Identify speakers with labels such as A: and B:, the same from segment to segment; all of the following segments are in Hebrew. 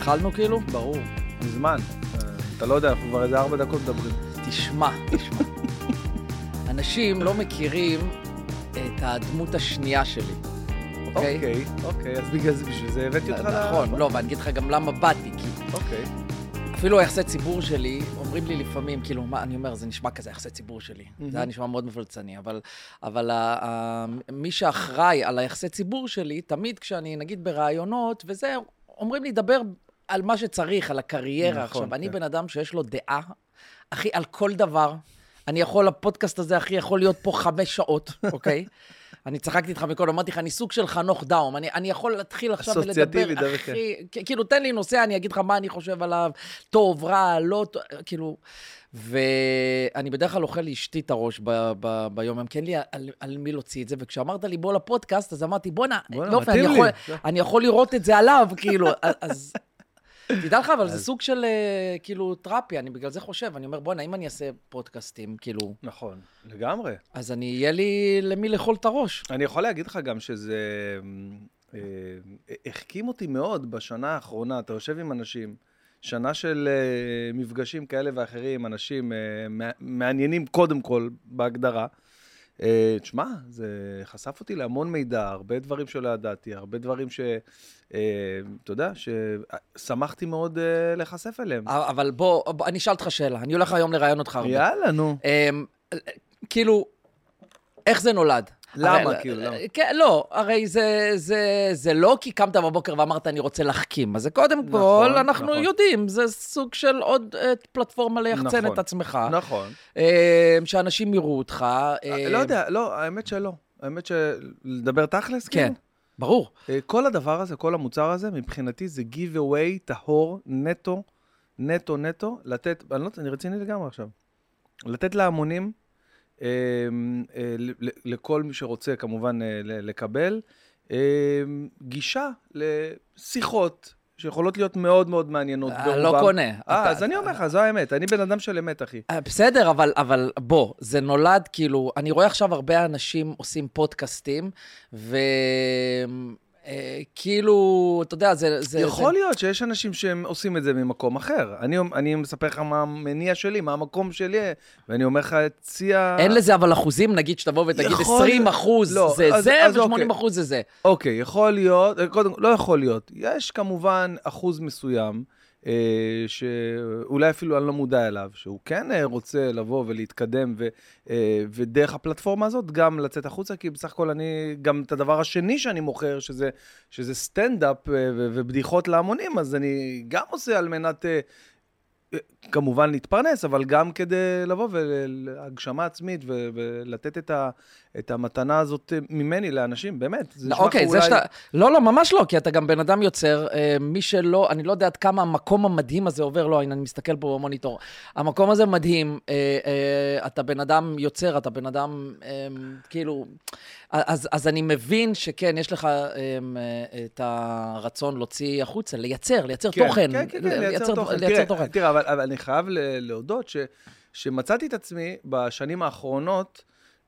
A: התחלנו כאילו?
B: ברור, מזמן. אתה לא יודע, אנחנו כבר איזה 4 דקות מדברים.
A: תשמע. אנשים לא מכירים את הדמות השנייה שלי.
B: אוקיי, אז בשביל זה הבאתי אותך
A: נכון, לא, ואני אגיד לך גם למה באתי, כי...
B: אוקיי.
A: אפילו היחסי ציבור שלי, אומרים לי לפעמים, כאילו, מה, אני אומר, זה נשמע כזה יחסי ציבור שלי. זה היה נשמע מאוד מפלצני, אבל מי שאחראי על היחסי ציבור שלי, תמיד כשאני, נגיד, ברעיונות, וזה, אומרים לי, דבר על מה שצריך, על הקריירה. עכשיו, אני בן אדם שיש לו דעה, אחי, על כל דבר. אני יכול, הפודקאסט הזה, אחי, יכול להיות פה 5 שעות, אוקיי? אני צחקתי איתך מכל, אמרתי לך, אני סוג של חנוך דאום, אני יכול להתחיל עכשיו ולדבר, אחי, כאילו, תן לי נושא, אני אגיד לך מה אני חושב עליו, טוב, רע, לא, כאילו, ואני בדרך כלל אוכל לאשתי את הראש ביום, כי אין לי על מי להוציא את זה, וכשאמרת לי בוא לפודקאסט, אז אמרתי, בוא'נה, אני יכול לראות את זה עליו, כאילו, אז... תדע לך, אבל זה סוג של, כאילו, תרפיה, אני בגלל זה חושב, אני אומר, בוא'נה, אם אני אעשה פודקאסטים, כאילו...
B: נכון, לגמרי.
A: אז יהיה לי למי לאכול את הראש.
B: אני יכול להגיד לך גם שזה... החכים אותי מאוד בשנה האחרונה, אתה יושב עם אנשים, שנה של מפגשים כאלה ואחרים, אנשים מעניינים קודם כל בהגדרה, תשמע, זה חשף אותי להמון מידע, הרבה דברים שלא ידעתי, הרבה דברים ש... אתה יודע, ששמחתי מאוד לחשף אליהם.
A: אבל בוא, אני אשאל אותך שאלה, אני הולך היום לראיין אותך הרבה.
B: יאללה, נו.
A: כאילו, איך זה נולד?
B: למה, כאילו, למה?
A: לא, הרי זה לא כי קמת בבוקר ואמרת אני רוצה להחכים, אז זה קודם כל, אנחנו יודעים, זה סוג של עוד פלטפורמה ליחצן את עצמך.
B: נכון.
A: שאנשים יראו אותך.
B: לא יודע, לא, האמת שלא. האמת שלדבר תכלס, כאילו?
A: כן, ברור.
B: כל הדבר הזה, כל המוצר הזה, מבחינתי זה give away, טהור, נטו, לתת, אני רציני לגמרי עכשיו, לתת להמונים, לכל מי שרוצה כמובן לקבל, גישה לשיחות שיכולות להיות מאוד מאוד מעניינות.
A: לא קונה.
B: אז אני אומר לך, זו האמת, אני בן אדם של אמת, אחי.
A: בסדר, אבל בוא, זה נולד כאילו, אני רואה עכשיו הרבה אנשים עושים פודקאסטים, כאילו, אתה יודע, זה...
B: יכול להיות שיש אנשים שהם עושים את זה ממקום אחר. אני מספר לך מה המניע שלי, מה המקום שלי, ואני אומר לך,
A: אין לזה אבל אחוזים, נגיד שתבוא ותגיד 20% זה זה, ו-80% זה זה.
B: אוקיי, יכול להיות, קודם, לא יכול להיות. יש כמובן אחוז מסוים, שאולי אפילו אני לא מודע אליו, שהוא כן רוצה לבוא ולהתקדם, ודרך הפלטפורמה הזאת גם לצאת החוצה, כי בסך הכל אני, גם את הדבר השני שאני מוכר, שזה סטנדאפ ובדיחות להמונים, אז אני גם עושה על מנת, כמובן להתפרנס, אבל גם כדי לבוא ולהגשמה עצמית ולתת את המתנה הזאת ממני לאנשים, באמת.
A: אוקיי, זה שאתה... לא, ממש לא, כי אתה גם בן אדם יוצר, מי שלא, אני לא יודע עד כמה המקום המדהים הזה עובר, לא, אני מסתכל פה במוניטור, המקום הזה מדהים, אתה בן אדם יוצר, אתה בן אדם, כאילו, אז אני מבין שכן, יש לך את הרצון להוציא החוצה, לייצר תוכן.
B: כן, לייצר תוכן. תראה, אבל אני חייב להודות שמצאתי את עצמי בשנים האחרונות,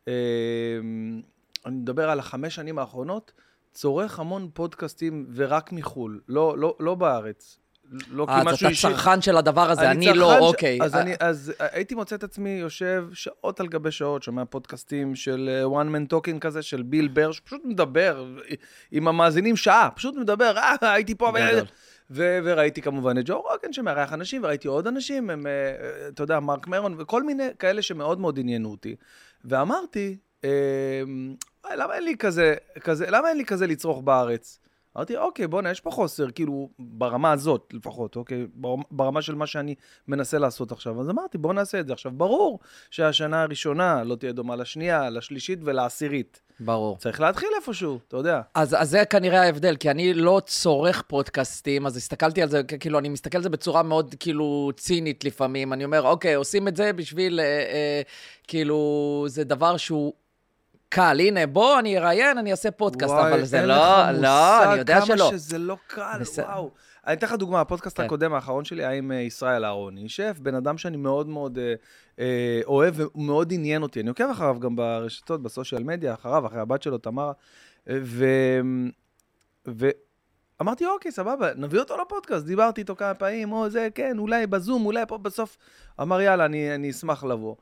B: אני מדבר על 5 שנים האחרונות, צורך המון פודקאסטים ורק מחול, לא בארץ.
A: אז אתה צרכן של הדבר הזה, אני לא, אוקיי.
B: אז הייתי מוצא את עצמי יושב שעות על גבי שעות, שומע פודקאסטים של one man talking כזה, של ביל בר, שפשוט מדבר עם המאזינים שעה, פשוט מדבר, הייתי פה, וראיתי כמובן את ג'ו רוגן שמארח אנשים, וראיתי עוד אנשים, אתה יודע, מרק מרון, וכל מיני כאלה שמאוד מאוד עניינו אותי. ואמרתי, למה אין לי כזה לצרוך בארץ? אמרתי, אוקיי, בוא'נה, יש פה חוסר, כאילו, ברמה הזאת לפחות, אוקיי? ברמה של מה שאני מנסה לעשות עכשיו. אז אמרתי, בואו נעשה את זה. עכשיו, ברור שהשנה הראשונה לא תהיה דומה לשנייה, לשלישית ולעשירית.
A: ברור.
B: צריך להתחיל איפשהו, אתה יודע.
A: אז זה כנראה ההבדל, כי אני לא צורך פודקאסטים, אז הסתכלתי על זה, כאילו, אני מסתכל על זה בצורה מאוד, כאילו, צינית לפעמים. אני אומר, אוקיי, עושים את זה בשביל, כאילו, זה דבר שהוא קל, הנה, בוא, אני אראיין, אני אעשה פודקאסט, אבל זה לא, אני יודע שלא.
B: כמה שזה לא קל, וואו. אני אתן לך דוגמה, הפודקאסט הקודם האחרון שלי היה עם ישראל אהרוני, שף, בן אדם שאני מאוד מאוד אוהב ומאוד עניין אותי. אני עוקב אחריו גם ברשתות, בסושיאל מדיה, אחרי הבת שלו, תמרה, אמרתי, אוקיי, סבבה, נביא אותו לפודקאסט, דיברתי איתו כמה פעמים, או זה, כן, אולי בזום, אולי פה בסוף. אמר, יאללה, אני אשמח לבוא.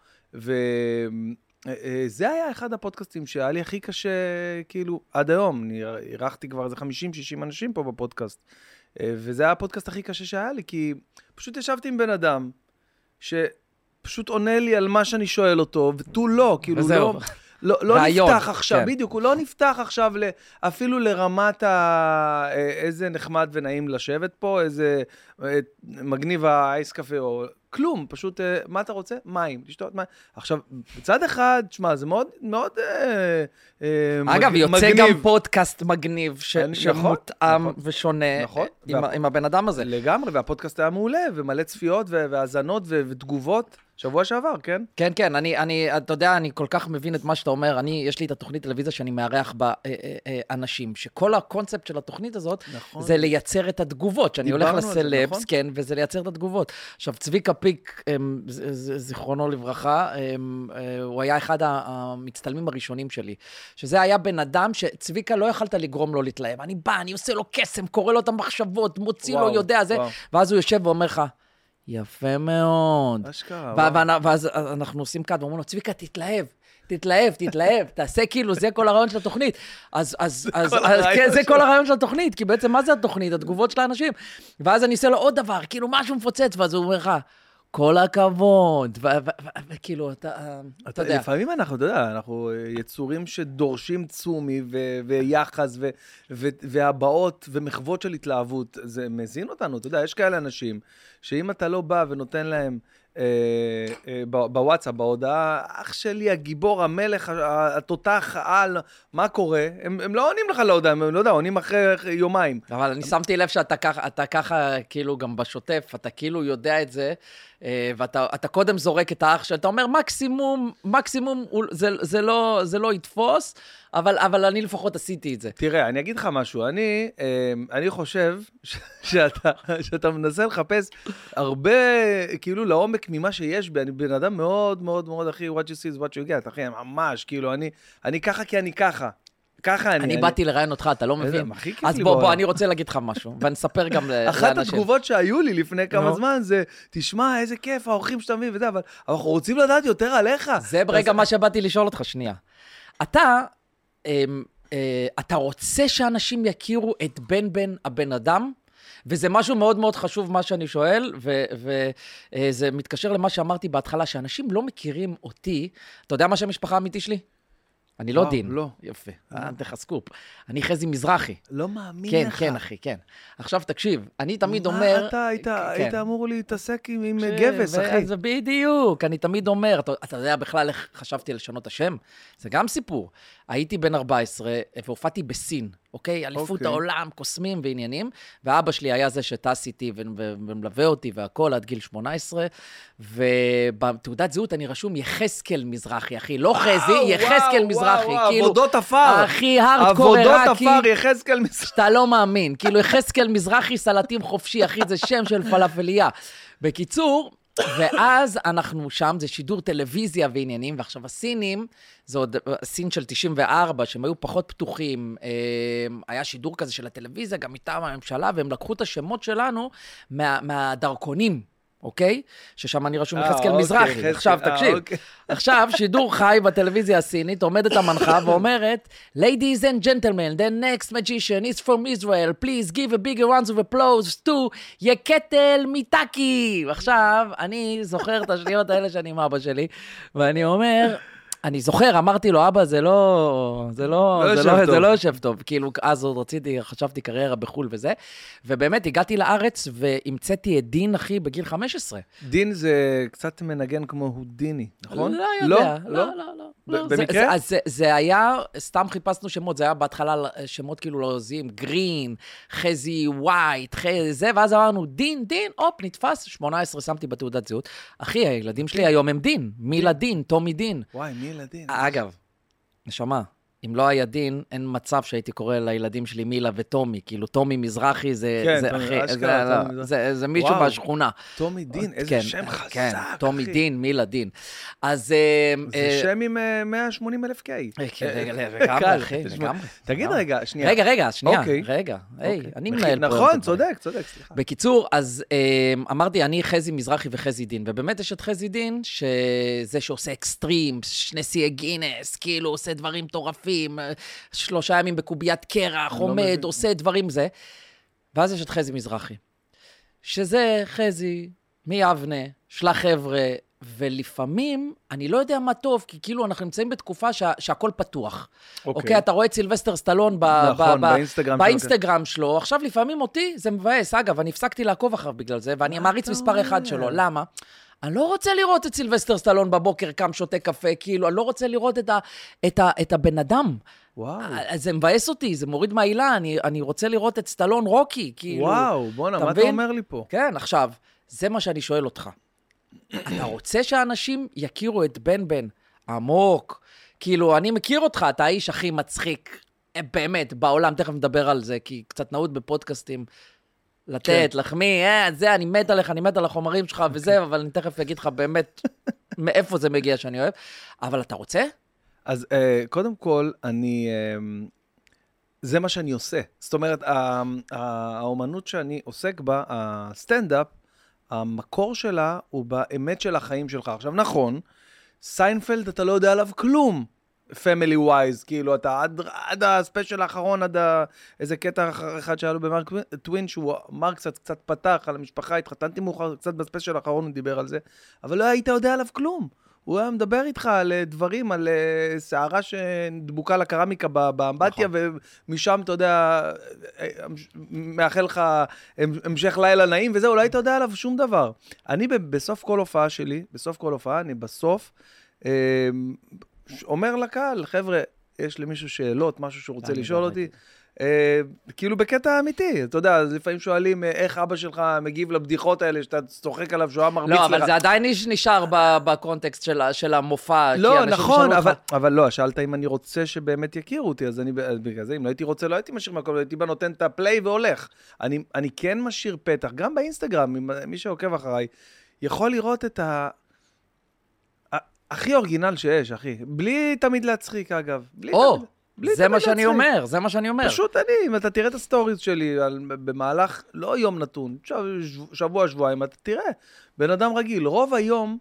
B: וזה היה אחד הפודקאסטים שהיה לי הכי קשה, כאילו, עד היום. אני ערכתי כבר איזה 50-60 אנשים פה בפודקאסט. וזה היה הפודקאסט הכי קשה שהיה לי, כי פשוט ישבתי עם בן אדם, שפשוט עונה לי על מה שאני שואל אותו, ותו לא, כאילו לא נפתח עכשיו, בדיוק, הוא לא נפתח עכשיו אפילו לרמת איזה נחמד ונעים לשבת פה, איזה מגניב האייס קפה או כלום, פשוט מה אתה רוצה? מים, לשתות מים. עכשיו, בצד אחד, תשמע, זה מאוד מאוד
A: אגב, יוצא גם פודקאסט מגניב שמותאם ושונה עם הבן אדם הזה.
B: לגמרי, והפודקאסט היה מעולה, ומלא צפיות והאזנות ותגובות. שבוע שעבר, כן?
A: כן, כן, אתה יודע, אני כל כך מבין את מה שאתה אומר, יש לי את התוכנית טלוויזיה שאני מארח באנשים, שכל הקונספט של התוכנית הזאת, זה לייצר את התגובות, שאני הולך לסלבס, כן, וזה לייצר את התגובות. עכשיו, צביקה פיק, זיכרונו לברכה, הוא היה אחד המצטלמים הראשונים שלי, שזה היה בן אדם שצביקה לא יכלת לגרום לו להתלהב, אני בא, אני עושה לו קסם, קורא לו את המחשבות, מוציא לו, יודע זה, ואז הוא יושב ואומר לך, יפה מאוד. ואז אנחנו עושים קאט, ואומרים לו, צביקה, תתלהב, תעשה כאילו, זה כל הרעיון של התוכנית. אז זה כל הרעיון של התוכנית, כי בעצם מה זה התוכנית? התגובות של האנשים. ואז אני עושה לו עוד דבר, כאילו משהו מפוצץ, ואז הוא אומר לך, כל הכבוד, וכאילו, אתה יודע.
B: לפעמים אנחנו, אתה יודע, אנחנו יצורים שדורשים צומי ויחס והבאות ומחוות של התלהבות, זה מזין אותנו, אתה יודע, יש כאלה אנשים שאם אתה לא בא ונותן להם בוואטסאפ, בהודעה, אח שלי, הגיבור, המלך, התותח, העל, מה קורה? הם לא עונים לך להודעה, הם לא יודע, עונים אחרי יומיים.
A: אבל אני שמתי לב שאתה ככה, כאילו, גם בשוטף, אתה כאילו יודע את זה, ואתה קודם זורק את האח שאתה אומר, מקסימום, זה לא יתפוס, אבל אני לפחות עשיתי את זה.
B: תראה, אני אגיד לך משהו, אני חושב שאתה מנסה לחפש הרבה, כאילו, לעומק ממה שיש בי, אני בן אדם מאוד מאוד מאוד, אחי, what you see is what you get, אחי, ממש, כאילו, אני ככה כי אני ככה. ככה
A: אני באתי לראיין אותך, אתה לא מבין? אז בוא, אני רוצה להגיד לך משהו, ואני אספר גם לאנשים.
B: אחת התגובות שהיו לי לפני כמה זמן זה, תשמע, איזה כיף, האורחים שאתה מבין וזה, אבל אנחנו רוצים לדעת יותר עליך.
A: זה ברגע מה שבאתי לשאול אותך, שנייה. אתה רוצה שאנשים יכירו את בן הבן אדם? וזה משהו מאוד מאוד חשוב מה שאני שואל, וזה מתקשר למה שאמרתי בהתחלה, שאנשים לא מכירים אותי. אתה יודע מה שהמשפחה האמיתי שלי? אני לא דין.
B: לא.
A: יפה. אנת לך סקופ. אני חזי מזרחי.
B: לא מאמין
A: כן,
B: לך.
A: כן, אחי, כן. עכשיו תקשיב, אני תמיד אומר...
B: מה אתה היית אמור להתעסק עם גבס, אחי?
A: זה בדיוק, אני תמיד אומר, אתה יודע בכלל איך חשבתי לשנות השם? זה גם סיפור. הייתי בן 14 והופעתי בסין, אוקיי? אליפות העולם, קוסמים ועניינים, ואבא שלי היה זה שטס איתי ומלווה אותי והכל עד גיל 18, ובתעודת זהות אני רשום יחזקאל מזרחי, אחי, לא חזי, יחזקאל מזרחי, כאילו,
B: עבודות אפר,
A: הכי הארדקור עיראקי,
B: עבודות אפר, יחזקאל מזרחי,
A: שאתה לא מאמין, כאילו יחזקאל מזרחי, סלטים חופשי, אחי, זה שם של פלאפליה. בקיצור, ואז אנחנו שם, זה שידור טלוויזיה ועניינים, ועכשיו הסינים, זה עוד סין של 94, שהם היו פחות פתוחים, היה שידור כזה של הטלוויזיה, גם מטעם הממשלה, והם לקחו את השמות שלנו מהדרכונים, אוקיי? ששם אני רשום יחזקאל מזרחי. עכשיו, תקשיב. עכשיו, שידור חי בטלוויזיה הסינית, עומדת המנחה ואומרת, Ladies and gentlemen, the next magician is from Israel. Please give a bigger round of applause to יקטל מיטקי. עכשיו, אני זוכר את השניות האלה שאני עם אבא שלי, ואני אומר... אני זוכר, אמרתי לו, אבא, זה לא יושב טוב. כאילו, אז עוד חשבתי קריירה בחול וזה, ובאמת הגעתי לארץ והמצאתי את דין, אחי, בגיל 15.
B: דין זה קצת מנגן כמו הודיני, נכון?
A: לא יודע, לא.
B: במקרה?
A: זה היה, סתם חיפשנו שמות, זה היה בהתחלה שמות כאילו לא עוזים, גרין, חזי ווייט, זה, ואז אמרנו, דין, אופ, נתפס, 18 שמתי בתעודת זהות. אחי, הילדים שלי היום הם דין, מילה דין, תומי דין.
B: וואי, מילה דין.
A: אגב, נשמה, אם לא היה דין, אין מצב שהייתי קורא לילדים שלי מילה וטומי, כאילו טומי מזרחי זה זה מישהו מהשכונה.
B: טומי דין, איזה שם חזק, אחי.
A: טומי דין, מילה דין. אז...
B: זה שם עם 180,000 קי.
A: לגמרי, אחי, לגמרי.
B: תגיד רגע, שנייה.
A: רגע, אני מנהל פה.
B: נכון, צודק, סליחה.
A: בקיצור, אז אמרתי, אני חזי מזרחי וחזי דין, ובאמת יש את חזי דין, שזה שעושה אקסטרים, שני שיאי גינס, כאילו עושה דברים מטורפים, 3 ימים בקוביית קרח, עומד, עושה דברים זה. ואז יש את חזי מזרחי, שזה חזי מיבנה, של החבר'ה, ולפעמים, אני לא יודע מה טוב, כי כאילו אנחנו נמצאים בתקופה שהכל פתוח. אוקיי, אתה רואה את סילבסטר סטלון באינסטגרם שלו, עכשיו לפעמים אותי זה מבאס, אגב, אני הפסקתי לעקוב אחריו בגלל זה, ואני מעריץ מספר 1 שלו, למה? אני לא רוצה לראות את סילבסטר סטלון בבוקר קם שותה קפה, כאילו, אני לא רוצה לראות את הבן אדם.
B: וואו.
A: זה מבאס אותי, זה מוריד מהעילה, אני רוצה לראות את סטלון רוקי, כאילו.
B: וואו, בונה, מה אתה אומר לי פה?
A: כן, עכשיו, זה מה שאני שואל אותך. אתה רוצה שאנשים יכירו את בן עמוק? כאילו, אני מכיר אותך, אתה האיש הכי מצחיק, באמת, בעולם, תכף נדבר על זה, כי קצת נעוד בפודקאסטים, לתת, לחמיא, זה, אני מת עליך, אני מת על החומרים שלך וזה, אבל אני תכף אגיד לך באמת מאיפה זה מגיע שאני אוהב. אבל אתה רוצה?
B: אז קודם כל, זה מה שאני עושה. זאת אומרת, האומנות שאני עוסק בה, הסטנדאפ, המקור שלה הוא באמת של החיים שלך. עכשיו, נכון, סיינפלד אתה לא יודע עליו כלום. family wise, כאילו אתה עד הספיישל האחרון, עד איזה קטע אחד שהיה לו במרק טווין, שהוא אמר קצת פתח על המשפחה, התחתנתי מאוחר, קצת בספיישל האחרון הוא דיבר על זה, אבל לא היית יודע עליו כלום. הוא היה מדבר איתך על דברים, על שערה שדבוקה לקרמיקה באמבטיה, ומשם, אתה יודע, מאחל לך המשך לילה נעים, וזה, אולי אתה יודע עליו שום דבר. אני בסוף כל הופעה שלי, אני בסוף, אומר לקהל, חבר'ה, יש למישהו שאלות, משהו שהוא רוצה לשאול אותי, כאילו בקטע אמיתי, אתה יודע, לפעמים שואלים איך אבא שלך מגיב לבדיחות האלה, שאתה צוחק עליו, שהוא מרביץ לך.
A: לא, אבל זה עדיין נשאר בקונטקסט של המופע.
B: לא, נכון, אבל לא, שאלת אם אני רוצה שבאמת יכירו אותי, אז בגלל זה, אם לא הייתי רוצה, לא הייתי משאיר מקום, הייתי נותן את הפליי והולך. אני כן משאיר פתח, גם באינסטגרם, מי שעוקב אחריי, יכול לראות את הכי אורגינל שיש, אחי. בלי תמיד להצחיק, אגב.
A: זה מה שאני אומר,
B: פשוט אם אתה תראה את הסטוריז שלי במהלך, לא יום נתון, שבוע, שבועיים, אתה תראה. בן אדם רגיל. רוב היום,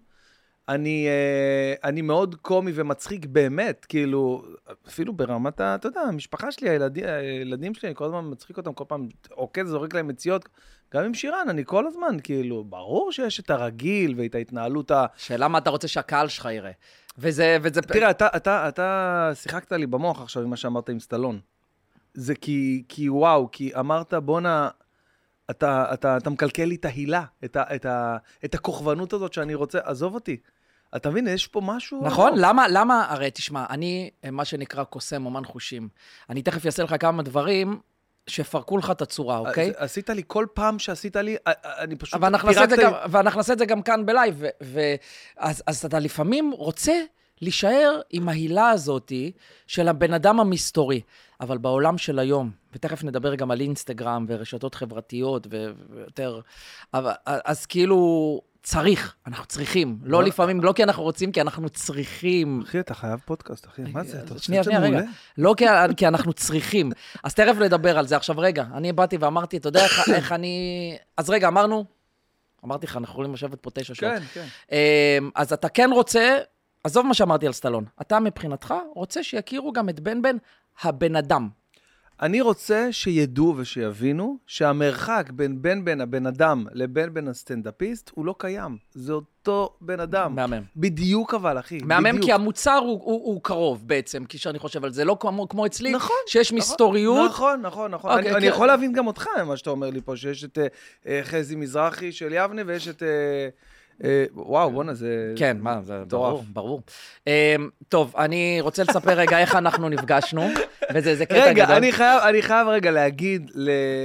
B: אני מאוד קומי ומצחיק באמת, כאילו, אפילו ברמת, אתה יודע, המשפחה שלי, הילדים שלי, אני כל הזמן מצחיק אותם, כל פעם עוקד, זורק להם מציאות, גם עם שירן, אני כל הזמן, כאילו, ברור שיש את הרגיל ואת ההתנהלות
A: שאלה מה אתה רוצה שהקהל שלך יראה.
B: תראה, אתה שיחקת לי במוח עכשיו עם מה שאמרת עם סטלון. זה כי וואו, כי אמרת, בונה, אתה מקלקל לי את ההילה, את הכוכבנות הזאת שאני רוצה, עזוב אותי. אתה מבין, יש פה משהו...
A: נכון, למה, הרי תשמע, אני, מה שנקרא קוסם, אומן חושים, אני תכף אעשה לך כמה דברים שפרקו לך את הצורה, אוקיי?
B: עשית לי, כל פעם שעשית לי, אני פשוט...
A: ואנחנו נעשה את זה גם כאן בלייב, אז אתה לפעמים רוצה להישאר עם ההילה הזאת של הבן אדם המסתורי, אבל בעולם של היום, ותכף נדבר גם על אינסטגרם ורשתות חברתיות ויותר, אז כאילו... אנחנו צריכים. לא לפעמים, לא כי אנחנו רוצים, כי אנחנו צריכים.
B: אחי, אתה חייב פודקאסט, אחי. מה זה?
A: שנייה, רגע. לא כי אנחנו צריכים. אז תכף לדבר על זה. עכשיו, רגע, אני באתי ואמרתי, אתה יודע איך אני... אז רגע, אמרתי לך, אנחנו יכולים לשבת פה 9 שעות.
B: כן.
A: אז אתה כן רוצה, עזוב מה שאמרתי על סטלון, אתה מבחינתך רוצה שיכירו גם את בן הבן אדם.
B: אני רוצה שידעו ושיבינו שהמרחק בין הבן אדם לבין הסטנדאפיסט הוא לא קיים. זה אותו בן אדם.
A: מהמם.
B: בדיוק אבל, אחי.
A: מהמם, כי המוצר הוא קרוב בעצם, כי שאני חושב על זה. לא כמו אצלי,
B: נכון,
A: שיש מסתוריות.
B: נכון. אני יכול להבין גם אותך, מה שאתה אומר לי פה, שיש את חזי מזרחי של יבנה, ויש את... וואו, בוא'נה, זה...
A: כן, מה, זה ברור. טוב, אני רוצה לספר רגע איך אנחנו נפגשנו, וזה קטע גדול.
B: רגע, אני חייב רגע להגיד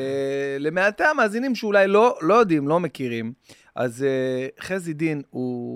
B: למעטי המאזינים שאולי לא יודעים, לא מכירים, אז חזי דין הוא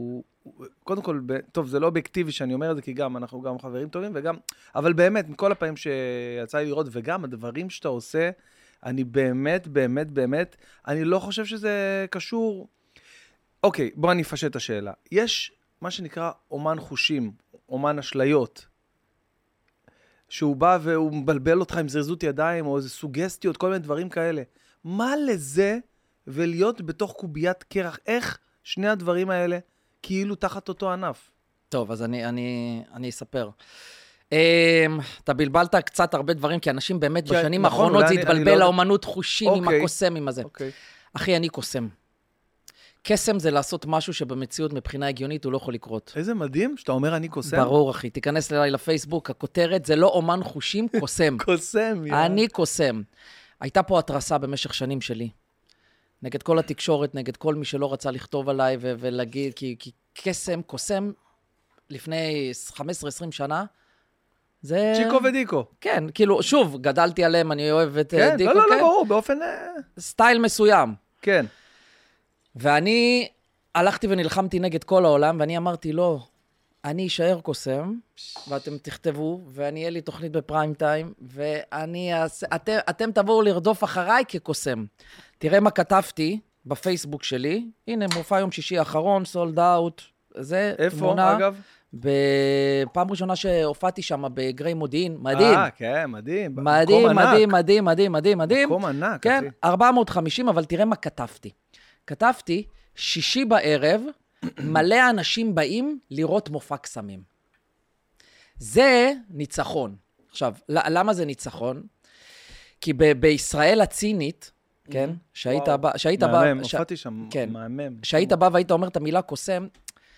B: קודם כל, טוב, זה לא אובייקטיבי שאני אומר את זה, כי גם אנחנו גם חברים טובים, וגם, אבל באמת, מכל הפעמים שיצא לי לראות, וגם הדברים שאתה עושה, אני באמת, באמת, באמת, אני לא חושב שזה קשור. אוקיי, בוא אני אפשט את השאלה. יש מה שנקרא אומן חושים, אומן אשליות, שהוא בא והוא מבלבל אותך עם זריזות ידיים, או איזה סוגסטיות, כל מיני דברים כאלה. מה לזה ולהיות בתוך קוביית קרח? איך שני הדברים האלה כאילו תחת אותו ענף?
A: טוב, אז אני אספר. אתה בלבלת קצת הרבה דברים, כי אנשים באמת בשנים האחרונות זה התבלבל לאומנות חושים עם הקוסם, עם הזה. אחי, אני קוסם. קסם זה לעשות משהו שבמציאות מבחינה הגיונית הוא לא יכול לקרות.
B: איזה מדהים שאתה אומר אני קוסם.
A: ברור, אחי. תיכנס אליי לפייסבוק, הכותרת זה לא אומן חושים, קוסם.
B: קוסם,
A: אני קוסם. הייתה פה התרסה במשך שנים שלי. נגד כל התקשורת, נגד כל מי שלא רצה לכתוב עליי ולהגיד, כי קסם, קוסם, לפני 15-20 שנה, זה...
B: צ'יקו ודיקו.
A: כן, כאילו, שוב, גדלתי עליהם, אני אוהב את
B: כן,
A: דיקו,
B: לא,
A: כן?
B: לא, ברור, באופן...
A: סטייל מסוים.
B: כן.
A: ואני הלכתי ונלחמתי נגד כל העולם, ואני אמרתי, לא, אני אשאר קוסם, ואתם תכתבו, ואני אהיה לי תוכנית בפריים טיים, ואתם תבואו לרדוף אחריי כקוסם. תראה מה כתבתי בפייסבוק שלי, הנה, מופע יום שישי האחרון, סולד אאוט, זה תמונה.
B: איפה, אגב?
A: בפעם ראשונה שהופעתי שם בגרי מודיעין, מדהים.
B: כן, מדהים.
A: מדהים, מדהים, מדהים, מדהים, מדהים, מדהים.
B: מקום ענק,
A: כן, 450, אבל תראה מה כתבתי. כתבתי, שישי בערב, מלא אנשים באים לראות מופע קסמים. זה ניצחון. עכשיו, למה זה ניצחון? כי בישראל הצינית, כן, שהיית בא...
B: מהמם, הופעתי שם, מהמם.
A: שהיית בא והיית אומר את המילה קוסם,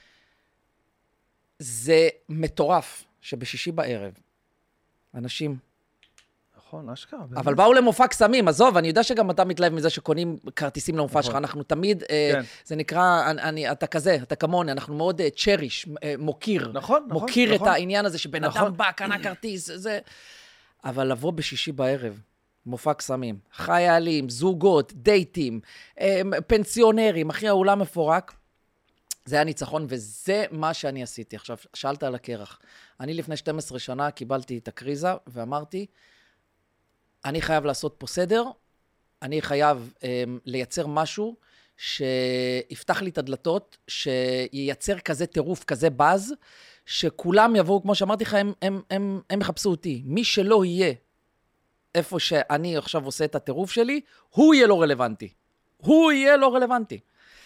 A: זה מטורף שבשישי בערב, אנשים...
B: נכון, אשכרה.
A: אבל באו למופע קסמים, עזוב, אני יודע שגם אתה מתלהב מזה שקונים כרטיסים למופע שלך, אנחנו תמיד, זה נקרא, אתה כזה, אתה כמוני, אנחנו מאוד צ'ריש, מוקיר.
B: נכון, נכון.
A: מוקיר את העניין הזה שבן אדם בא, קנה כרטיס, זה... אבל לבוא בשישי בערב, מופע קסמים, חיילים, זוגות, דייטים, פנסיונרים, אחי, האולם מפורק, זה היה ניצחון, וזה מה שאני עשיתי. עכשיו, שאלת על הקרח. אני לפני 12 שנה קיבלתי את הקריזה, ואמרתי, אני חייב לעשות פה סדר, אני חייב לייצר משהו שיפתח לי את הדלתות, שייצר כזה טירוף, כזה באז, שכולם יבואו, כמו שאמרתי לך, הם יחפשו אותי. מי שלא יהיה איפה שאני עכשיו עושה את הטירוף שלי, הוא יהיה לא רלוונטי. הוא יהיה לא רלוונטי.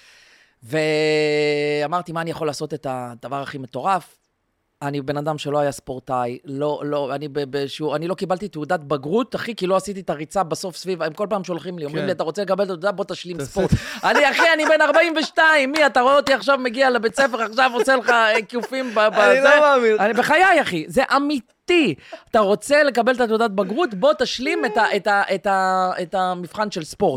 A: ואמרתי, מה אני יכול לעשות את הדבר הכי מטורף? אני בן אדם שלא היה ספורטאי, אני לא קיבלתי תעודת בגרות, אחי, כי לא עשיתי את הריצה בסוף סביב, הם כל פעם שולחים לי, אומרים לי, אתה רוצה לקבל את התעודה, בוא תשלים ספורט. אני בן 42, מי, אתה רואה אותי עכשיו מגיע לבית ספר, עכשיו עושה לך קיופים בזה?
B: אני לא מאמין.
A: אני בחיי, אחי, זה אמיתי. אתה רוצה לקבל את התעודת בגרות, בוא תשלים את המבחן של ספורט.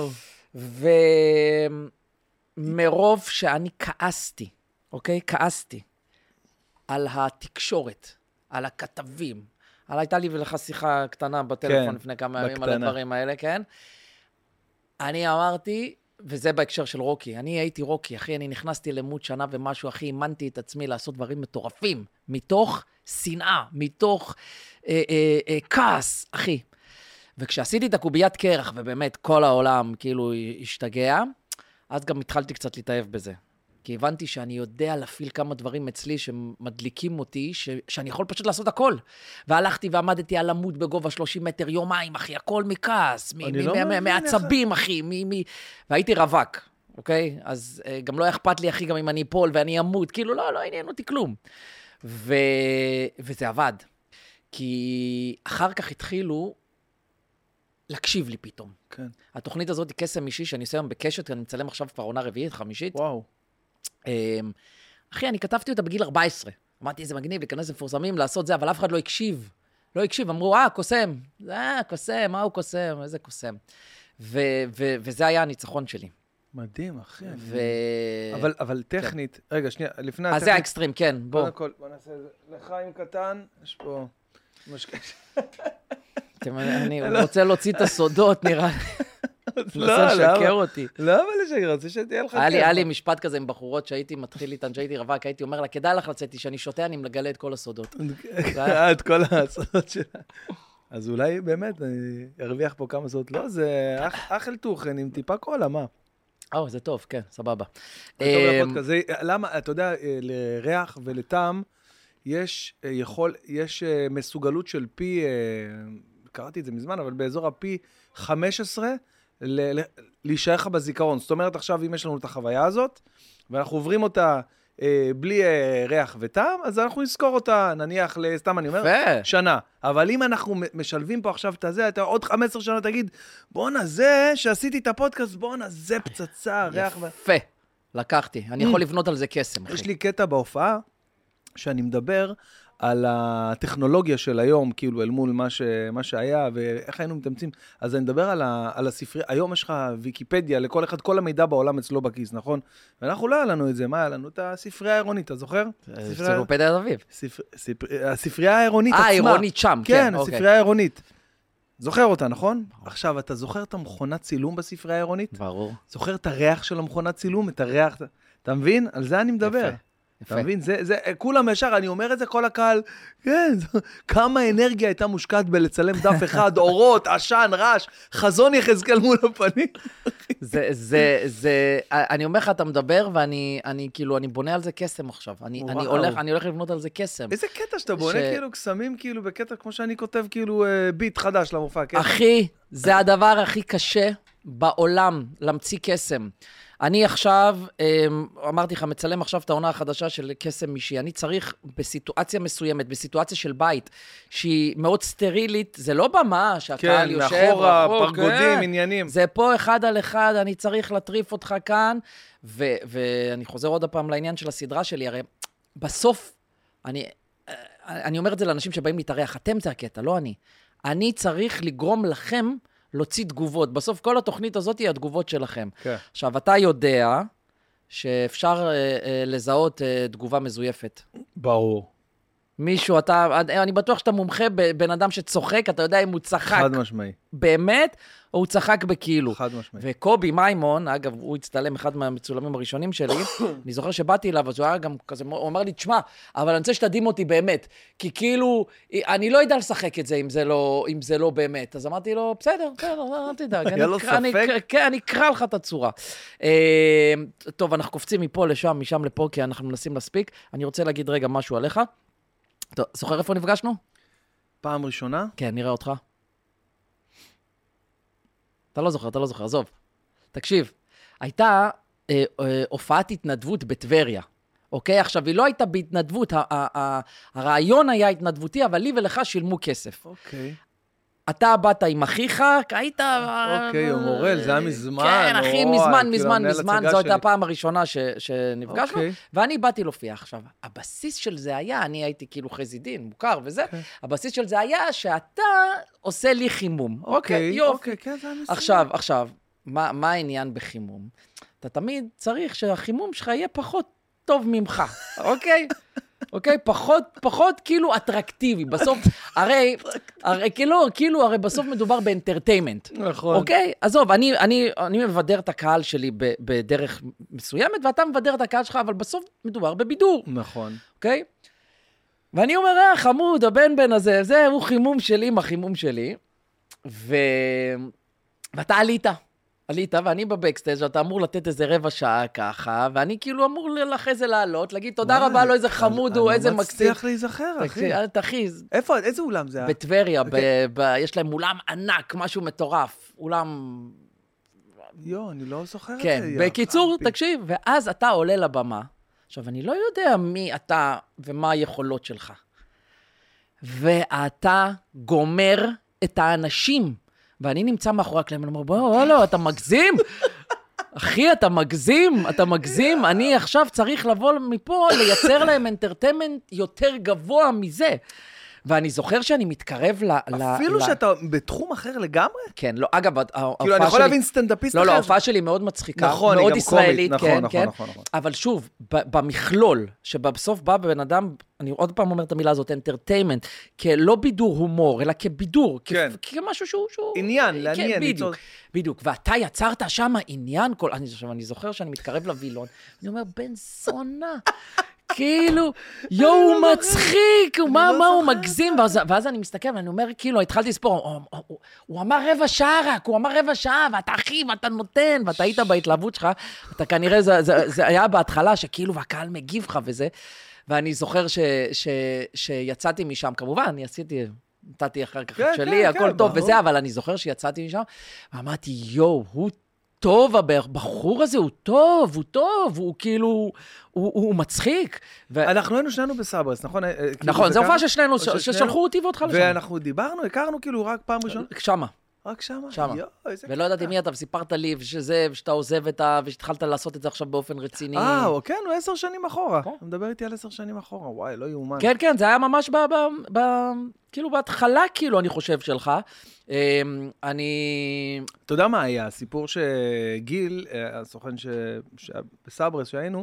A: ומרוב שאני כעסתי, אוקיי? כעסתי. על התקשורת, על הכתבים, הייתה לי ולך שיחה קטנה בטלפון לפני כמה ימים על הדברים האלה, כן? אני אמרתי, וזה בהקשר של רוקי, אני הייתי רוקי, אחי, אני נכנסתי למות שנה ומשהו, אחי, אימנתי את עצמי לעשות דברים מטורפים, מתוך שנאה, מתוך כעס, אחי. וכשעשיתי את הקוביית קרח, ובאמת כל העולם כאילו השתגע, אז גם התחלתי קצת להתאהב בזה. כי הבנתי שאני יודע להפעיל כמה דברים אצלי שמדליקים אותי, שאני יכול פשוט לעשות הכל. והלכתי ועמדתי על עמוד בגובה 30 מטר יומיים, אחי, הכל מכעס, מעצבים, אחי, והייתי רווק, אוקיי? אז גם לא אכפת לי, אחי, גם אם אני אפול ואני אמות, כאילו, לא עניין אותי כלום. וזה עבד. כי אחר כך התחילו להקשיב לי פתאום.
B: כן.
A: התוכנית הזאת היא קסם אישי, שאני עושה היום בקשת, אני מצלם עכשיו כבר עונה רביעית, חמישית.
B: וואו.
A: אחי, אני כתבתי אותה בגיל 14. אמרתי, איזה מגניב, להיכנס למפורסמים, לעשות זה, אבל אף אחד לא הקשיב. לא הקשיב, אמרו, קוסם. קוסם, מה הוא קוסם? איזה קוסם. וזה היה הניצחון שלי.
B: מדהים, אחי. אבל טכנית, רגע, שנייה, לפני הטכנית...
A: אז זה האקסטרים, כן, בוא.
B: קודם כל, בוא נעשה את זה. לחיים קטן, יש פה...
A: אני רוצה להוציא את הסודות, נראה לי. מנסה לשקר אותי.
B: למה לשקר? רוצה שתהיה לך...
A: היה לי משפט כזה עם בחורות שהייתי מתחיל איתן, שהייתי רווק, הייתי אומר לה, כדאי לך לצאתי, שאני שותה, אני מגלה את כל הסודות.
B: את כל הסודות שלה. אז אולי באמת, אני ארוויח פה כמה סודות. לא, זה אכל תוכן עם טיפה קולה, מה?
A: זה טוב, כן, סבבה.
B: למה, אתה יודע, לריח ולטעם, יש מסוגלות של פי, קראתי את זה מזמן, אבל באזור הפי 15, להישאר לך בזיכרון. זאת אומרת, עכשיו, אם יש לנו את החוויה הזאת, ואנחנו עוברים אותה בלי ריח וטעם, אז אנחנו נזכור אותה, נניח, סתם אני אומר, שנה. אבל אם אנחנו משלבים פה עכשיו את הזה, אתה עוד 15 שנה תגיד, בואנה, זה שעשיתי את הפודקאסט, בואנה, זה פצצה, ריח
A: יפה, לקחתי. אני יכול לבנות על זה קסם, אחי.
B: יש לי קטע בהופעה, שאני מדבר על הטכנולוגיה של היום, כאילו, אל מול מה שהיה, ואיך היינו מתאמצים. אז אני מדבר על הספרי, היום יש לך ויקיפדיה, לכל אחד, כל המידע בעולם אצלו בכיס, נכון? ואנחנו לא היה לנו את זה, מה היה לנו? את הספרייה העירונית, אתה זוכר?
A: אנציקלופדיה אביב.
B: הספרייה העירונית עצמה.
A: העירונית שם,
B: כן. כן, הספרייה העירונית. זוכר אותה, נכון? עכשיו, אתה זוכר את המכונת צילום בספרייה העירונית?
A: ברור.
B: זוכר את הריח של המכונת צילום, את הריח, אתה מבין? על זה אני מדבר. אתה מבין? זה, כולם ישר, אני אומר את זה, כל הקהל, כן, כמה אנרגיה הייתה מושקעת בלצלם דף אחד, אורות, עשן, רעש, חזון יחזקאל מול הפנים.
A: אני אומר לך, אתה מדבר, ואני כאילו, אני בונה על זה קסם עכשיו. אני הולך לבנות על זה קסם.
B: איזה קטע שאתה בונה, כאילו, קסמים, כאילו, בקטע, כמו שאני כותב, כאילו, ביט חדש למופע.
A: אחי, זה הדבר הכי קשה בעולם, להמציא קסם. אני עכשיו, אמרתי לך, מצלם עכשיו את העונה החדשה של קסם מישי. אני צריך בסיטואציה מסוימת, בסיטואציה של בית, שהיא מאוד סטרילית, זה לא במה שהקהל יושב.
B: כן, מאחורה, פרגודים, עניינים.
A: זה פה אחד על אחד, אני צריך לטריף אותך כאן, ואני חוזר עוד הפעם לעניין של הסדרה שלי, הרי בסוף, אני אומר את זה לאנשים שבאים להתארח, אתם זה הקטע, לא אני. אני צריך לגרום לכם, להוציא תגובות. בסוף כל התוכנית הזאת היא התגובות שלכם. כן. עכשיו, אתה יודע שאפשר לזהות תגובה מזויפת.
B: ברור.
A: מישהו, אני בטוח שאתה מומחה בבן אדם שצוחק, אתה יודע אם הוא צחק.
B: חד משמעי.
A: באמת, או הוא צחק בכאילו.
B: חד משמעי.
A: וקובי מיימון, אגב, הוא הצטלם אחד מהמצולמים הראשונים שלי, אני זוכר שבאתי אליו, אז הוא היה גם כזה, הוא אמר לי, תשמע, אבל אני רוצה שתדעים אותי באמת, כי כאילו, אני לא יודע לשחק את זה אם זה לא באמת. אז אמרתי לו, בסדר, אל תדאג.
B: היה לו ספק?
A: כן, אני אקרא לך את הצורה. טוב, אנחנו קופצים מפה לשם, משם לפה, כי אנחנו מנסים להספיק. אני רוצה להגיד רגע משהו עליך. טוב, זוכר איפה נפגשנו?
B: פעם ראשונה?
A: כן, נראה אותך. אתה לא זוכר, עזוב. תקשיב, הייתה הופעת התנדבות בטבריה, אוקיי? עכשיו, היא לא הייתה בהתנדבות, הרעיון היה התנדבותי, אבל לי ולך שילמו כסף.
B: אוקיי.
A: אתה באת עם אחיך, היית...
B: אוקיי, מורל, זה היה מזמן.
A: כן, אחי, מזמן, זו הייתה הפעם הראשונה שנפגשנו, ואני באתי להופיע עכשיו. הבסיס של זה היה, אני הייתי כאילו חזי דין, מוכר וזה, הבסיס של זה היה שאתה עושה לי חימום. אוקיי, יופי.
B: כן, זה היה מזמן.
A: עכשיו, מה העניין בחימום? אתה תמיד צריך שהחימום שלך יהיה פחות טוב ממך, אוקיי? אוקיי? פחות כאילו אטרקטיבי. בסוף, הרי בסוף מדובר באנטרטיימנט.
B: נכון.
A: אוקיי? עזוב, אני מבדר את הקהל שלי בדרך מסוימת, ואתה מבדר את הקהל שלך, אבל בסוף מדובר בבידור.
B: נכון.
A: אוקיי? ואני אומר, חמוד, הבן הזה, זה הוא חימום שלי, מהחימום שלי. ואתה עלית, ואני בבקסטייג' ואתה אמור לתת איזה רבע שעה ככה, ואני כאילו אמור אחרי זה לעלות, להגיד תודה רבה לו, איזה חמוד הוא, איזה מקסים.
B: אני לא מצליח להיזכר, אחי. איפה, איזה אולם זה היה?
A: בטבריה, יש להם אולם ענק, משהו מטורף, אולם...
B: אני לא זוכר את זה.
A: כן, בקיצור, תקשיב, ואז אתה עולה לבמה, עכשיו, אני לא יודע מי אתה ומה היכולות שלך, ואתה גומר את האנשים, ואני נמצא מאחורי הקלעים, אני אומר, בוא, אתה מגזים? אחי, אתה מגזים, אני עכשיו צריך לבוא מפה, לייצר להם אנטרטיימנט יותר גבוה מזה. ואני זוכר שאני מתקרב
B: אפילו שאתה בתחום אחר לגמרי?
A: כן, לא, אגב,
B: כאילו, אני יכול להבין סטנדאפיסט אחר.
A: לא, ההופעה שלי מאוד מצחיקה,
B: נכון,
A: מאוד ישראלית, כן, כן.
B: נכון.
A: אבל שוב, במכלול, שבסוף בא בבן אדם, אני עוד פעם אומר את המילה הזאת, entertainment, כלא בידור הומור, אלא כבידור, כמשהו שהוא...
B: עניין, לעניין.
A: בדיוק, ואתה יצרת שם עניין, אני זוכר שאני מתקרב לווילון, אני אומר, בן זונה, כאילו, הוא מצחיק, מה הוא מגזים, ואז אני מסתכל ואני אומר, כאילו, התחלתי לספור, הוא אמר רבע שעה, ואתה אחי, ואתה נותן, ואתה היית בהתלהבות שלך, אתה כנראה, זה היה בהתחלה, שכאילו, והקהל מגיב לך וזה, ואני זוכר שיצאתי משם, כמובן, אני נתתי אחר כך את שלי, הכל טוב וזה, אבל אני זוכר שיצאתי משם, ואמרתי, הוא טוב, הבחור הזה הוא טוב, הוא כאילו, הוא מצחיק.
B: אנחנו היינו שנינו בסברס, נכון?
A: נכון, זו הופעה ששנינו, ששלחו אותי ואותך לשם.
B: ואנחנו דיברנו, הכרנו כאילו רק פעם ראשונה.
A: שמה.
B: רק שמה?
A: ולא ידעתי מי אתה, וסיפרת לי ושאתה עוזב ושהתחלת לעשות את זה עכשיו באופן רציני.
B: כן, הוא 10 שנים אחורה. הוא מדבר איתי על 10 שנים אחורה, וואי, לא יאומן.
A: כן, זה היה ממש כאילו בהתחלה, כאילו, אני חושב שלך.
B: אתה יודע מה היה? הסיפור שגיל, הסוכן בסברס שהיינו,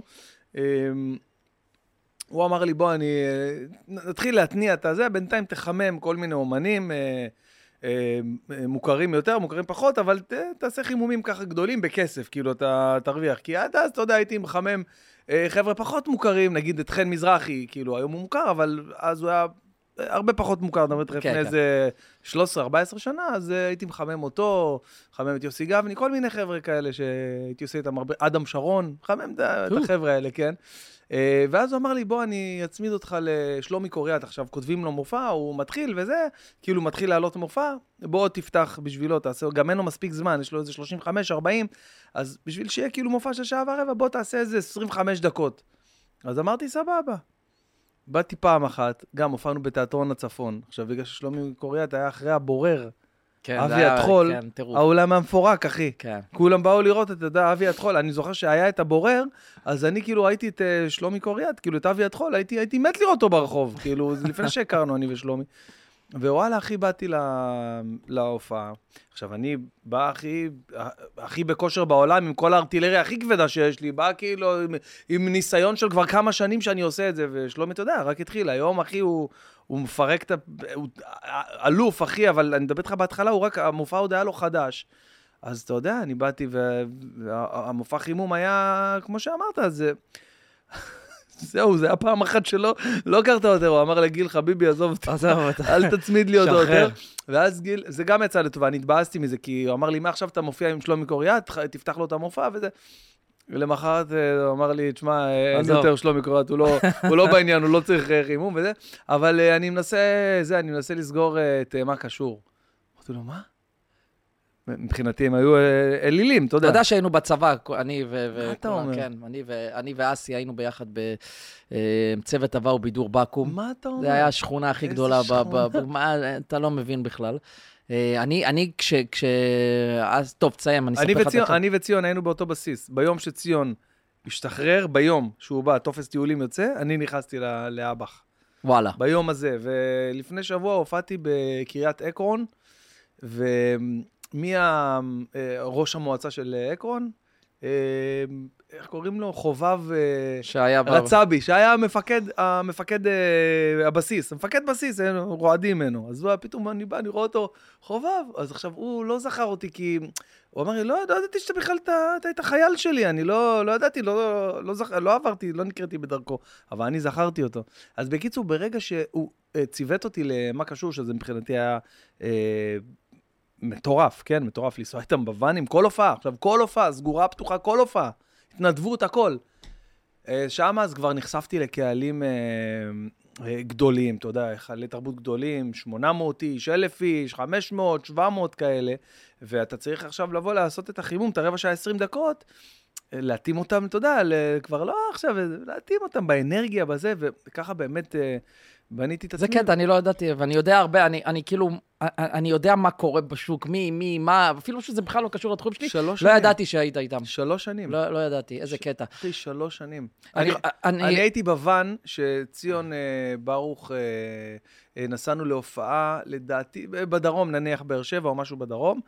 B: הוא אמר לי, בוא, אני נתחיל להתניע את זה, בינתיים תחמם כל מיני אומנים, מוכרים יותר, מוכרים פחות, אבל תעשה חימומים ככה גדולים בכסף, כאילו אתה תרוויח. כי עד אז, אתה יודע, הייתי מחמם חבר'ה פחות מוכרים, נגיד את חן מזרחי, כאילו היום הוא מוכר, אבל אז הוא היה הרבה פחות מוכר, זאת אומרת, לפני איזה 13-14 שנה, אז הייתי מחמם אותו, מחמם את יוסי גבני, כל מיני חבר'ה כאלה שהייתי עושה איתם הרבה, אדם שרון, מחמם את החבר'ה האלה, כן? ואז הוא אמר לי, בוא, אני אצמיד אותך לשלומי קוריאט, עכשיו כותבים לו מופע, הוא מתחיל וזה, כאילו מתחיל לעלות מופע, בוא תפתח בשבילו, תעשה, גם אין לו מספיק זמן, יש לו איזה 35-40, אז בשביל שיהיה כאילו מופע של שעה ורבע, בוא תעשה איזה 25 דקות. אז אמרתי, סבבה. באתי פעם אחת, גם הופענו בתיאטרון הצפון, עכשיו בגלל ששלומי קוריאט היה אחרי הבורר, אבי התחול, האולם המפורק, אחי. כולם באו לראות את אבי התחול. אני זוכר שהיה את הבורר, אז אני כאילו הייתי את שלומי קוריאט, כאילו את אבי התחול, הייתי מת לראות אותו ברחוב, כאילו לפני שהכרנו אני ושלומי. ווואלה, אחי, באתי להופעה. עכשיו, אני בא הכי בכושר בעולם, עם כל הארטילריה הכי כבדה שיש לי, בא כאילו עם ניסיון של כבר כמה שנים שאני עושה את זה, ושלומי, אתה יודע, רק התחיל. היום, אחי, הוא מפרק הוא אלוף, אחי, אבל אני מדבר איתך בהתחלה, המופע עוד היה לו חדש. אז אתה יודע, אני באתי, והמופע חימום היה, כמו שאמרת, אז זהו, זה היה פעם אחת שלא קרת יותר, הוא אמר לגיל, חביבי, עזוב אותי, אל תצמיד לי עוד יותר. ואז גיל, זה גם יצא לטובה, אני התבאסתי מזה, כי הוא אמר לי, מה עכשיו אתה מופיע עם שלומי קוריאט, תפתח לו את המופע וזה. ולמחרת הוא אמר לי, תשמע, אין יותר שלומי קוריאט, הוא לא בעניין, הוא לא צריך חימום וזה, אבל אני מנסה לסגור את מה קשור. אמרתי לו, מה? מבחינתי הם היו אלילים, אתה יודע.
A: אתה יודע שהיינו בצבא, אני ואסי היינו ביחד בצוות אבאו בידור בקום.
B: מה אתה אומר?
A: זה היה השכונה הכי גדולה, אתה לא מבין בכלל. טוב, תסיים, אני אספר לך את הכל.
B: אני וציון היינו באותו בסיס. ביום שציון השתחרר, ביום שהוא בא, תופס טיולים יוצא, אני נכנסתי לאבח.
A: וואלה.
B: ביום הזה, ולפני שבוע הופעתי בקריית אקרון, מי ראש המועצה של אקרון? איך קוראים לו? חובב רצבי, שהיה המפקד הבסיס, המפקד בסיס, רועדים ממנו. אז הוא אני בא, אני רואה אותו חובב, אז עכשיו הוא לא זכר אותי, כי הוא אמר לי, לא ידעתי שאתה בכלל אתה היית חייל שלי, אני לא ידעתי, לא עברתי, לא נקראתי בדרכו, אבל אני זכרתי אותו. אז בקיצור, ברגע שהוא ציוות אותי למה קשור, שזה מבחינתי היה מטורף, כן, מטורף, לנסוע איתם בוואנים, כל הופעה, עכשיו כל הופעה, סגורה, פתוחה, כל הופעה, התנדבות, הכל. שם אז כבר נחשפתי לקהלים גדולים, אתה יודע, חלי תרבות גדולים, 800 איש, 1,000 איש, 500, 700 כאלה, ואתה צריך עכשיו לבוא לעשות את החימום, את הרבע שעה 20 דקות, להתאים אותם, אתה יודע, כבר לא עכשיו, להתאים אותם באנרגיה, בזה, וככה באמת בניתי את עצמי.
A: זה קטע, אני לא ידעתי, ואני יודע הרבה, אני כאילו, אני יודע מה קורה בשוק, מה, אפילו שזה בכלל לא קשור לתחום שלי, לא ידעתי שהיית איתם.
B: 3 שנים.
A: לא ידעתי, איזה קטע.
B: אחי, 3 שנים. אני הייתי בוואן, שציון ברוך נסענו להופעה, לדעתי, בדרום, נניח באר שבע או משהו בדרום,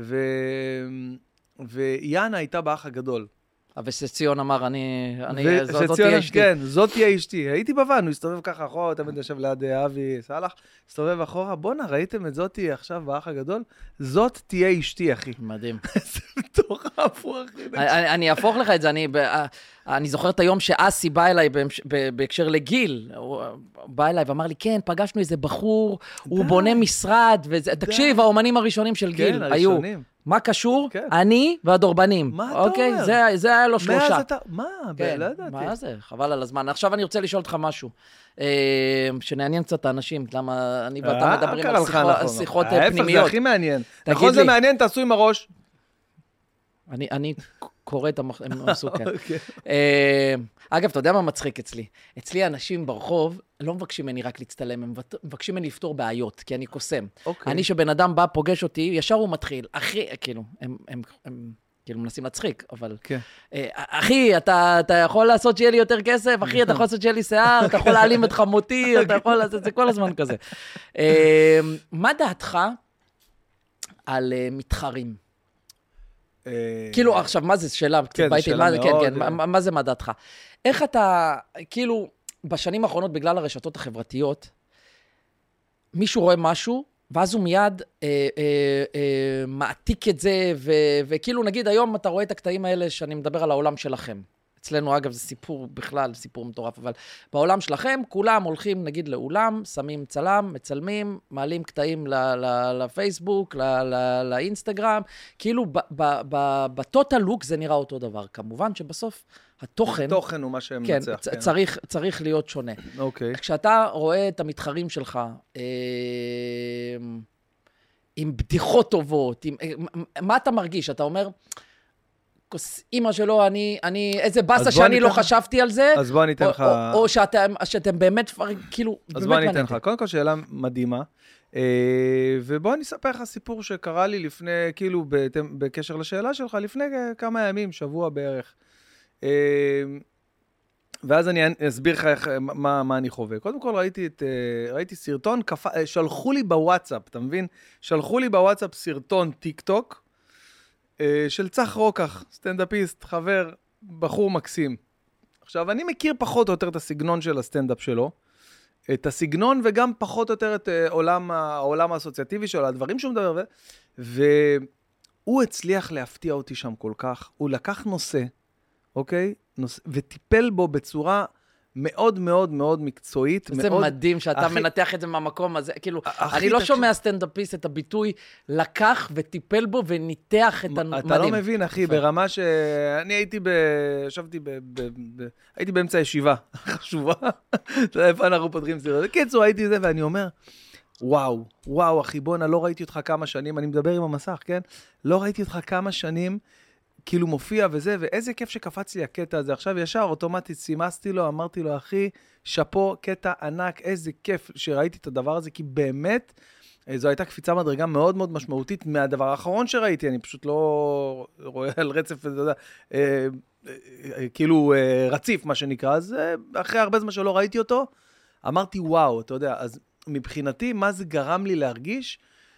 B: ויאנה הייתה באח הגדול.
A: ושציון אמר, זאת תהיה אשתי.
B: כן, זאת תהיה אשתי. הייתי בוואן, הוא הסתובב ככה אחורה, תמיד יושב ליד אבי סלח, הסתובב אחורה, בונה, ראיתם את זאתי עכשיו באח הגדול? זאת תהיה אשתי, אחי.
A: מדהים.
B: זה מטורף, אחי.
A: אני אהפוך לך את זה, אני זוכר את היום שאסי בא אליי בהקשר לגיל, הוא בא אליי ואמר לי, כן, פגשנו איזה בחור, הוא בונה משרד, תקשיב, האומנים הראשונים של גיל היו, מה קשור? אני והדורבנים.
B: מה אתה אומר?
A: זה היה לו 3.
B: מה? לא ידעתי.
A: מה זה? חבל על הזמן. עכשיו אני רוצה לשאול אותך משהו, שנעניין קצת את האנשים, למה אני ואתה מדברים על שיחות פנימיות.
B: זה הכי מעניין. נכון זה מעניין, תעשו עם הראש.
A: אני קורא את המסוכן. אגב, אתה יודע מה מצחיק אצלי? אצלי אנשים ברחוב לא מבקשים ממני רק להצטלם, הם מבקשים ממני לפתור בעיות, כי אני קוסם. אני שבן אדם בא, פוגש אותי, ישר הוא מתחיל. אחי, כאילו, הם כאילו מנסים להצחיק, אבל... אחי, אתה יכול לעשות שיהיה לי יותר כסף? אחי, אתה יכול לעשות שיהיה לי שיער? אתה יכול להעלים את חמותי? אתה יכול לעשות... זה כל הזמן כזה. מה דעתך על מתחרים? כאילו, עכשיו, מה זה שאלה?
B: כן, זו שאלה מאוד...
A: מה זה מה דעתך? איך אתה, כאילו, בשנים האחרונות, בגלל הרשתות החברתיות, מישהו רואה משהו, ואז הוא מיד מעתיק את זה, וכאילו, נגיד, היום אתה רואה את הקטעים האלה שאני מדבר על העולם שלכם. אצלנו, אגב, זה סיפור בכלל, סיפור מטורף, אבל בעולם שלכם, כולם הולכים, נגיד, לאולם, שמים צלם, מצלמים, מעלים קטעים לפייסבוק, לאינסטגרם, כאילו, בטוטל לוק זה נראה אותו דבר. כמובן שבסוף
B: התוכן הוא מה שמנצח.
A: כן, צריך להיות שונה.
B: אוקיי.
A: כשאתה רואה את המתחרים שלך, עם בדיחות טובות, מה אתה מרגיש? אתה אומר... אמא שלו, איזה בסה שאני לא חשבתי על זה,
B: אז בוא אני אתן לך...
A: או שאתם באמת, כאילו,
B: אז בוא אני אתן לך. קודם כל שאלה מדהימה, ובוא אני אספר לך סיפור שקרה לי לפני, כאילו, בקשר לשאלה שלך, לפני כמה ימים, שבוע בערך. ואז אני אסביר לך מה אני חווה. קודם כל ראיתי סרטון, שלחו לי בוואטסאפ, אתה מבין? שלחו לי בוואטסאפ סרטון טיק טוק, של צח רוקח, סטנדאפיסט, חבר, בחור מקסים. עכשיו, אני מכיר פחות או יותר את הסגנון של הסטנדאפ שלו, את הסגנון וגם פחות או יותר את העולם האסוציאטיבי שלו, הדברים שהוא מדבר, והוא הצליח להפתיע אותי שם כל כך. הוא לקח נושא, אוקיי? וטיפל בו בצורה מאוד מאוד מאוד מקצועית.
A: זה מדהים שאתה מנתח את זה מהמקום הזה. כאילו, אני לא שומע סטנדאפיסט את הביטוי, לקח וטיפל בו וניתח את המדהים.
B: אתה לא מבין, אחי, ברמה שאני הייתי באמצע ישיבה חשובה. אתה יודע איפה אנחנו פותחים סרטון. קיצור, הייתי זה ואני אומר, וואו, אחי, בונה, לא ראיתי אותך כמה שנים, אני מדבר עם המסך, כן? לא ראיתי אותך כמה שנים, כאילו מופיע וזה, ואיזה כיף שקפץ לי הקטע הזה. עכשיו ישר, אוטומטית, סימסתי לו, אמרתי לו, אחי, שפו, קטע ענק, איזה כיף שראיתי את הדבר הזה, כי באמת, זו הייתה קפיצה מדרגה מאוד מאוד משמעותית מהדבר האחרון שראיתי, אני פשוט לא רואה על רצף, אתה יודע, כאילו רציף, מה שנקרא, אז אחרי הרבה זמן שלא ראיתי אותו, אמרתי, וואו, אתה יודע, אז מבחינתי, מה זה גרם לי להרגיש?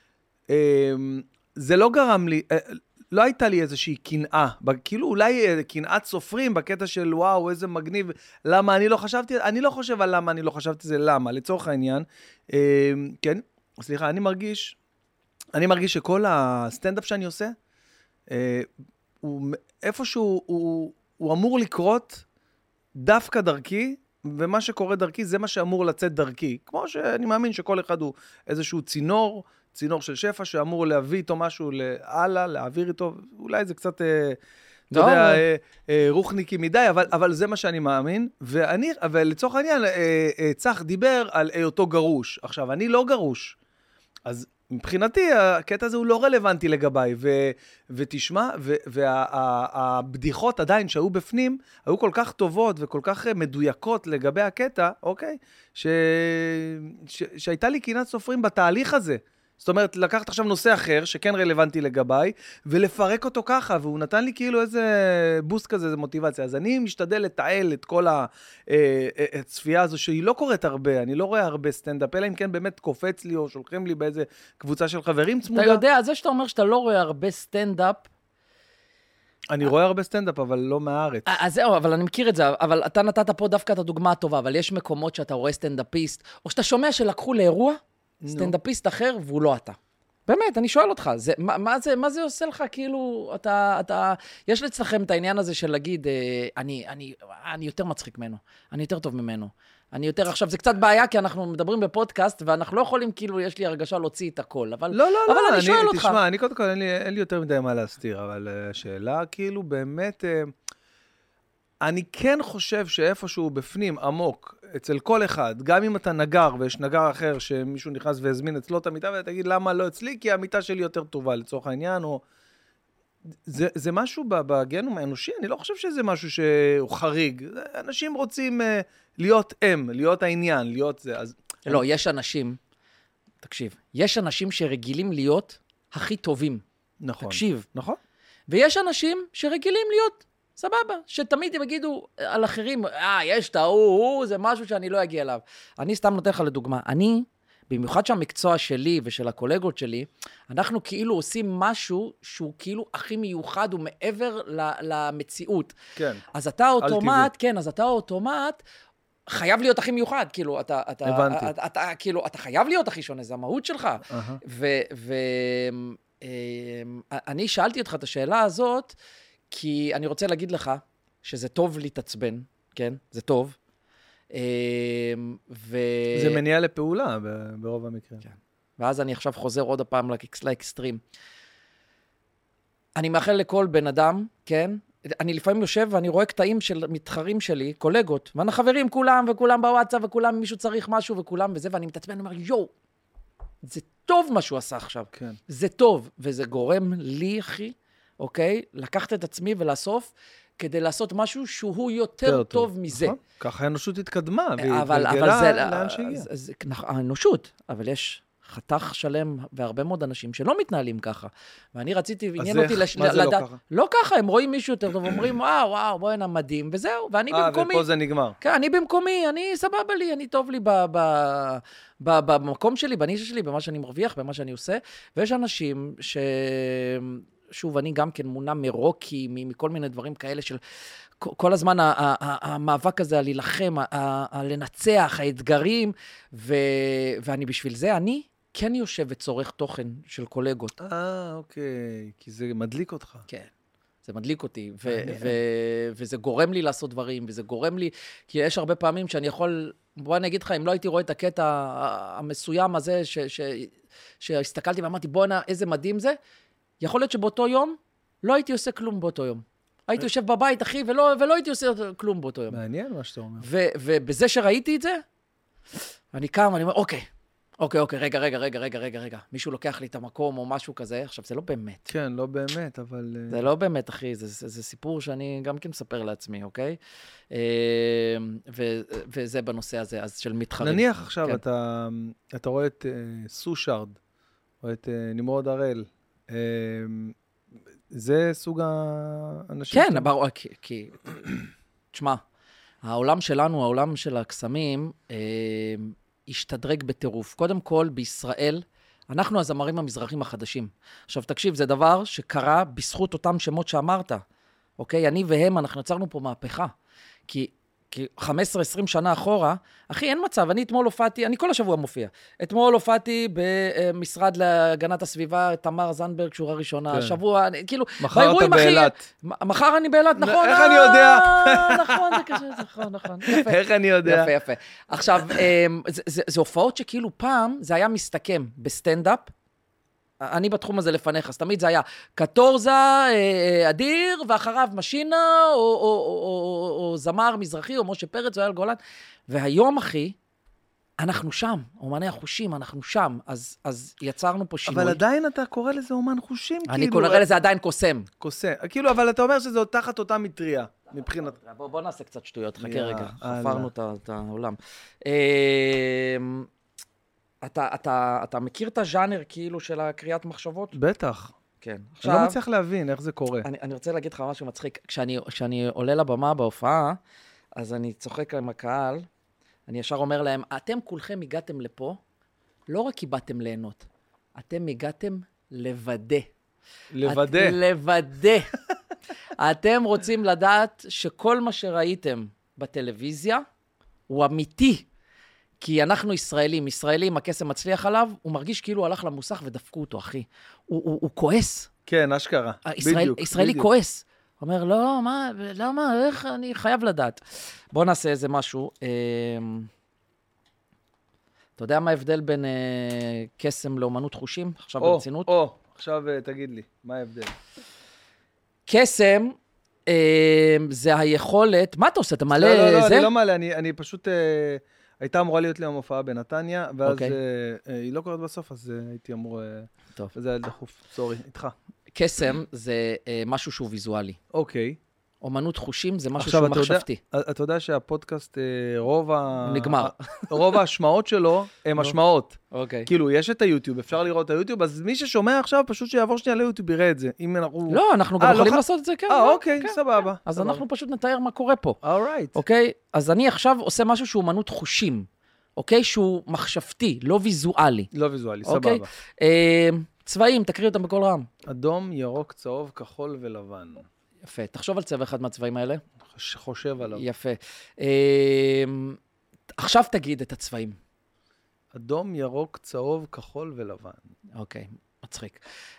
B: זה לא גרם לי... לא הייתה לי איזושהי קנאה, כאילו אולי קנאת סופרים בקטע של וואו, איזה מגניב, למה אני לא חשבתי, אני לא חושב על למה אני לא חשבתי, זה למה, לצורך העניין, כן, סליחה, אני מרגיש שכל הסטנדאפ שאני עושה, איפשהו הוא אמור לקרות דווקא דרכי, ומה שקורה דרכי זה מה שאמור לצאת דרכי, כמו שאני מאמין שכל אחד הוא איזשהו צינור של שפע שאמור להביא איתו משהו להלאה, להעביר איתו, אולי זה קצת, אתה יודע, רוחניקי מדי, אבל זה מה שאני מאמין, אבל לצורך העניין, צח דיבר על אותו גרוש. עכשיו, אני לא גרוש, אז מבחינתי, הקטע הזה הוא לא רלוונטי לגביי, ותשמע, והבדיחות עדיין שהיו בפנים, היו כל כך טובות וכל כך מדויקות לגבי הקטע, אוקיי? שהייתה לי קינת סופרים בתהליך הזה. זאת אומרת, לקחת עכשיו נושא אחר, שכן רלוונטי לגביי, ולפרק אותו ככה, והוא נתן לי כאילו איזה בוסט כזה, איזה מוטיבציה. אז אני משתדל לתעל את כל הצפייה הזו, שהיא לא קורית הרבה, אני לא רואה הרבה סטנדאפ, אלא אם כן באמת קופץ לי, או שולחים לי באיזה קבוצה של חברים צמודה.
A: אתה יודע, זה שאתה אומר שאתה לא רואה הרבה סטנדאפ,
B: אני רואה הרבה סטנדאפ, אבל לא מהארץ.
A: אז זהו, אבל אני מכיר את זה, אבל אתה נתת פה דווקא את הדוגמה הטובה, אבל יש מקומות שאתה רואה סטנדאפיסט, או שאתה שומע שלקחו לאירוע, סטנדאפיסט אחר, והוא לא אתה. באמת, אני שואל אותך, מה זה עושה לך? כאילו, יש אצלכם את העניין הזה של להגיד, אני יותר מצחיק ממנו, אני יותר טוב ממנו. עכשיו, זה קצת בעיה, כי אנחנו מדברים בפודקאסט, ואנחנו לא יכולים, כאילו, יש לי הרגשה להוציא את הכל, אבל אני שואל אותך.
B: תשמע, אני קודם כל, אין לי יותר מדי מה להסתיר, אבל השאלה, כאילו, באמת, אני כן חושב שאיפשהו בפנים, עמוק, אצל כל אחד, גם אם אתה נגר, ויש נגר אחר שמישהו נכנס והזמין אצלו את המיטה, ותגיד למה לא אצלי, כי המיטה שלי יותר טובה לצורך העניין, או... זה משהו בגנום האנושי, אני לא חושב שזה משהו שהוא חריג. אנשים רוצים להיות להיות העניין, להיות זה. אז...
A: לא, יש אנשים, תקשיב, יש אנשים שרגילים להיות הכי טובים.
B: נכון.
A: תקשיב.
B: נכון.
A: ויש אנשים שרגילים להיות סבבה, שתמיד הם יגידו על אחרים, יש את ההוא, זה משהו שאני לא אגיע אליו. אני סתם נותן לך לדוגמה, במיוחד שהמקצוע שלי ושל הקולגות שלי, אנחנו כאילו עושים משהו שהוא כאילו הכי מיוחד ומעבר למציאות.
B: כן.
A: אז אתה אוטומט, חייב להיות הכי מיוחד, כאילו, אתה חייב להיות הכי שונה, זה המהות שלך. ואני שאלתי אותך את השאלה הזאת, כי אני רוצה להגיד לך שזה טוב להתעצבן, כן? זה טוב.
B: זה מניע לפעולה ברוב המקרים.
A: כן. ואז אני עכשיו חוזר עוד הפעם לאקסטרים. אני מאחל לכל בן אדם, כן? אני לפעמים יושב ואני רואה קטעים של מתחרים שלי, קולגות, ואני חברים כולם, וכולם בוואטסאפ, וכולם מישהו צריך משהו, וכולם וזה, ואני מתעצבן, אני אומר, יו, זה טוב מה שהוא עשה עכשיו.
B: כן.
A: זה טוב, וזה גורם לי, אחי, אוקיי? לקחת את עצמי ולאסוף, כדי לעשות משהו שהוא יותר טוב מזה.
B: נכון. ככה האנושות התקדמה, והתגלגלה לאן שהגיע.
A: האנושות, אבל יש חתך שלם והרבה מאוד אנשים שלא מתנהלים ככה. ואני רציתי, עניין אותי
B: מה זה לא ככה?
A: לא ככה, הם רואים מישהו יותר טוב, אומרים, וואו, בואי הנה מדהים, וזהו, ואני במקומי.
B: ופה זה נגמר.
A: כן, אני במקומי, אני סבבה לי, אני טוב לי במקום שלי, בנישה שלי, במה שאני מרוויח, במה שאני עושה, ויש אנשים שוב, אני גם כן מונע מרוקי, מכל מיני דברים כאלה של כל הזמן המאבק הזה, הלהילחם, הלנצח, האתגרים, ואני בשביל זה, אני כן יושב וצורך תוכן של קולגות.
B: אוקיי, כי זה מדליק אותך.
A: כן, זה מדליק אותי, וזה גורם לי לעשות דברים, וזה גורם לי, כי יש הרבה פעמים שאני יכול, בוא אני אגיד לך, אם לא הייתי רואה את הקטע המסוים הזה, שהסתכלתי ואמרתי, בוא הנה, איזה מדהים זה, יכול להיות שבאותו יום לא הייתי עושה כלום באותו יום. הייתי יושב בבית, אחי, ולא הייתי עושה כלום באותו יום.
B: מעניין מה שאתה אומר.
A: ובזה שראיתי את זה, אני קם ואני אומר, אוקיי, רגע. מישהו לוקח לי את המקום או משהו כזה. עכשיו, זה לא באמת.
B: כן, לא באמת, אבל...
A: זה לא באמת, אחי. זה סיפור שאני גם כן מספר לעצמי, אוקיי? וזה בנושא הזה, אז של מתחרים.
B: נניח עכשיו, אתה רואה את סושארד, או את נמרוד הראל, זה סוג האנשים...
A: כן, כי... תשמע, העולם שלנו, העולם של הקסמים, השתדרג בטירוף. קודם כל, בישראל, אנחנו הזמרים המזרחים החדשים. עכשיו, תקשיב, זה דבר שקרה בזכות אותם שמות שאמרת. אוקיי? אני והם, אנחנו יצרנו פה מהפכה. כי 15-20 שנה אחורה, אחי, אין מצב, אני אתמול הופעתי, אני כל השבוע מופיע. אתמול הופעתי במשרד להגנת הסביבה, תמר זנדברג, שורה ראשונה, השבוע, כאילו,
B: מחר אתה באילת.
A: מחר אני באילת, נכון?
B: איך אני יודע?
A: נכון, זה קשה, נכון. יפה.
B: איך אני יודע?
A: יפה. עכשיו, זה הופעות שכאילו פעם, זה היה מסתכם בסטנדאפ, אני בתחום הזה לפניך, אז תמיד זה היה קטורזה, אדיר, ואחריו משינה, או זמר מזרחי, או משה פרץ, או אייל גולן. והיום, אחי, אנחנו שם, אומני החושים, אנחנו שם, אז יצרנו פה שינוי.
B: אבל עדיין אתה קורא לזה אומן חושים, כאילו.
A: אני קורא לזה עדיין קוסם.
B: קוסם, כאילו, אבל אתה אומר שזה עוד תחת אותה מטריה, מבחינת...
A: בוא נעשה קצת שטויות, חכה רגע, חפרנו את העולם. אתה מכיר את הז'אנר כאילו של הקריאת מחשבות?
B: בטח.
A: כן.
B: אני לא מצליח להבין איך זה קורה.
A: אני רוצה להגיד לך משהו מצחיק. כשאני עולה לבמה בהופעה, אז אני צוחק עם הקהל, אני ישר אומר להם, אתם כולכם הגעתם לפה, לא רק כי באתם ליהנות, אתם הגעתם לוודא.
B: לוודא.
A: לוודא. אתם רוצים לדעת שכל מה שראיתם בטלוויזיה הוא אמיתי. כי אנחנו ישראלים, הקסם מצליח עליו, הוא מרגיש כאילו הוא הלך למוסך ודפקו אותו, אחי. הוא כועס.
B: כן, אשכרה. בדיוק.
A: ישראלי כועס. הוא אומר, לא, מה, למה, איך אני חייב לדעת. בוא נעשה איזה משהו. אתה יודע מה ההבדל בין קסם לאומנות חושים? עכשיו ברצינות?
B: עכשיו תגיד לי, מה ההבדל?
A: קסם זה היכולת, מה אתה עושה? אתה מעלה
B: זה? לא,
A: זה?
B: אני לא מעלה, אני פשוט... הייתה אמורה להיות לי המופעה בנתניה, ואז היא לא קוראת בסוף, אז הייתי אמור...
A: טוב.
B: וזה היה דחוף, סורי, איתך.
A: קסם זה משהו שהוא ויזואלי.
B: אוקיי.
A: אומנות חושים זה משהו שהוא מחשבתי.
B: אתה יודע שהפודקאסט,
A: נגמר.
B: רוב ההשמעות שלו הם השמעות.
A: אוקיי.
B: כאילו, יש את היוטיוב, אפשר לראות את היוטיוב, אז מי ששומע עכשיו, פשוט שיעבור שנייה ליוטיוב, יראה את זה.
A: לא, אנחנו גם יכולים לעשות את זה, כן.
B: אוקיי, סבבה.
A: אז אנחנו פשוט נתאר מה קורה פה.
B: Alright.
A: אוקיי? אז אני עכשיו עושה משהו שהוא אומנות חושים. אוקיי? שהוא מחשבתי, לא ויזואלי.
B: לא ויזואלי, סבבה.
A: צבעים, תקריא אותם בכל רם.
B: אדום, ירוק, צהוב, כחול ולבן.
A: יפה. תחשוב על צבע אחד מהצבעים האלה.
B: חושב עליו.
A: יפה. עכשיו תגיד את הצבעים.
B: אדום, ירוק, צהוב, כחול ולבן.
A: אוקיי, מצחיק.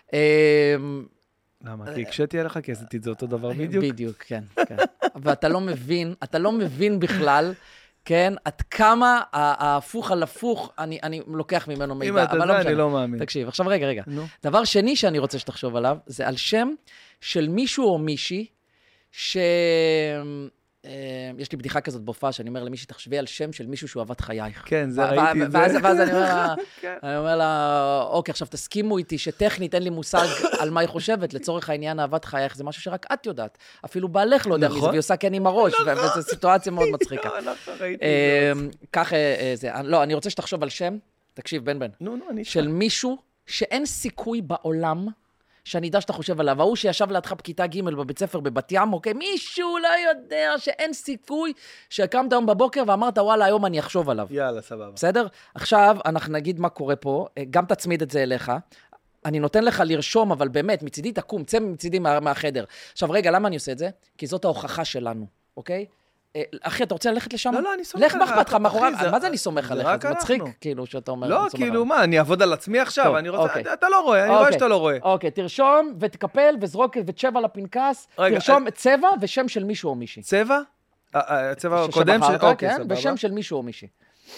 B: למה? כי הקשיתי עליך, כי עשיתי את זה אותו דבר בדיוק?
A: בדיוק, כן. ואתה לא מבין בכלל, כן, עד כמה ההפוך על הפוך, אני לוקח ממנו מידע.
B: אם אתה יודע, אני לא מאמין.
A: תקשיב, עכשיו רגע. דבר שני שאני רוצה שתחשוב עליו, זה על שם של מישהו או מישהי, יש לי בדיחה כזאת בהופעה, שאני אומר למישהי, תחשבי על שם של מישהו שהוא אהבת חייך.
B: כן, זה ראיתי את זה.
A: ואז אני אומר לה, אוקיי, עכשיו תסכימו איתי שטכנית אין לי מושג על מה היא חושבת, לצורך העניין אהבת חייך, זה משהו שרק את יודעת. אפילו בעלך לא יודע מי זה, והיא עושה כן עם הראש, וזו סיטואציה מאוד מצחיקה. כך זה, לא, אני רוצה שתחשוב על שם, תקשיב, בן, של מישהו שאין סיכוי בעולם, שאני יודע שאתה חושב עליו, ההוא שישב לידך בכיתה ג' בבית ספר בבת ים, אוקיי? מישהו לא יודע שאין סיכוי שקמת היום בבוקר ואמרת, וואלה, היום אני אחשוב עליו.
B: יאללה, סבבה.
A: בסדר? עכשיו, אנחנו נגיד מה קורה פה, גם תצמיד את זה אליך. אני נותן לך לרשום, אבל באמת, מצידי תקום, צא מצידי מהחדר. עכשיו, רגע, למה אני עושה את זה? כי זאת ההוכחה שלנו, אוקיי? אחי, אתה רוצה ללכת לשם?
B: לא, אני סומך עליך.
A: לך באכפת לך מאחוריו. מה זה אני סומך עליך? זה מצחיק, כאילו, שאתה אומר...
B: לא, כאילו, מה, אני אעבוד על עצמי עכשיו? אני רוצה... אתה לא רואה, אני רואה שאתה לא רואה.
A: אוקיי, תרשום ותקפל וזרוק ותשב על הפנקס, תרשום צבע ושם של מישהו או מישהי.
B: צבע? הצבע הקודם של...
A: אוקיי, ושם של מישהו או מישהי.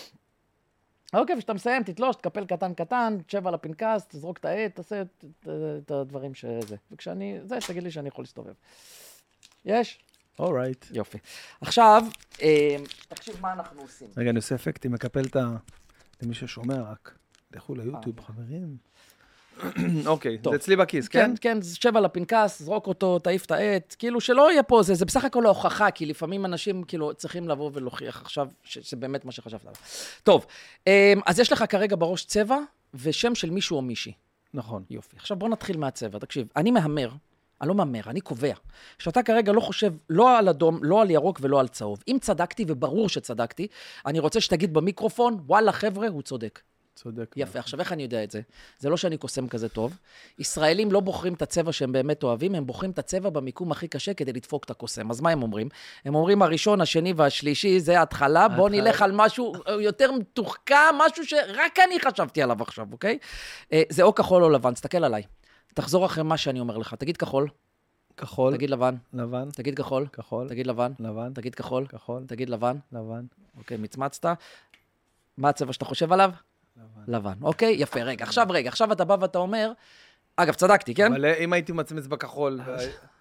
A: אוקיי, ושאתה מסיים, תתלוש, תקפל קטן, תשב על הפנקס, תזרוק את העט, תעשה את הדברים שזה. וכשאני... זה, תגיד לי שאני יכול להסתובב. יש?
B: אורייט.
A: יופי. עכשיו, תקשיב מה אנחנו עושים.
B: רגע, אני עושה אפקטים, מקפל את למי ששומע רק. לכו ליוטיוב, חברים. אוקיי, זה אצלי בכיס, כן?
A: כן, שב על הפנקס, זרוק אותו, תעיף את העט, כאילו שלא יהיה פה, זה בסך הכל ההוכחה, כי לפעמים אנשים כאילו צריכים לבוא ולהוכיח עכשיו שזה באמת מה שחשבת עליו. טוב, אז יש לך כרגע בראש צבע ושם של מישהו או מישהי.
B: נכון.
A: יופי. עכשיו בוא נתחיל מהצבע. תקשיב, אני מהמר, אני לא מאמר, אני קובע, שאתה כרגע לא חושב לא על אדום, לא על ירוק ולא על צהוב. אם צדקתי, וברור שצדקתי, אני רוצה שתגיד במיקרופון, וואלה חבר'ה, הוא צודק.
B: צודק.
A: יפה, עכשיו איך אני יודע את זה? זה לא שאני קוסם כזה טוב. ישראלים לא בוחרים את הצבע שהם באמת אוהבים, הם בוחרים את הצבע במיקום הכי קשה כדי לדפוק את הקוסם. אז מה הם אומרים? הם אומרים הראשון, השני והשלישי, זה ההתחלה, בוא נלך על משהו יותר מתוחכם, משהו שרק אני חשבתי עליו עכשיו, אוקיי? זה או כחול או לבן, תסתכל עליי. תחזור אחרי מה שאני אומר לך. תגיד כחול.
B: כחול.
A: תגיד לבן.
B: לבן.
A: תגיד כחול.
B: כחול.
A: תגיד לבן.
B: לבן.
A: תגיד כחול.
B: כחול.
A: תגיד לבן.
B: לבן.
A: אוקיי, מצמצת. מה הצבע שאתה חושב עליו? לבן. אוקיי, יפה. רגע, עכשיו אתה בא ואתה אומר, אגב, צדקתי, כן?
B: אבל אם הייתי מצמץ בכחול...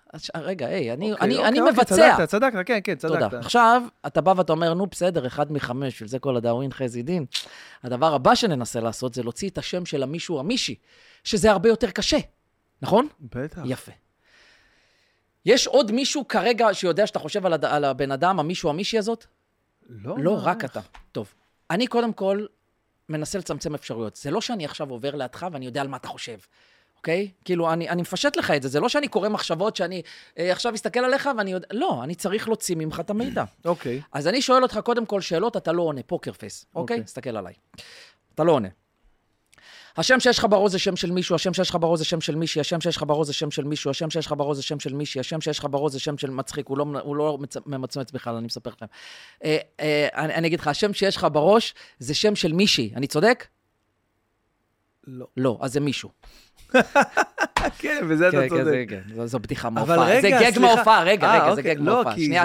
A: רגע, היי, אני מבצע.
B: צדקת, כן, צדקת.
A: תודה. עכשיו, אתה בא ואתה אומר, נו, בסדר, 1 מ-5, של זה כל הדאווין חזי דין. הדבר הבא שננסה לעשות זה להוציא את השם של המישהו המישי, שזה הרבה יותר קשה, נכון?
B: בטח.
A: יפה. יש עוד מישהו כרגע שיודע שאתה חושב על הבן אדם, המישהו המישי הזאת? לא, רק אתה. טוב. אני קודם כל מנסה לצמצם אפשרויות. זה לא שאני עכשיו עובר לידך ואני יודע על מה אתה חושב. אוקיי? כאילו, אני מפשט לך את זה. זה לא שאני קורא מחשבות שאני עכשיו אסתכל עליך ואני יודע... לא, אני צריך להוציא ממך את המידע.
B: אוקיי.
A: אז אני שואל אותך קודם כל שאלות, אתה לא עונה. פוקר פייס. אוקיי? תסתכל עליי. אתה לא עונה. השם שיש לך בראש זה שם של מישהו, השם שיש לך בראש זה שם של מישהי, השם שיש לך בראש זה שם של מישהו, השם שיש לך בראש זה שם של מישהי, השם שיש לך בראש זה שם של מצחיק, הוא לא ממצמץ בכלל, אני מספר לכם. אני אגיד לך, השם שיש לך בראש זה שם של מישהי, אני צודק?
B: לא.
A: לא, אז זה מישהו.
B: כן, וזה אתה צודק.
A: זו בדיחה מהופעה. זה גג מהופעה, רגע, זה גג מהופעה. שנייה,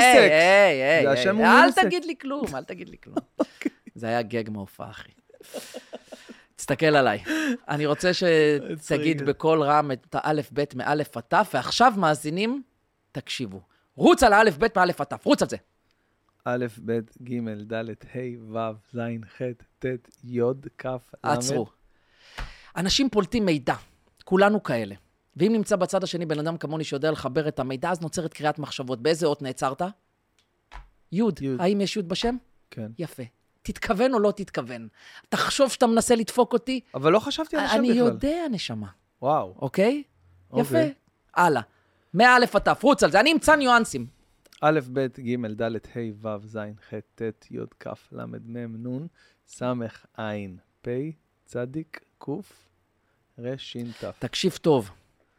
A: אל תגיד לי כלום. זה היה גג מהופעה, אחי. תסתכל עליי. אני רוצה שתגיד בכל רם את האלף בית מאלף עטף, ועכשיו מאזינים, תקשיבו. רוץ על האלף בית מאלף עטף, רוץ על זה.
B: אלף בית ג' ד' ה' ו' ז' ח' ט' י' כ' ל'.
A: עצרו. אנשים פולטים מידע, כולנו כאלה. ואם נמצא בצד השני בן אדם כמוני שיודע לחבר את המידע, אז נוצרת קריאת מחשבות. באיזה אות נעצרת? יוד. האם יש יוד בשם?
B: כן.
A: יפה. תתכוון או לא תתכוון. תחשוב שאתה מנסה לדפוק אותי.
B: אבל לא חשבתי על השם בכלל.
A: אני יודע, נשמה.
B: וואו.
A: אוקיי? יפה. הלאה. מאלף עטף, רוץ על זה. אני אמצא ניואנסים.
B: א', ב', ג', ד', ה', ו', ז', ח', ט', י', כ', ל', מ', נ', ס', ע', פ', צדיק, ק', ר', ש', ת'.
A: תקשיב טוב.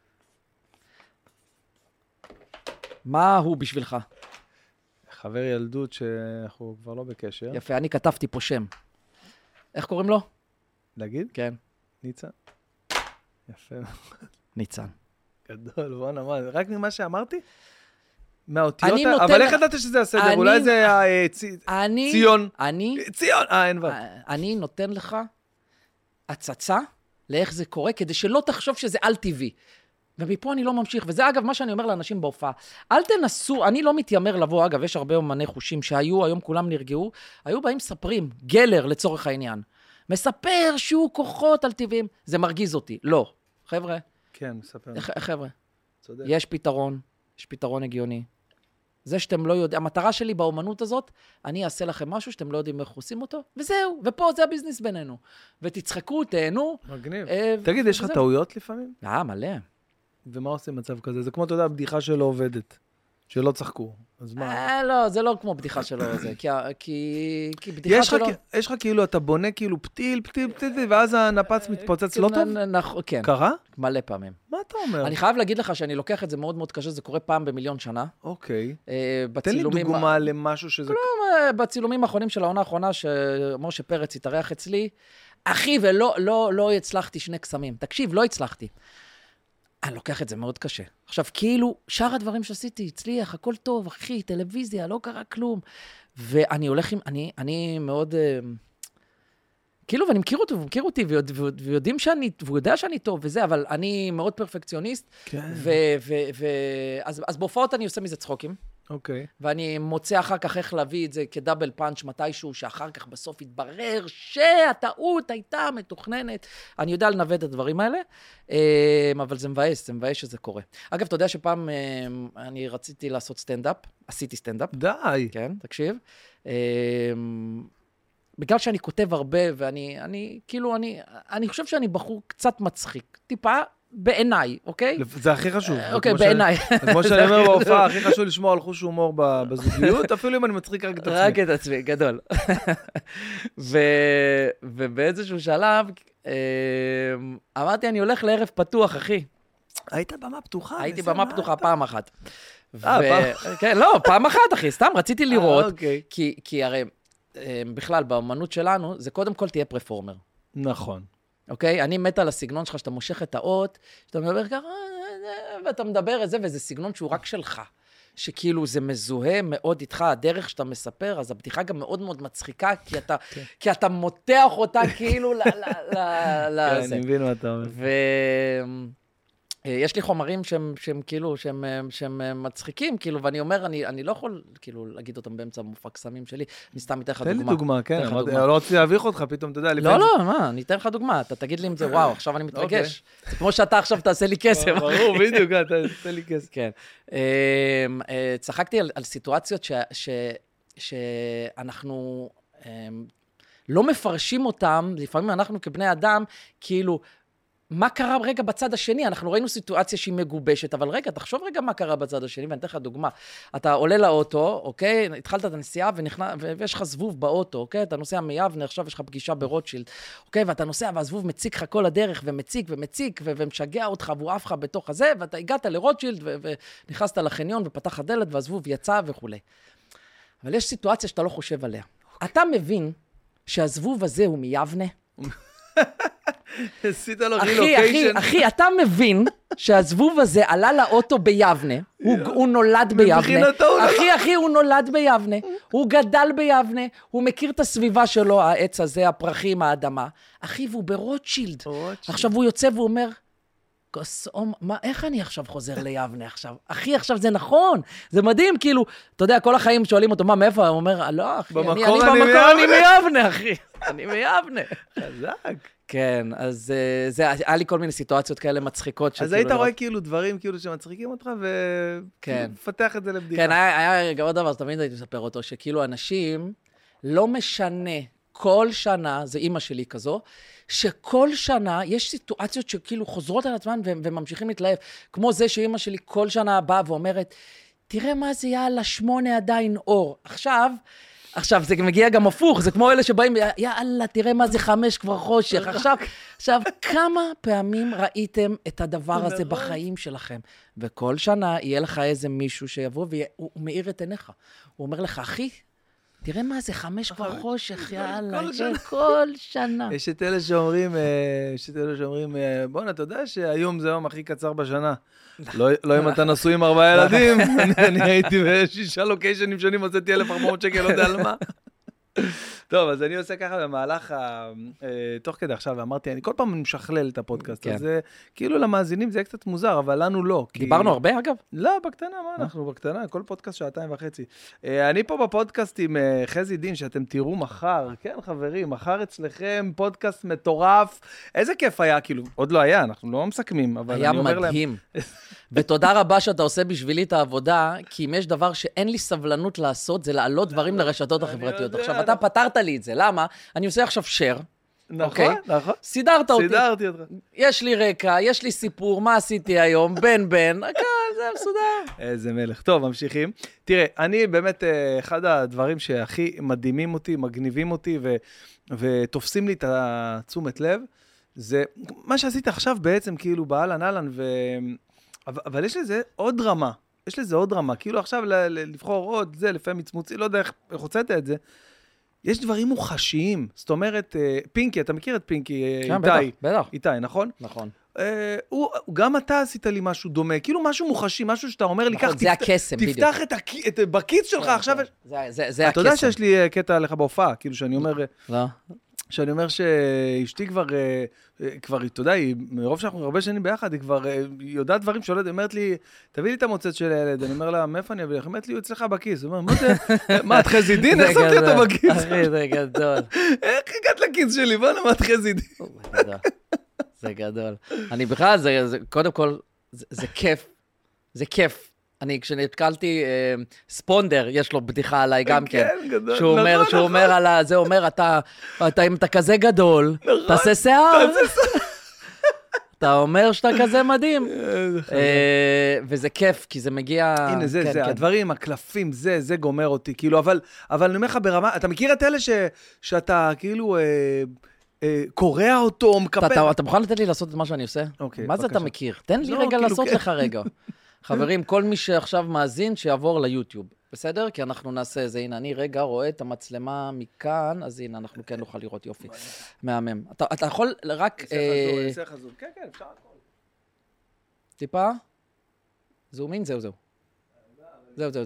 A: מה הוא בשבילך?
B: חבר ילדות שאנחנו כבר לא בקשר.
A: יפה, אני כתבתי פה שם. איך קוראים לו?
B: להגיד?
A: כן.
B: ניצן. יפה.
A: ניצן.
B: גדול, בוא נאמר. רק ממה שאמרתי? מהאותיות, אבל איך ידעת שזה הסדר? אולי זה ציון. ציון, אין בה.
A: אני נותן לך הצצה לאיך זה קורה, כדי שלא תחשוב שזה על טבעי. ומפה אני לא ממשיך, וזה אגב מה שאני אומר לאנשים בהופעה. אל תנסו, אני לא מתיימר לבוא, אגב, יש הרבה אומני חושים שהיו, היום כולם נרגעו, היו באים מספרים, גלר לצורך העניין. מספר שהוא כוחות על טבעים, זה מרגיז אותי. לא. חבר'ה.
B: כן, מספר.
A: חבר'ה.
B: צודק.
A: יש פתרון הגיוני. זה שאתם לא יודעים, המטרה שלי באומנות הזאת, אני אעשה לכם משהו שאתם לא יודעים איך עושים אותו, וזהו, ופה זה הביזנס בינינו. ותצחקו, תהנו.
B: מגניב. תגיד, יש לך טעויות לפעמים?
A: מלא.
B: ומה עושים מצב כזה? זה כמו, אתה יודע, בדיחה שלא עובדת, שלא צחקו. אז מה?
A: לא, זה לא כמו בדיחה שלו, זה, כי בדיחה שלו...
B: יש לך כאילו, אתה בונה כאילו פתיל, ואז הנפץ מתפוצץ לא טוב?
A: כן.
B: קרה?
A: מלא פעמים.
B: מה אתה אומר?
A: אני חייב להגיד לך שאני לוקח את זה מאוד מאוד קשה, זה קורה פעם במיליון שנה.
B: אוקיי. תן לי דוגמה למשהו שזה...
A: כלום, בצילומים האחרונים של העונה האחרונה, שמשה פרץ התארח אצלי, אחי, ולא הצלחתי 2 קסמים. תקשיב, לא הצלחתי. אני לוקח את זה מאוד קשה. עכשיו, כאילו, שאר הדברים שעשיתי, הצליח, הכל טוב, אחי, טלוויזיה, לא קרה כלום. ואני הולך עם, אני מאוד, כאילו, ואני מכיר אותי, ויודעים שאני, והוא יודע שאני טוב וזה, אבל אני מאוד פרפקציוניסט.
B: כן.
A: אז בהופעות אני עושה מזה צחוקים.
B: אוקיי.
A: ואני מוצא אחר כך איך להביא את זה כדאבל פאנץ' מתישהו, שאחר כך בסוף יתברר שהטעות הייתה מתוכננת. אני יודע לנווט את הדברים האלה, אבל זה מבאס שזה קורה. אגב, אתה יודע שפעם אני רציתי לעשות סטנדאפ, עשיתי סטנדאפ.
B: די.
A: כן, תקשיב. בגלל שאני כותב הרבה, ואני חושב שאני בחור קצת מצחיק, טיפה, בעיניי, אוקיי?
B: זה הכי חשוב.
A: אוקיי, בעיניי.
B: כמו שאני אומר בהופעה, הכי חשוב לשמור על חוש הומור בזוגיות, אפילו אם אני מצחיק רק את עצמי.
A: רק את עצמי, גדול. ובאיזשהו שלב, אמרתי, אני הולך לערב פתוח, אחי.
B: היית במה פתוחה?
A: הייתי במה פתוחה פעם אחת. כן, לא, פעם אחת, אחי, סתם רציתי לראות, כי הרי בכלל, באמנות שלנו, זה קודם כל תהיה פרפורמר.
B: נכון.
A: אוקיי? אני מת על הסגנון שלך, שאתה מושך את האות, שאתה מדבר ככה, ואתה מדבר את זה, וזה סגנון שהוא רק שלך. שכאילו זה מזוהה מאוד איתך, הדרך שאתה מספר, אז הבדיחה גם מאוד מאוד מצחיקה, כי אתה מותח אותה כאילו
B: כן, אני מבין מה אתה אומר.
A: יש לי חומרים שהם כאילו, שהם מצחיקים, כאילו, ואני אומר, אני לא יכול, כאילו, להגיד אותם באמצע המופקסמים שלי, אני סתם אתן לך דוגמה.
B: תן לי דוגמה, כן, לא רציתי להביך אותך, פתאום, אתה יודע,
A: לא, מה, אני אתן לך דוגמה, אתה תגיד לי אם זה, וואו, עכשיו אני מתרגש. זה כמו שאתה עכשיו תעשה לי כסף.
B: ברור, בדיוק, תעשה לי כסף.
A: כן. צחקתי על סיטואציות שאנחנו לא מפרשים אותם, לפעמים אנחנו כבני אדם, כאילו, מה קרה רגע בצד השני? אנחנו ראינו סיטואציה שהיא מגובשת, אבל רגע, תחשוב רגע מה קרה בצד השני, ואני אתן לך דוגמה. אתה עולה לאוטו, אוקיי? התחלת את הנסיעה ויש לך זבוב באוטו, אוקיי? אתה נוסע מיבנה, עכשיו יש לך פגישה ברוטשילד, אוקיי? ואתה נוסע והזבוב מציק לך כל הדרך, ומציק ומשגע אותך, והוא עף לך בתוך הזה, ואתה הגעת לרוטשילד ונכנסת לחניון ופתח הדלת והזבוב יצא וכו'. אבל יש סיטואציה שאתה לא חושב עליה. אתה מבין שהזבוב הזה הוא מיבנה?
B: עשית לו רילוקיישן.
A: אחי, אתה מבין שהזבוב הזה עלה לאוטו ביבנה, הוא נולד ביבנה. אחי, הוא נולד ביבנה, הוא גדל ביבנה, הוא מכיר את הסביבה שלו, העץ הזה, הפרחים, האדמה. אחי, והוא ברוטשילד. עכשיו הוא יוצא והוא אומר, איך אני עכשיו חוזר ליבנה עכשיו? אחי, עכשיו זה נכון, זה מדהים, כאילו, אתה יודע, כל החיים שואלים אותו, מה, מאיפה? הוא אומר, לא, אחי, אני מיבנה, אחי. אני מיבנה.
B: חזק.
A: כן, אז זה, היה לי כל מיני סיטואציות כאלה מצחיקות.
B: אז היית רואה כאילו דברים כאילו שמצחיקים אותך, ופתח את זה לבדיחה.
A: כן, היה עוד דבר, תמיד הייתי מספר אותו, שכאילו אנשים, לא משנה, כל שנה, זה אמא שלי כזו, שכל שנה יש סיטואציות שכאילו חוזרות על עצמן וממשיכים להתלהב, כמו זה שאמא שלי כל שנה באה ואומרת, תראה מה זה יאללה, 8 עדיין אור. עכשיו, זה מגיע גם הפוך, זה כמו אלה שבאים, יאללה, תראה מה זה 5 כבר חושך. עכשיו, כמה פעמים ראיתם את הדבר הזה בחיים שלכם? וכל שנה יהיה לך איזה מישהו שיבוא והוא מאיר את עיניך. הוא אומר לך, אחי, תראה מה זה 5 כבר חושך, יאללה, כל שנה.
B: יש את אלה שאומרים, בוא'נה, אתה יודע שהיום זה היום הכי קצר בשנה. לא אם אתה נשוי עם 4 ילדים, אני הייתי ב6 לוקיישנים שאני מוצאתי 1,400 שקל, לא יודע על מה. טוב, אז אני עושה ככה במהלך, תוך כדי עכשיו, ואמרתי, אני כל פעם משכלל את הפודקאסט, אז כאילו למאזינים זה יהיה קצת מוזר, אבל לנו לא.
A: דיברנו הרבה, אגב?
B: לא, בקטנה, מה אנחנו בקטנה? כל פודקאסט 2.5 שעות. אני פה בפודקאסט עם חזי דין, שאתם תראו מחר, כן חברים, מחר אצלכם פודקאסט מטורף. איזה כיף היה, כאילו, עוד לא היה, אנחנו לא מסכמים, אבל אני אומר להם...
A: היה מדהים. ותודה רבה שאתה עושה בשבילי את העבודה, כי אם יש דבר שאין לי סבלנות לעשות, זה לעלות דברים לרשתות החברתיות. עכשיו, אתה פתרת לי את זה. למה? אני עושה עכשיו share.
B: נכון, נכון.
A: סידרת אותי.
B: סידרתי אותך.
A: יש לי רקע, יש לי סיפור, מה עשיתי היום, בן, הכל, זה מסודר.
B: איזה מלך. טוב, ממשיכים. תראה, אני באמת, אחד הדברים שהכי מדהימים אותי, מגניבים אותי, ותופסים לי את התשומת לב, זה מה שעשית עכשיו בעצם, כאילו, באלן, אבל יש לזה עוד רמה. יש לזה עוד רמה. כאילו עכשיו לבחור עוד, זה לפעמים מצמוצי, לא יודע איך הוצאת את זה. יש דברים מוחשיים. זאת אומרת, פינקי, אתה מכיר את פינקי, איתי?
A: בטח.
B: איתי, נכון?
A: נכון.
B: גם אתה עשית לי משהו דומה. כאילו משהו מוחשי, משהו שאתה אומר לי,
A: נכון, זה הקסם, בדיוק.
B: תפתח את בכיס שלך עכשיו.
A: זה הקסם.
B: אתה יודע שיש לי קטע עליך בהופעה, כאילו שאני אומר...
A: לא.
B: שאני אומר שאשתי כבר, אתה יודע, מרוב שאנחנו הרבה שנים ביחד, היא כבר יודעת דברים שעולת, היא אומרת לי, תביא לי את המוצץ של הילד, אני אומר לה, מאיפה אני אביא לך? היא אומרת לי, הוא אצלך בכיס. הוא אומר, מה זה? מה, את חזי דין? איך שמתי אותו בכיס?
A: אחי, זה גדול.
B: איך הגעת לכיס שלי? בוא נאמר, את חזי דין.
A: זה גדול. אני בכלל, קודם כל, זה כיף. זה כיף. כשנתקלתי, ספונדר, יש לו בדיחה עליי גם כן.
B: כן, גדול.
A: שהוא אומר על זה, אומר, אם אתה כזה גדול, תעשה שיער. אתה אומר שאתה כזה מדהים. וזה כיף, כי זה מגיע...
B: הנה, זה, הדברים, הקלפים, זה גומר אותי. כאילו, אבל אני אומר לך ברמה, אתה מכיר את אלה שאתה כאילו... קורא אותו, מקפל...
A: אתה מוכן לתת לי לעשות את מה שאני עושה? מה זה אתה מכיר? תן לי רגע לעשות לך רגע. חברים, כל מי שעכשיו מאזין, שיעבור ליוטיוב. בסדר? כי אנחנו נעשה את זה. הנה, אני רגע רואה את המצלמה מכאן, אז הנה, אנחנו כן נוכל לראות יופי. מהמם. אתה יכול רק...
B: עשה חזור. כן, אפשר הכל.
A: טיפה? זומין? זהו.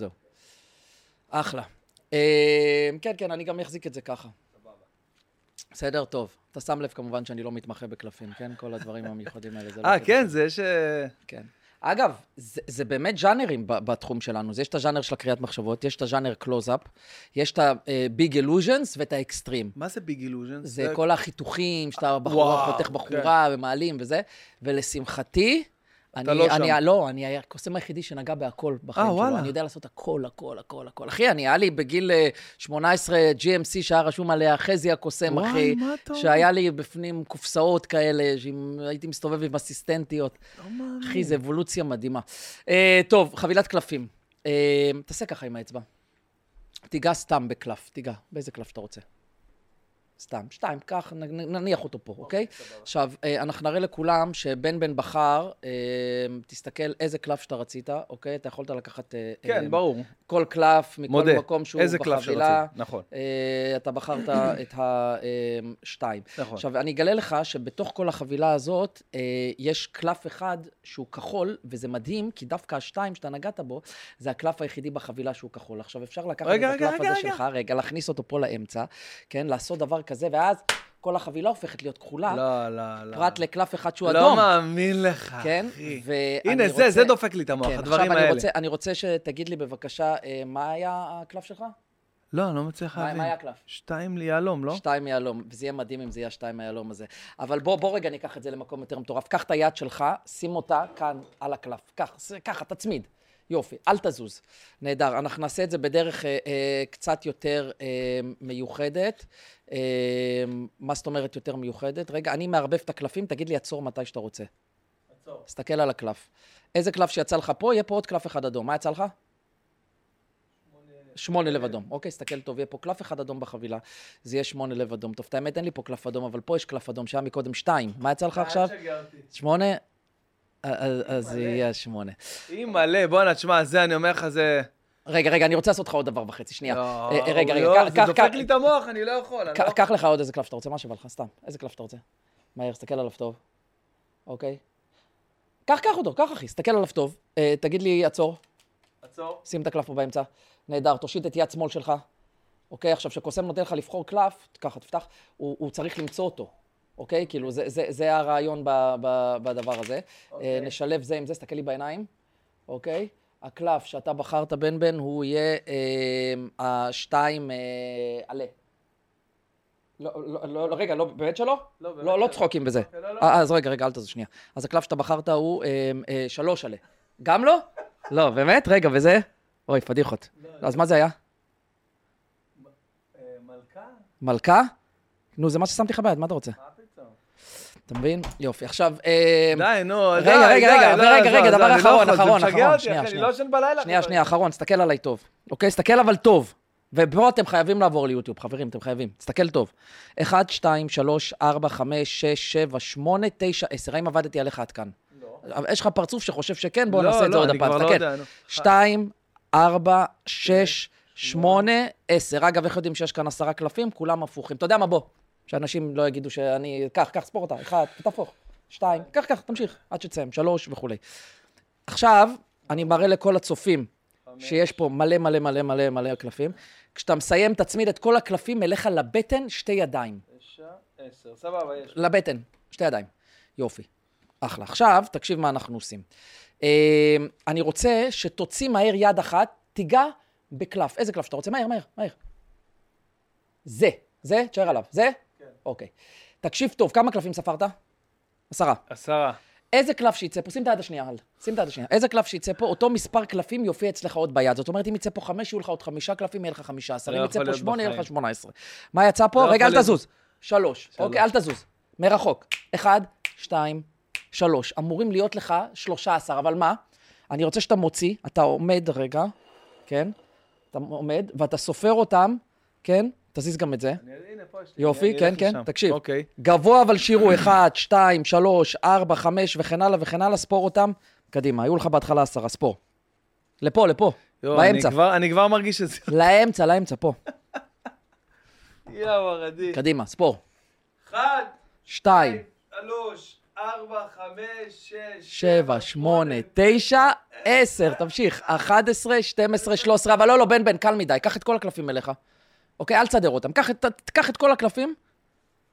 A: אחלה. כן, אני גם אחזיק את זה ככה. בסדר, טוב. אתה שם לב כמובן שאני לא מתמחה בקלפים, כן? כל הדברים המיוחדים האלה. זה לא
B: כן, זה ש...
A: כן. אגב, זה באמת ז'אנרים בתחום שלנו. יש את הז'אנר של הקריאת מחשבות, יש את הז'אנר קלוז-אפ, יש את ה-Big Illusions ואת האקסטרים.
B: מה זה Big Illusions?
A: זה כל החיתוכים, שאתה בחורה חותך בחורה ומעלים וזה, ולשמחתי, אני הקוסם היחידי שנגע בהכל בחיים שלו. אני יודע לעשות הכל, הכל, הכל, הכל. אחי, היה לי בגיל 18 GMC שהיה רשום עליה חזי הקוסם, אחי, שהיה לי בפנים קופסאות כאלה, שהייתי מסתובב עם אסיסטנטיות. אחי, זה אבולוציה מדהימה. טוב, חבילת קלפים. תעשה ככה עם האצבע. תיגע סתם בקלף, תיגע. באיזה קלף שאתה רוצה? סתם, 2, כך, נניח אותו פה, אוקיי? עכשיו, אנחנו נראה לכולם שבן בחר, תסתכל איזה קלף שאתה רצית, אוקיי? אתה יכולת לקחת...
B: כן, ברור.
A: כל קלף, מכל מקום שהוא בחבילה.
B: נכון.
A: אתה בחרת את ה-2.
B: נכון.
A: עכשיו, אני אגלה לך שבתוך כל החבילה הזאת, יש קלף אחד שהוא כחול, וזה מדהים, כי דווקא ה-2 שאתה נגעת בו, זה הקלף היחידי בחבילה שהוא כחול. עכשיו, אפשר לקחת את הקלף הזה שלך, רגע, להכניס אותו פה לאמצע, כן? לעשות דבר כזה, ואז כל החבילה הופכת להיות כחולה.
B: לא.
A: פרט לקלף אחד שהוא אדום.
B: לא מאמין לך,
A: כן?
B: אחי. הנה, זה דופק לי את המוח, הדברים האלה.
A: עכשיו, אני רוצה שתגיד לי בבקשה, מה היה הקלף שלך?
B: לא, אני לא מצליח להבין.
A: מה היה הקלף?
B: 2 ליהלום, לא?
A: 2 מיהלום, וזה יהיה מדהים אם זה יהיה 2 מיהלום הזה. אבל בוא רגע ניקח את זה למקום יותר מטורף. קח את היד שלך, שים אותה כאן על הקלף. ככה, תצמיד. יופי, אל תזוז. נהדר. אנחנו נעשה את זה בדרך קצת יותר מיוחדת. מה זאת אומרת יותר מיוחדת? רגע, אני מערבב את הקלפים, תגיד לי עצור מתי שאתה רוצה. עצור. תסתכל על הקלף. איזה קלף שיצא לך פה, יהיה פה עוד קלף אחד אדום. מה יצא לך? 8 לב אדום. אוקיי, סתכל טוב, יהיה פה קלף אחד אדום בחבילה. זה יהיה 8 לב אדום. טוב, האמת, אין לי פה קלף אדום, אבל פה יש קלף אדום, שהיה מקודם 2. מה יצא לך עכשיו? 8? אז זה יהיה 8.
B: היא מלא, בוא נשמע, זה, אני אומר לך, זה...
A: רגע, אני רוצה לעשות לך עוד דבר וחצי, שנייה. רגע,
B: זה דופק לי את המוח, אני לא יכול.
A: קח לך עוד איזה קלף שאתה רוצה, מה שבא לך, סתם. איזה קלף שאתה רוצה. מהר, סתכל עליו טוב. אוקיי? קח אותו, קח אחי, סתכל עליו טוב. תגיד לי, עצור. עצור. שים את הקלף פה באמצע. נהדר, תושיט את יד שמאל שלך. אוקיי, עכשיו, שקוסם נותן לך לבחור קלף, ככה, תפתח, הוא צריך למצוא אותו. אוקיי? כאילו, זה הרעיון בדבר הזה. נשלב זה עם זה, סתכל לי בעיניים. אוקיי? הקלף שאתה בחרת בן, הוא יהיה ה-2 עלה. לא, רגע, לא, באמת שלא? לא צחוקים בזה. אז רגע, אל תזו, שנייה. אז הקלף שאתה בחרת הוא 3 עלה. גם לא? לא, באמת? רגע, וזה? אוי, פדיחות. אז מה זה היה?
B: מלכה?
A: מלכה? נו, זה מה ששמתי לך ביד, מה אתה רוצה? אתה מבין? יופי, עכשיו...
B: די, נו,
A: רגע, דבר אחרון,
B: זה משגע אותי, אחי, אני לא ישן בלילה.
A: שנייה, אחרון, תסתכל עליי טוב. אוקיי, תסתכל אבל טוב. ופה אתם חייבים לעבור ליוטיוב, חברים, אתם חייבים. תסתכל טוב. 1, 2, 3, 4, 5, 6, 7, 8, 9, 10. האם עבדתי עליך עד כאן? לא. יש לך פרצוף שחושב שכן, בואו נעשה את זה עוד הפעם. תסתכל. 2, 4, 6, 8, 10. אגב, איך יודעים שיש כאן 10 קלפים? כולם הפוכים. אתה יודע מה, בוא. שאנשים לא יגידו שאני... קח, ספור אותה. 1, תהפוך. 2, קח, תמשיך. עד שתסיים. 3 וכו'. עכשיו, אני מראה לכל הצופים שיש פה מלא קלפים. כשאתה מסיים, תצמיד את כל הקלפים אליך לבטן, 2 ידיים.
B: 9, 10. סבבה, יש.
A: לבטן, 2 ידיים. יופי. אחלה. עכשיו, תקשיב מה אנחנו עושים. אני רוצה שתוציא מהר יד אחת, תיגע בקלף. איזה קלף שאתה רוצה? מהר. זה, תשאר עליו. זה? כן. אוקיי. תקשיב טוב, כמה קלפים ספרת? 10.
B: 10.
A: איזה קלף שיצא פה? שים את היד השנייה. איזה קלף שיצא פה? אותו מספר קלפים יופיע אצלך עוד ביד. זאת אומרת, אם יצא פה 5, יהיו לך עוד 5 קלפים, יהיה לך 15. אם יצא פה 8, יהיה לך 18. מה יצא פה? רגע, אל תזוז. 3. אוקיי, אל תזוז. מרחוק. 1, 2, 3. אמורים להיות לך 13, אבל מה? אני רוצה שאתה מוציא, אתה עומד רגע, כן? אתה עומד, ואתה סופר אותם, כן? תזיז גם את זה. יופי, כן, תקשיב. גבוה אבל שירו 1, 2, 3, 4, 5 וכן הלאה, ספור אותם. קדימה, היו לך בהתחלה 10, ספור. לפה, באמצע.
B: אני כבר מרגיש את זה.
A: לאמצע, פה.
B: יאו, הרדי.
A: קדימה, ספור.
B: 1,
A: 2,
B: 3, 4, 5, 6,
A: 7, 8, 9, 10, תמשיך. 11, 12, 13, אבל לא, בן, קל מדי. קח את כל הקלפים אליך. אוקיי, אל תסדר אותם. קח את כל הקלפים,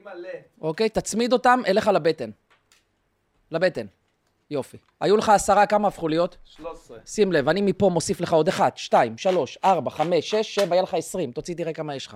A: אוקיי? תצמיד אותם אליך לבטן. לבטן. יופי. היו לך 10, כמה הפכו להיות?
B: 13.
A: שים לב, אני מפה מוסיף לך עוד 1, 2, 3, 4, 5, 6, 7, יהיה לך 20. תוציא, תראה כמה יש לך.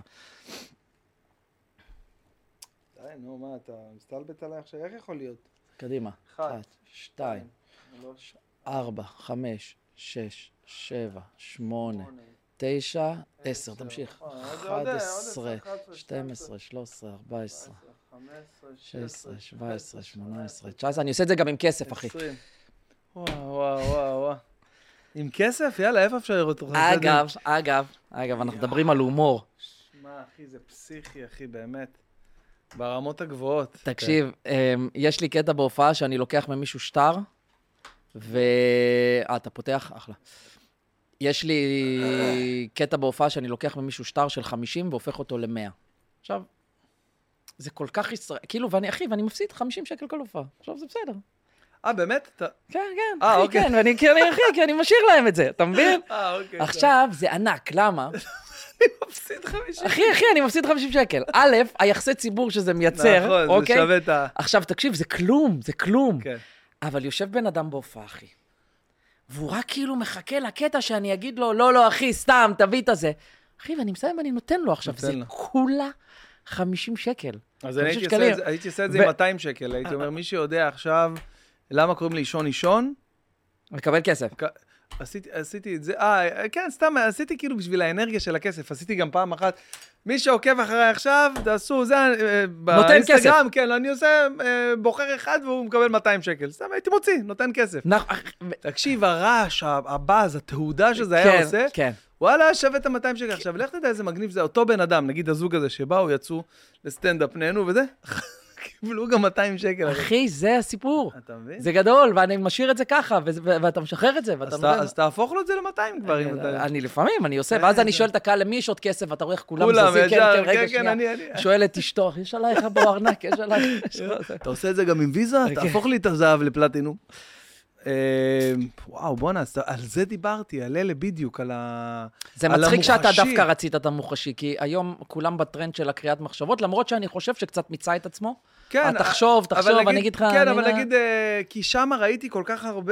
B: די, נו, מה, אתה מסתלבט עליי עכשיו? איך יכול להיות?
A: קדימה.
B: 1,
A: 2, 4, 5, 6, 7, 8, 9, 10. תמשיך. 11, 12, 13, 14, 16, 17, 18, 19. אני עושה את זה גם עם כסף, אחי.
B: 20. וואו. עם כסף? יאללה, איפה אפשר לראות אותך?
A: אגב, אנחנו מדברים על הומור.
B: שמע, אחי, זה פסיכי, אחי, באמת. ברמות הגבוהות.
A: תקשיב, יש לי קטע בהופעה שאני לוקח ממישהו שטר, אתה פותח? אחלה. יש לי קטע בהופעה שאני לוקח ממישהו שטר של 50 והופך אותו ל-100. עכשיו, זה כל כך ישראל... כאילו, ואני מפסיד 50 שקל כל הופעה. עכשיו, זה בסדר.
B: באמת?
A: כן, אחי, כן, כי אני משאיר להם את זה, אתה מבין?
B: אוקיי.
A: עכשיו, זה ענק, למה?
B: אני מפסיד 50.
A: אחי, אני מפסיד 50 שקל. א', היחסי ציבור שזה מייצר,
B: נכון,
A: אוקיי?
B: זה שווה את ה...
A: עכשיו, תקשיב, זה כלום.
B: כן.
A: אבל יושב בן אדם בהופעה, אחי. והוא רק כאילו מחכה לקטע שאני אגיד לו, לא, אחי, סתם, תביא את הזה. אחי, ואני מסיים, אני נותן לו עכשיו. זה כולה 50 שקל.
B: אז אני הייתי עושה את זה עם 200 שקל. הייתי אומר, מי שיודע עכשיו, למה קוראים לי אישון?
A: מקבל כסף.
B: עשיתי את זה, כן, סתם, עשיתי כאילו בשביל האנרגיה של הכסף, עשיתי גם פעם אחת, מי שעוקב אחריי עכשיו, תעשו, זה, באינסטגרם, כן, אני עושה, בוחר אחד והוא מקבל 200 שקל, סתם הייתי מוציא, נותן כסף. תקשיב, הרעש, הבאז, התהודה שזה היה עושה, וואלה, שווה את ה-200 שקל. עכשיו, לך תדע איזה מגניב זה, אותו בן אדם, נגיד הזוג הזה שבאו, יצאו לסטנדאפ, נהנו וזה, קיבלו גם 200 שקל.
A: אחי, זה הסיפור.
B: אתה מבין?
A: זה גדול, ואני משאיר את זה ככה, ואתה משחרר את זה.
B: אז תהפוך לו את זה ל-200 כבר.
A: אני לפעמים, אני עושה, ואז אני שואל את הקהל, למי יש עוד כסף? ואתה רואה איך כולם זזים, כן, רגע שנייה. שואל את אשתו, יש עלייך בארנק, יש עלייך.
B: אתה עושה את זה גם עם ויזה? תהפוך לי את הזהב לפלטינום. וואו, בוא נעשה, על זה דיברתי, על אלה בדיוק, על המוחשי.
A: זה מצחיק שאתה דווקא רצית את המוחשי, כי היום כולם בטרנד של הקריאת מחשבות, למרות שאני חושב שקצת מיצה את עצמו.
B: כן.
A: תחשוב, אני אגיד לך...
B: כן, אבל נגיד, כי שם ראיתי כל כך הרבה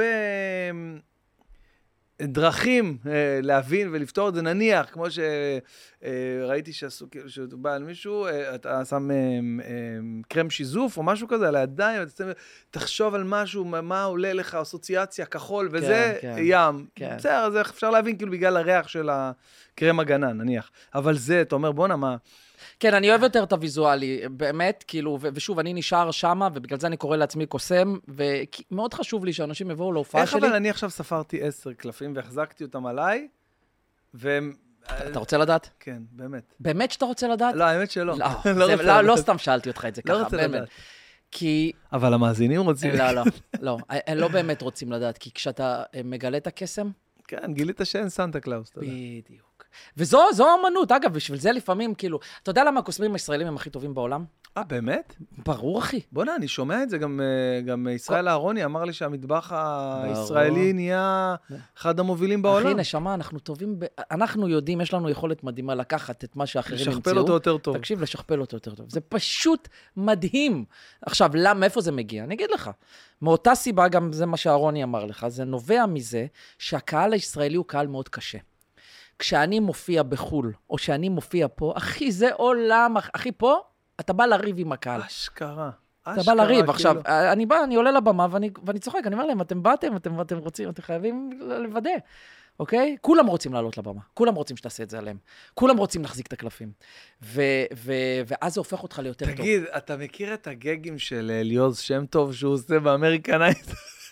B: דרכים להבין ולפתור את זה, נניח, כמו שראיתי שאתה בא על מישהו, אתה שם קרם שיזוף או משהו כזה על הידיים, תחשוב על משהו, מה עולה לך, אסוציאציה, כחול, וזה ים. בסדר, אז אפשר להבין כאילו בגלל הריח של הקרם הגנה, נניח. אבל זה, אתה אומר, בוא נמה...
A: כן, אני אוהב יותר את הוויזואלי, באמת, כאילו, ושוב, אני נשאר שמה, ובגלל זה אני קורא לעצמי קוסם, ומאוד חשוב לי שאנשים יבואו להופעה שלי.
B: איך אבל אני עכשיו ספרתי 10 קלפים, והחזקתי אותם עליי,
A: אתה רוצה לדעת?
B: כן, באמת.
A: באמת שאתה רוצה לדעת?
B: לא, האמת שלא.
A: לא סתם שאלתי אותך את זה ככה.
B: לא רוצה לדעת.
A: כי...
B: אבל המאזינים רוצים...
A: לא, הם לא באמת רוצים לדעת, כי כשאתה מגלה את הקסם...
B: כן, גילית שאין סנטה קלאוס, אתה יודע.
A: בדיוק. וזו האמנות, אגב, בשביל זה לפעמים, כאילו, אתה יודע למה הקוסמים הישראלים הם הכי טובים בעולם?
B: באמת?
A: ברור, אחי.
B: בוא'נה, אני שומע את זה, גם ישראל אהרוני אמר לי שהמטבח הישראלי נהיה אחד המובילים בעולם.
A: אחי, נשמה, אנחנו טובים, אנחנו יודעים, יש לנו יכולת מדהימה לקחת את מה שאחרים ימצאו.
B: לשכפל אותו יותר טוב.
A: תקשיב, לשכפל אותו יותר טוב. זה פשוט מדהים. עכשיו, מאיפה זה מגיע? אני אגיד לך. מאותה סיבה, גם זה מה שאהרוני אמר לך, זה נובע מזה שהקהל הישראלי הוא קהל מאוד קשה. כשאני מופיע בחול, או שאני מופיע פה, אחי, זה עולם, אחי, פה, אתה בא לריב עם הקהל.
B: אשכרה.
A: אתה בא לריב. עכשיו, אני עולה לבמה, ואני צוחק, אני אומר להם, אתם באתם, אתם רוצים, אתם חייבים לוודא, אוקיי? כולם רוצים לעלות לבמה, כולם רוצים שתעשה את זה עליהם, כולם רוצים להחזיק את הקלפים, ואז זה הופך אותך ליותר טוב.
B: תגיד, אתה מכיר את הגגים של ליאוז שם טוב, שהוא עושה באמריקנאית?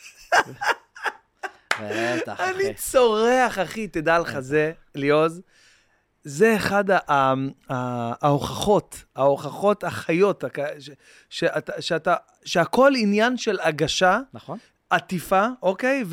A: בטח, אחי.
B: אני צורח, אחי, תדע לך זה, ליאוז, זה אחד ההוכחות החיות, שהכל עניין של הגשה,
A: נכון.
B: עטיפה, אוקיי?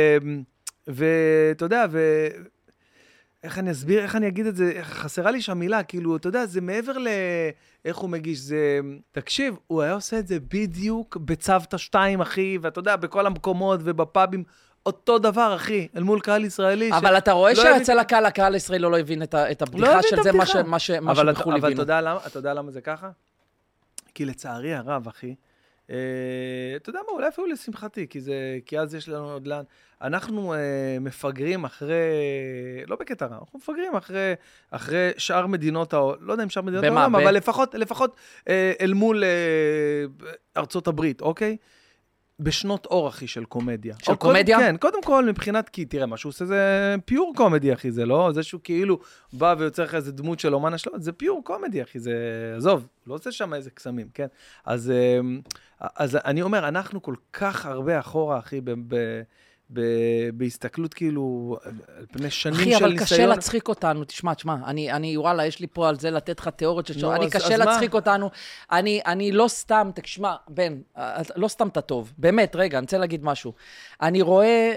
B: ואתה יודע, איך אני אסביר, איך אני אגיד את זה, חסרה לי שם מילה, כאילו, אתה יודע, זה מעבר איך הוא מגיש, זה, תקשיב, הוא היה עושה את זה בדיוק בצוותא 2, אחי, ואתה יודע, בכל המקומות ובפאבים, אותו דבר, אחי, אל מול קהל ישראלי.
A: אבל אתה רואה שאצל הקהל הישראלי לא הבין את הבדיחה של זה, מה שבחול הבינו.
B: אבל אתה יודע למה זה ככה? כי לצערי הרב, אחי, אתה יודע מה, אולי אפילו לשמחתי, כי אז יש לנו עוד לאן. אנחנו מפגרים אחרי, לא בקטע רע, אנחנו מפגרים אחרי שאר מדינות העולם, לא יודע אם שאר מדינות העולם, אבל לפחות אל מול ארצות הברית, אוקיי? בשנות אור, אחי, של קומדיה.
A: של קומדיה?
B: כן, קודם כל, מבחינת, כי תראה, מה שהוא עושה זה פיור קומדיה, אחי, זה לא, זה שהוא כאילו בא ויוצר לך איזה דמות של אומן השלום, זה פיור קומדיה, אחי, זה, עזוב, לא עושה שם איזה קסמים, כן? אז אני אומר, אנחנו כל כך הרבה אחורה, אחי, בהסתכלות כאילו, על פני שנים של ניסיון.
A: אחי, אבל קשה להצחיק אותנו, תשמע, וואלה, יש לי פה על זה לתת לך תיאוריות של שואו, אני קשה להצחיק אותנו, אני לא סתם, תשמע, בן, לא סתם אתה טוב, באמת, רגע, אני רוצה להגיד משהו. אני רואה,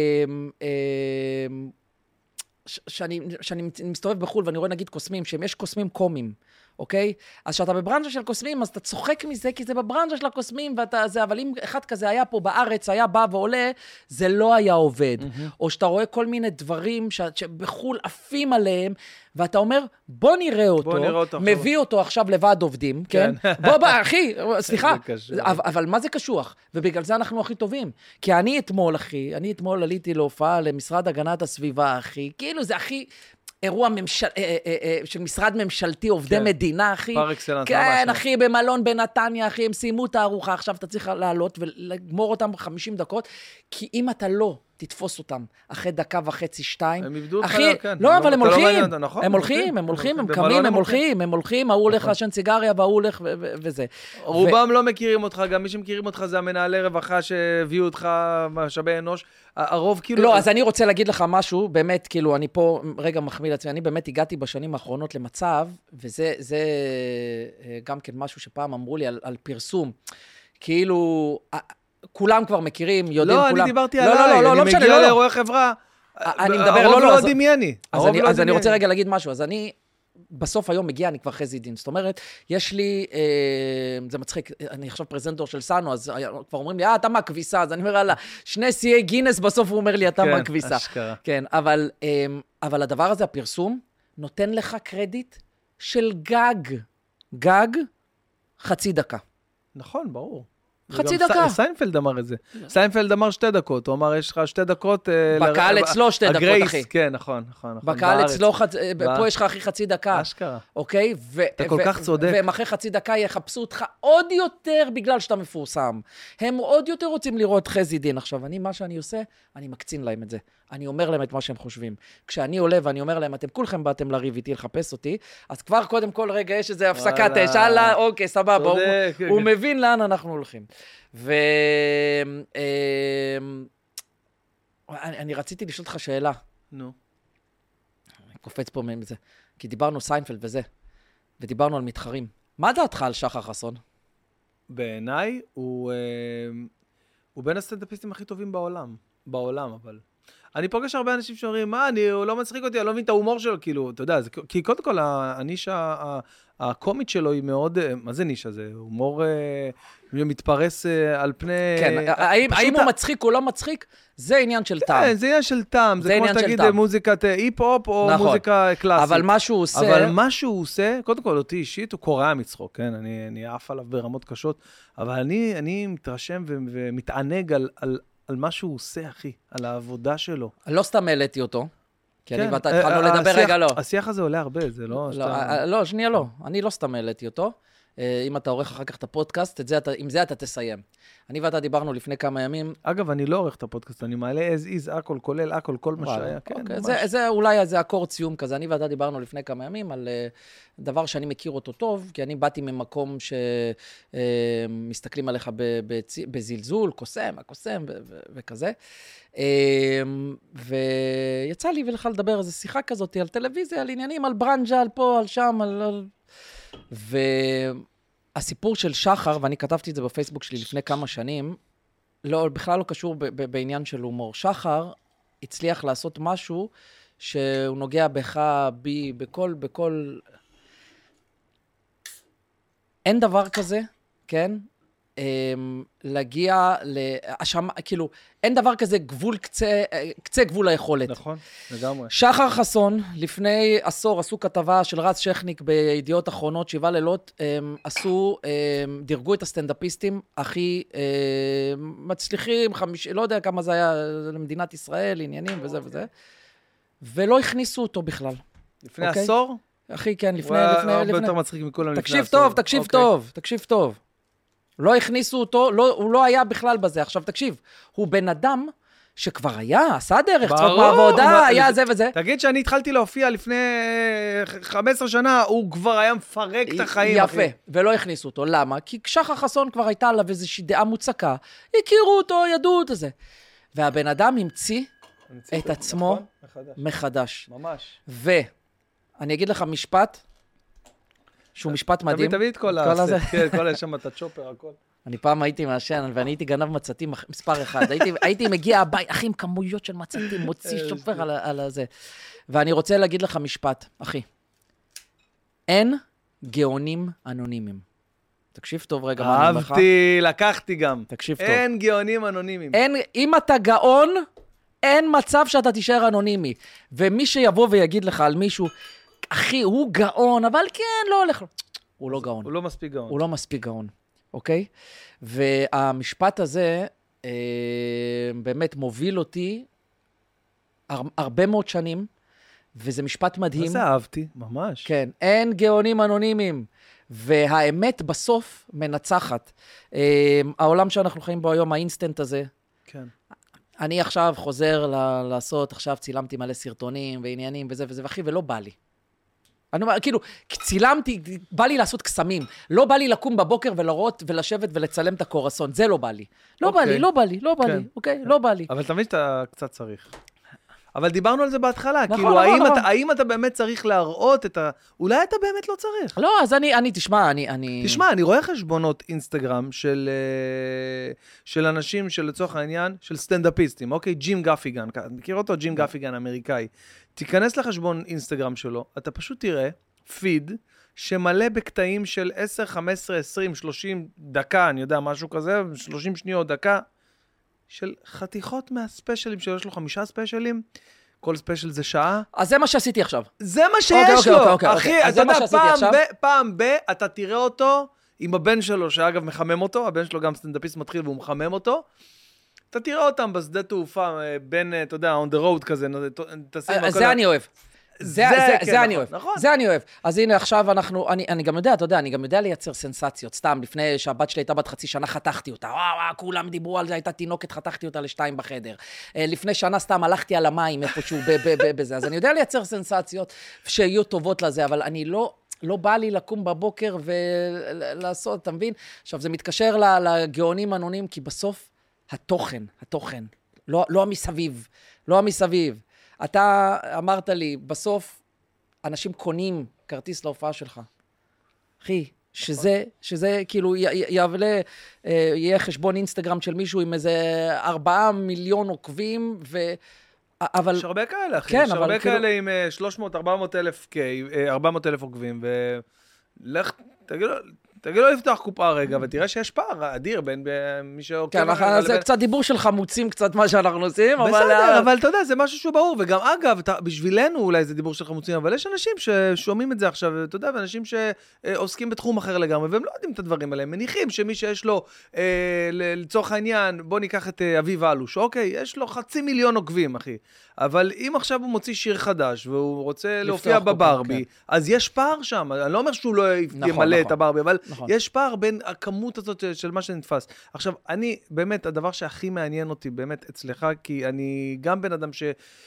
A: שאני מסתובב בחול, ואני רואה נגיד קוסמים, שיש קוסמים קומיים, אוקיי? אז כשאתה בברנז'ה של קוסמים, אז אתה צוחק מזה, כי זה בברנז'ה של הקוסמים, אבל אם אחד כזה היה פה בארץ, היה בא ועולה, זה לא היה עובד. או שאתה רואה כל מיני דברים שבחול עפים עליהם, ואתה אומר, בוא נראה אותו, מביא אותו עכשיו לוועד עובדים, כן? בוא, אחי, סליחה, אבל מה זה קשוח? ובגלל זה אנחנו הכי טובים. כי אני אתמול עליתי להופעה למשרד הגנת הסביבה, אחי, כאילו זה הכי... אירוע של משרד ממשלתי, עובדי מדינה, אחי.
B: פר אקסלנס.
A: כן, אחי, במלון בנתניה, אחי, הם סיימו את הארוחה, עכשיו אתה צריך לעלות ולגמור אותם 50 דקות, כי אם אתה לא תתפוס אותם אחרי דקה וחצי, 2,
B: הם איבדו אותך, כן.
A: לא, אבל הם הולכים, הם קמים, הם הולכים, ההוא הולך לשן סיגריה, וההוא הולך וזה.
B: רובם לא מכירים אותך, גם מי שמכירים אותך זה המנהלי רווחה שהביאו אותך משאבי אנוש, הרוב כאילו...
A: לא, אז אני רוצה להגיד לך משהו, באמת, כאילו, אני פה רגע מחמיא לעצמי, אני באמת הגעתי בשנים האחרונות למצב, וזה גם כן משהו שפעם אמרו לי על פרסום, כאילו... כולם כבר מכירים, יודעים כולם.
B: לא, אני דיברתי עליי, אני מגיע לאירועי חברה,
A: אני מדבר,
B: הרוב לא יודעים מי אני.
A: אז אני רוצה רגע להגיד משהו, אז אני, בסוף היום מגיע, אני כבר חזי דין, זאת אומרת, יש לי, זה מצחיק, אני עכשיו פרזנטור של סאנו, אז כבר אומרים לי, אתה מהכביסה, אז אני אומר, הלאה, 2 שיאי גינס, בסוף הוא אומר לי, אתה מהכביסה.
B: כן, אשכרה.
A: כן, אבל הדבר הזה, הפרסום, נותן לך קרדיט של גג, חצי דקה.
B: נכון, ברור.
A: חצי דקה.
B: סיינפלד אמר את זה. סיינפלד אמר 2 דקות, הוא אמר, יש לך 2 דקות...
A: בקהל אצלו 2 דקות, אחי.
B: כן, נכון.
A: בקהל אצלו, פה יש לך הכי חצי דקה.
B: אשכרה.
A: אוקיי?
B: אתה כל כך צודק.
A: והם אחרי חצי דקה יחפשו אותך עוד יותר בגלל שאתה מפורסם. הם עוד יותר רוצים לראות חזי דין. עכשיו, מה שאני עושה, אני מקצין להם את זה. אני אומר להם את מה שהם חושבים. כשאני עולה ואני אומר להם, אתם כולכם באתם לריב איתי לחפש אותי, אז כבר קודם כל רגע יש איזה הפסקת אש, אוקיי, סבבה, הוא מבין לאן אנחנו הולכים. אני רציתי לשאול אותך שאלה.
B: נו.
A: אני קופץ פה מזה, כי דיברנו סיינפלד וזה, ודיברנו על מתחרים. מה דעתך על שחר חסון?
B: בעיניי הוא בין הסטנדאפיסטים הכי טובים בעולם, אבל... אני פוגש הרבה אנשים שאומרים, הוא לא מצחיק אותי, אני לא מבין את ההומור שלו, כאילו, אתה יודע, כי קודם כל, הנישה הקומית שלו היא מאוד, מה זה נישה? זה הומור מתפרס על פני...
A: כן, האם הוא מצחיק או לא מצחיק, זה עניין של טעם.
B: כן, זה עניין של טעם, זה כמו שתגיד מוזיקת היפ-הופ או מוזיקה קלאסית.
A: אבל מה שהוא עושה...
B: קודם כל, אותי אישית, הוא קורע מצחוק, כן? אני עף עליו ברמות קשות, אבל אני מתרשם ומתענג על מה שהוא עושה, אחי, על העבודה שלו.
A: לא סתם העליתי אותו, כי אני ואתה התחלנו לדבר רגע, לא.
B: השיח הזה עולה הרבה, זה לא...
A: לא, שנייה לא. אני לא סתם העליתי אותו. אם אתה עורך אחר כך את הפודקאסט, עם זה אתה תסיים. אני ואתה דיברנו לפני כמה ימים.
B: אגב, אני לא עורך את הפודקאסט, אני מעלה as is, הכל, כולל, הכל, כל מה שהיה. כן,
A: זה אולי איזה אקורד סיום כזה. אני ואתה דיברנו לפני כמה ימים על דבר שאני מכיר אותו טוב, כי אני באתי ממקום שמסתכלים עליך בזלזול, הקוסם וכזה. ויצא לי ולך לדבר איזו שיחה כזאת על טלוויזיה, על עניינים, על ברנג'ה, על פה, על שם, והסיפור של שחר, ואני כתבתי את זה בפייסבוק שלי לפני כמה שנים, בכלל לא קשור בעניין של הומור. שחר הצליח לעשות משהו שהוא נוגע בך, בי, בכל... אין דבר כזה, כן? להגיע כאילו, אין דבר כזה קצה גבול היכולת.
B: נכון, לגמרי.
A: שחר חסון, לפני עשור עשו כתבה של רז שכניק בידיעות אחרונות, 7 לילות, דירגו את הסטנדאפיסטים הכי מצליחים, לא יודע כמה זה היה למדינת ישראל, עניינים וזה וזה, ולא הכניסו אותו בכלל.
B: לפני עשור?
A: אחי, כן, לפני...
B: הוא הרבה יותר מצחיק מכולם לפני עשור.
A: תקשיב טוב. לא הכניסו אותו, הוא לא היה בכלל בזה. עכשיו תקשיב, הוא בן אדם שכבר עשה דרך, צחוק בעבודה, היה זה וזה.
B: תגיד שאני התחלתי להופיע לפני 15 שנה, הוא כבר היה מפרק את החיים.
A: יפה, ולא הכניסו אותו. למה? כי שחר חסון כבר הייתה עליו איזושהי דעה מוצקה, הכירו אותו, ידעו את זה. והבן אדם המציא את עצמו מחדש.
B: ממש.
A: ואני אגיד לך משפט, שהוא משפט מדהים.
B: תביא את כל הזה. כן, כל השם, את הצ'ופר, הכל.
A: אני פעם הייתי מעשן, ואני הייתי גנב מצתים מספר אחד. הייתי מגיע הבית, אחי, עם כמויות של מצתים, מוציא שופר על זה. ואני רוצה להגיד לך משפט, אחי. אין גאונים אנונימיים. תקשיב טוב רגע מה אני אומר לך.
B: אהבתי, לקחתי גם.
A: תקשיב טוב.
B: אין גאונים אנונימיים.
A: אם אתה גאון, אין מצב שאתה תישאר אנונימי. ומי שיבוא ויגיד לך על מישהו, אחי, הוא גאון, אבל כן, לא הולך. הוא לא גאון.
B: הוא לא מספיק גאון.
A: הוא לא מספיק גאון, אוקיי? והמשפט הזה באמת מוביל אותי הרבה מאוד שנים, וזה משפט מדהים.
B: מה זה אהבתי? ממש.
A: כן, אין גאונים אנונימיים. והאמת בסוף מנצחת. העולם שאנחנו חיים בו היום, האינסטנט הזה,
B: כן.
A: אני עכשיו חוזר לעשות, עכשיו צילמתי מלא סרטונים ועניינים וזה וזה, ואחי, ולא בא לי. אני אומר, כאילו, צילמתי, בא לי לעשות קסמים. לא בא לי לקום בבוקר ולראות ולשבת ולצלם את הקורסון. זה לא בא לי. לא בא לי, אוקיי? לא בא לי.
B: אבל תמיד שאתה קצת צריך. אבל דיברנו על זה בהתחלה.
A: נכון,
B: כאילו,
A: נכון.
B: האם אתה באמת צריך להראות את אולי אתה באמת לא צריך.
A: לא, אז
B: תשמע, אני רואה חשבונות אינסטגרם של אנשים שלצורך העניין, של סטנדאפיסטים, אוקיי? ג'ים גאפיגן, מכיר אותו? ג'ים גאפיגן, אמריקאי. תיכנס לחשבון אינסטגרם שלו, אתה פשוט תראה פיד שמלא בקטעים של 10, 15, 20, 30 דקה, אני יודע, משהו כזה, 30 שניות, דקה, של חתיכות מהספיישלים, שיש לו 5 ספיישלים, כל ספיישל זה שעה.
A: אז זה מה שעשיתי עכשיו.
B: זה מה שיש לו.
A: אוקיי.
B: אחי, אתה יודע, פעם אתה תראה אותו עם הבן שלו, שאגב מחמם אותו, הבן שלו גם סטנדאפיסט מתחיל והוא מחמם אותו, אתה תראה אותם בשדה תעופה, בין, אתה יודע, on the road כזה,
A: זה אני אוהב. זה אני אוהב. זה אני אוהב. אז הנה עכשיו אני גם יודע, אתה יודע, אני גם יודע לייצר סנסציות. סתם, לפני שהבת שלי הייתה בת חצי שנה, חתכתי אותה. וואו, כולם דיברו על זה, הייתה תינוקת, חתכתי אותה ל2 בחדר. לפני שנה סתם הלכתי על המים איפשהו בזה. אז אני יודע לייצר סנסציות שיהיו טובות לזה, אבל אני לא בא לי לקום בבוקר ולעשות, אתה מבין? עכשיו, זה מתקשר לגאונים אנונים, כי בסוף התוכן, לא המסביב. אתה אמרת לי, בסוף אנשים קונים כרטיס להופעה שלך. אחי, שזה כאילו יהיה חשבון אינסטגרם של מישהו עם איזה 4 מיליון עוקבים, אבל...
B: יש הרבה כאלה, אחי.
A: כן,
B: יש הרבה כאלה עם 400 אלף עוקבים, ולך, תגיד לו לפתוח קופה רגע, ותראה שיש פער אדיר בין מי שעוקב.
A: כן, זה קצת דיבור של חמוצים, קצת מה שאנחנו עושים, אבל...
B: בסדר, אבל אתה יודע, זה משהו שהוא ברור, וגם אגב, בשבילנו אולי זה דיבור של חמוצים, אבל יש אנשים ששומעים את זה עכשיו, אתה יודע, ואנשים שעוסקים בתחום אחר לגמרי, והם לא יודעים את הדברים האלה, מניחים שמי שיש לו, לצורך העניין, בוא ניקח את אביב אלוש, אוקיי, יש לו 500,000 עוקבים, אחי. אבל אם עכשיו הוא מוציא שיר חדש, והוא רוצה להופיע בברבי, אז יש פער שם. אני לא אומר שהוא לא ימלא את הברבי, אבל יש פער בין הכמות הזאת של מה שנתפס. עכשיו, אני, באמת, הדבר שהכי מעניין אותי, באמת, אצלך, כי אני גם בן אדם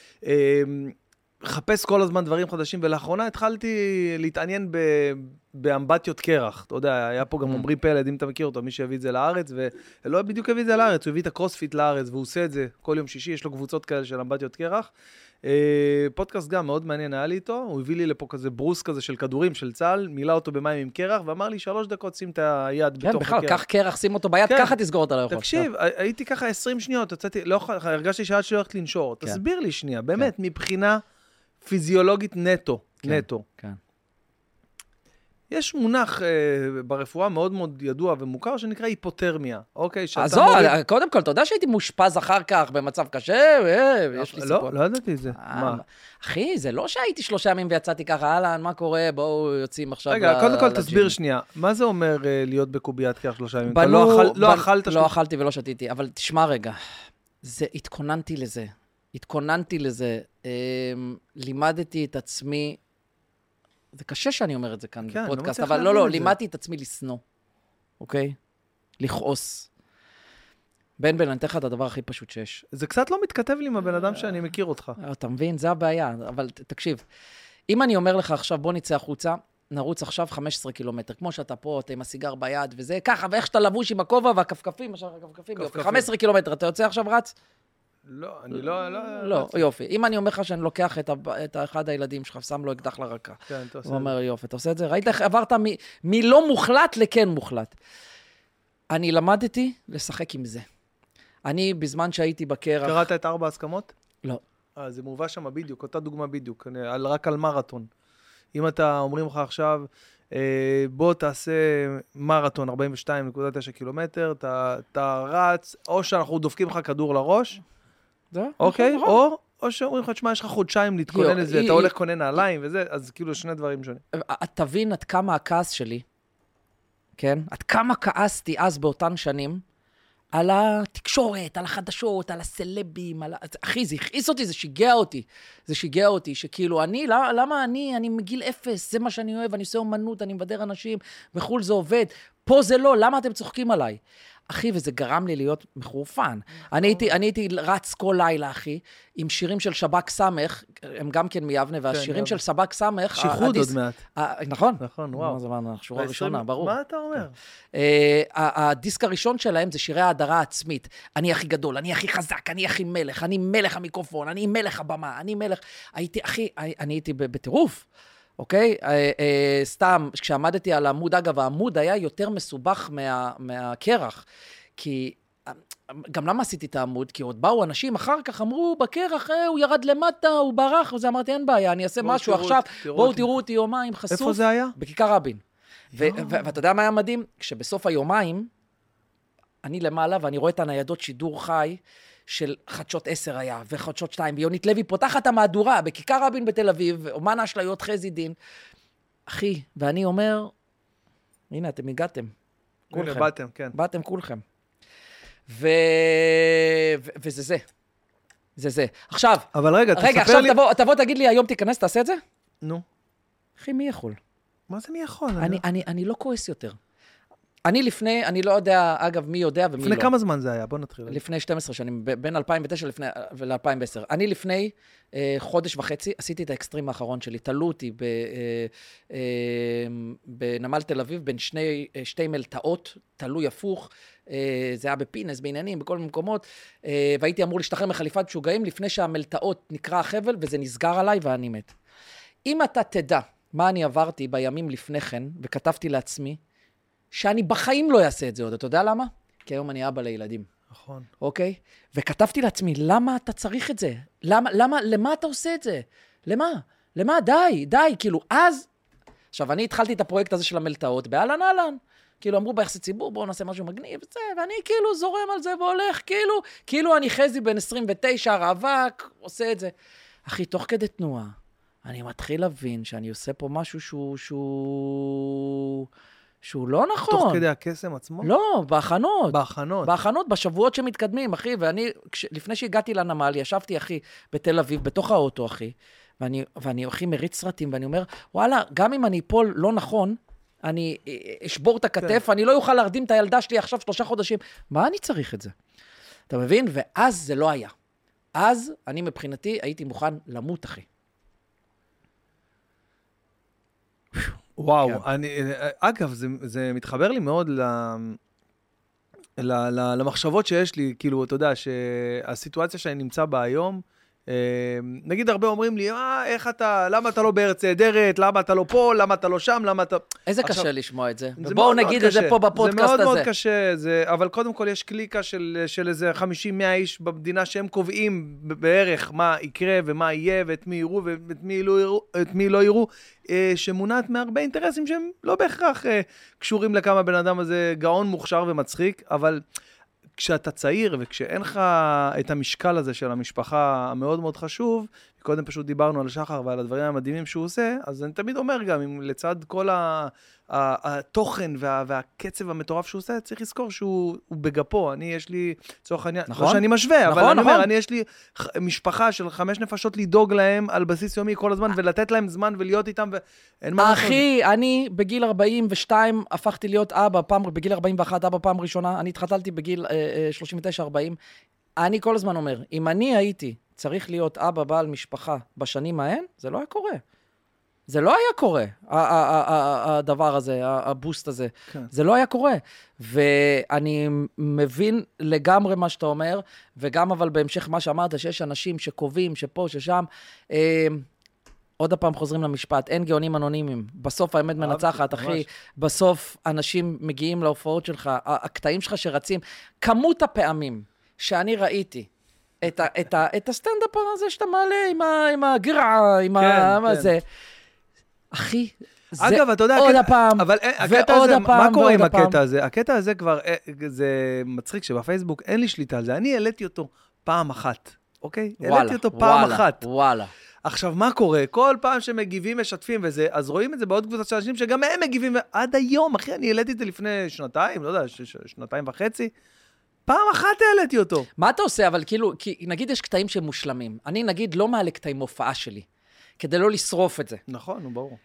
B: חפש כל הזמן דברים חדשים, ולאחרונה התחלתי להתעניין באמבטיות קרח. אתה יודע, היה פה גם עמרי פלד, אם אתה מכיר אותו, מי שהביא את זה לארץ, ולא בדיוק הביא את זה לארץ, הוא הביא את הקרוספיט לארץ, והוא עושה את זה כל יום שישי, יש לו קבוצות כאלה של אמבטיות קרח. פודקאסט גם מאוד מעניין היה לי איתו, הוא הביא לי לפה כזה ברוס כזה של כדורים של צהל, מילא אותו במים עם קרח, ואמר לי 3 דקות שים את היד בתוך הקרח.
A: כן, בכלל, קח קרח, שים אותו ביד, ככה תסגור אותה לאכול.
B: תקשיב, הייתי ככה 20 שניות, הרגשתי שעד שלי הולכת לנשור. תסביר לי שנייה, באמת, מבחינה פיזיולוגית נטו. יש מונח ברפואה מאוד מאוד ידוע ומוכר, שנקרא היפותרמיה, אוקיי?
A: אז קודם כל, אתה יודע שהייתי מאושפז אחר כך במצב קשה, יש לי סיפור.
B: לא ידעתי את זה. מה?
A: אחי, זה לא שהייתי 3 ימים ויצאתי ככה, אהלן, מה קורה? בואו יוצאים עכשיו
B: רגע, קודם כל תסביר שנייה, מה זה אומר להיות בקוביית קרח 3 ימים? אתה לא אכלת?
A: לא אכלתי ולא שתיתי, אבל תשמע רגע, התכוננתי לזה, לימדתי את עצמי, זה קשה שאני אומר את זה כאן בפודקאסט, אבל לא, לימדתי את עצמי לשנוא, אוקיי? לכעוס. בן, אני אתן לך את הדבר הכי פשוט שיש.
B: זה קצת לא מתכתב לי עם הבן אדם שאני מכיר אותך.
A: אתה מבין? זה הבעיה, אבל תקשיב, אם אני אומר לך עכשיו, בוא נצא החוצה, נרוץ עכשיו 15 קילומטר, כמו שאתה פה, אתה עם הסיגר ביד וזה, ככה, ואיך שאתה לבוש עם הכובע והכפכפים, 15 קילומטר, אתה יוצא עכשיו רץ?
B: לא, אני לא...
A: לא, יופי. אם אני אומר לך שאני לוקח את אחד הילדים שלך ושם לו אקדח לרקה.
B: כן, אתה עושה
A: הוא אומר, יופי, אתה עושה את זה? ראית איך עברת מלא מוחלט לכן מוחלט. אני למדתי לשחק עם זה. אני, בזמן שהייתי בקרח...
B: קראת את 4 הסכמות?
A: לא.
B: זה מובא שם בדיוק, אותה דוגמה בדיוק, רק על מרתון. אם אתה אומרים לך עכשיו, בוא תעשה מרתון 42.9 קילומטר, אתה רץ, או שאנחנו דופקים לך כדור לראש, אוקיי? או שאומרים לך, תשמע, יש לך חודשיים להתכונן לזה, אתה הולך כונן נעליים וזה, אז כאילו 2 דברים שונים.
A: תבין עד כמה הכעס שלי, כן? עד כמה כעסתי אז באותן שנים, על התקשורת, על החדשות, על הסלבים, אחי, זה הכעיס אותי, זה שיגע אותי, שכאילו למה אני מגיל 0, זה מה שאני אוהב, אני עושה אומנות, אני מבדר אנשים, בחול זה עובד, פה זה לא, למה אתם צוחקים עליי? אחי, וזה גרם לי להיות מחורפן. אני הייתי רץ כל לילה, אחי, עם שירים של שבק סמך, הם גם כן מיבנה, והשירים של שבק סמך...
B: שיחוד עוד מעט.
A: נכון?
B: נכון, וואו.
A: זה שורה ראשונה, ברור.
B: מה אתה אומר?
A: הדיסק הראשון שלהם זה שירי ההדרה העצמית. אני הכי גדול, אני הכי חזק, אני הכי מלך, אני מלך המיקרופון, אני מלך הבמה, אני מלך... אני הייתי בטירוף. אוקיי? סתם, כשעמדתי על העמוד, אגב, העמוד היה יותר מסובך מהקרח, כי גם למה עשיתי את העמוד? כי עוד באו אנשים אחר כך, אמרו, בקרח, הוא ירד למטה, הוא ברח, וזה אמרתי, אין בעיה, אני אעשה משהו עכשיו, בואו תראו אותי יומיים חשוף.
B: איפה זה היה?
A: בכיכר רבין. ואתה יודע מה היה מדהים? כשבסוף היומיים, אני למעלה, ואני רואה את הניידות שידור חי, של חדשות 10 היה, וחדשות 2, ויונית לוי פותחת המהדורה, בכיכר רבין בתל אביב, אומן האשליות חזי דין. אחי, ואני אומר, הנה, אתם הגעתם.
B: כולכם. באתם, כן.
A: באתם כולכם. וזה זה. זה. עכשיו,
B: אבל רגע, תספר לי...
A: עכשיו תבוא, תגיד לי, היום תיכנס, תעשה את זה?
B: נו.
A: אחי, מי יכול?
B: מה זה מי יכול?
A: אני לא כועס יותר. אני לא יודע, אגב, מי יודע ומי לא.
B: לפני כמה זמן זה היה? בוא נתחיל.
A: לפני 12 שנים, בין 2009 ל-2010. אני לפני חודש וחצי עשיתי את האקסטרים האחרון שלי. תלו אותי בנמל תל אביב, בין שתי מלטאות, תלוי הפוך. זה היה בפינס, בעניינים, בכל מקומות. והייתי אמור להשתחרר מחליפת משוגעים, לפני שהמלטאות נקרא החבל, וזה נסגר עליי ואני מת. אם אתה תדע מה אני עברתי בימים לפני כן, וכתבתי לעצמי, שאני בחיים לא אעשה את זה עוד. אתה יודע למה? כי היום אני אבא לילדים.
B: נכון.
A: אוקיי? וכתבתי לעצמי, למה אתה צריך את זה? למה אתה עושה את זה? למה? די. כאילו, אז... עכשיו, אני התחלתי את הפרויקט הזה של המלטאות, באלן. כאילו, אמרו ביחסי ציבור, בואו נעשה משהו מגניב, ואני כאילו זורם על זה והולך, כאילו אני חזי בן 29, רווק, עושה את זה. אחי, תוך כדי תנועה, אני מתחיל להבין שאני עושה פה משהו שהוא לא נכון.
B: תוך כדי הקסם עצמו?
A: לא, בהכנות.
B: בהכנות,
A: בשבועות שמתקדמים, אחי. ואני, לפני שהגעתי לנמל, ישבתי, אחי, בתל אביב, בתוך האוטו, אחי. ואני הכי מריץ סרטים, ואני אומר, וואלה, גם אם אני אפול לא נכון, אני אשבור את הכתף, אני לא יוכל להרדים את הילדה שלי עכשיו 3 חודשים. מה אני צריך את זה? אתה מבין? ואז זה לא היה. אז אני מבחינתי הייתי מוכן למות, אחי.
B: וואו, אגב, זה מתחבר לי מאוד למחשבות שיש לי, כאילו, אתה יודע, שהסיטואציה שאני נמצא בה היום, נגיד הרבה אומרים לי, איך אתה, למה אתה לא בארץ נהדרת, למה אתה לא פה, למה אתה לא שם, למה אתה...
A: איזה קשה לשמוע את זה. ובואו נגיד את זה פה בפודקאסט הזה.
B: זה מאוד מאוד קשה, אבל קודם כל יש קליקה של איזה 50-100 איש במדינה שהם קובעים בערך מה יקרה ומה יהיה, ואת מי יראו ואת מי לא יראו, שמונעת מהרבה אינטרסים שהם לא בהכרח קשורים לכמה בן אדם הזה גאון מוכשר ומצחיק, אבל... כשאתה צעיר וכשאין לך את המשקל הזה של המשפחה המאוד מאוד חשוב, קודם פשוט דיברנו על שחר ועל הדברים המדהימים שהוא עושה, אז אני תמיד אומר גם, אם לצד כל התוכן והקצב המטורף שהוא עושה, צריך לזכור שהוא בגפו. אני, יש לי, צורך העניין, לא שאני משווה, אבל אני אומר, אני יש לי משפחה של 5 נפשות לדאוג להם על בסיס יומי כל הזמן, ולתת להם זמן ולהיות איתם, ואין מה לעשות.
A: אחי, אני בגיל 42 הפכתי להיות אבא, בגיל 41 אבא פעם ראשונה, אני התחתלתי בגיל 39-40, אני כל הזמן אומר, אם אני הייתי צריך להיות אבא בעל משפחה בשנים ההן, זה לא היה קורה. זה לא היה קורה, הדבר הזה, הבוסט הזה. כן. זה לא היה קורה. ואני מבין לגמרי מה שאתה אומר, וגם אבל בהמשך מה שאמרת, שיש אנשים שקובעים, שפה, ששם, עוד הפעם חוזרים למשפט, אין גאונים אנונימיים. בסוף האמת מנצחת, אחי. בסוף אנשים מגיעים להופעות שלך, הקטעים שלך שרצים. כמות הפעמים שאני ראיתי, את הסטנדאפ הזה שאתה מעלה עם הגרעה, עם זה. אחי, זה עוד הפעם, ועוד הפעם,
B: מה קורה עם הקטע הזה? הקטע הזה כבר, זה מצחיק שבפייסבוק אין לי שליטה על זה. אני העליתי אותו פעם אחת, אוקיי? העליתי אותו פעם אחת.
A: וואלה.
B: עכשיו, מה קורה? כל פעם שמגיבים, משתפים וזה, אז רואים את זה בעוד קבוצה של אנשים שגם הם מגיבים, ועד היום, אחי, אני העליתי את זה לפני שנתיים, לא יודע, 2.5 פעם אחת העליתי אותו.
A: מה אתה עושה? אבל כאילו, נגיד יש קטעים שהם מושלמים. אני נגיד לא מעלה קטעים מופעה שלי, כדי לא לשרוף את זה.
B: נכון, הוא ברור.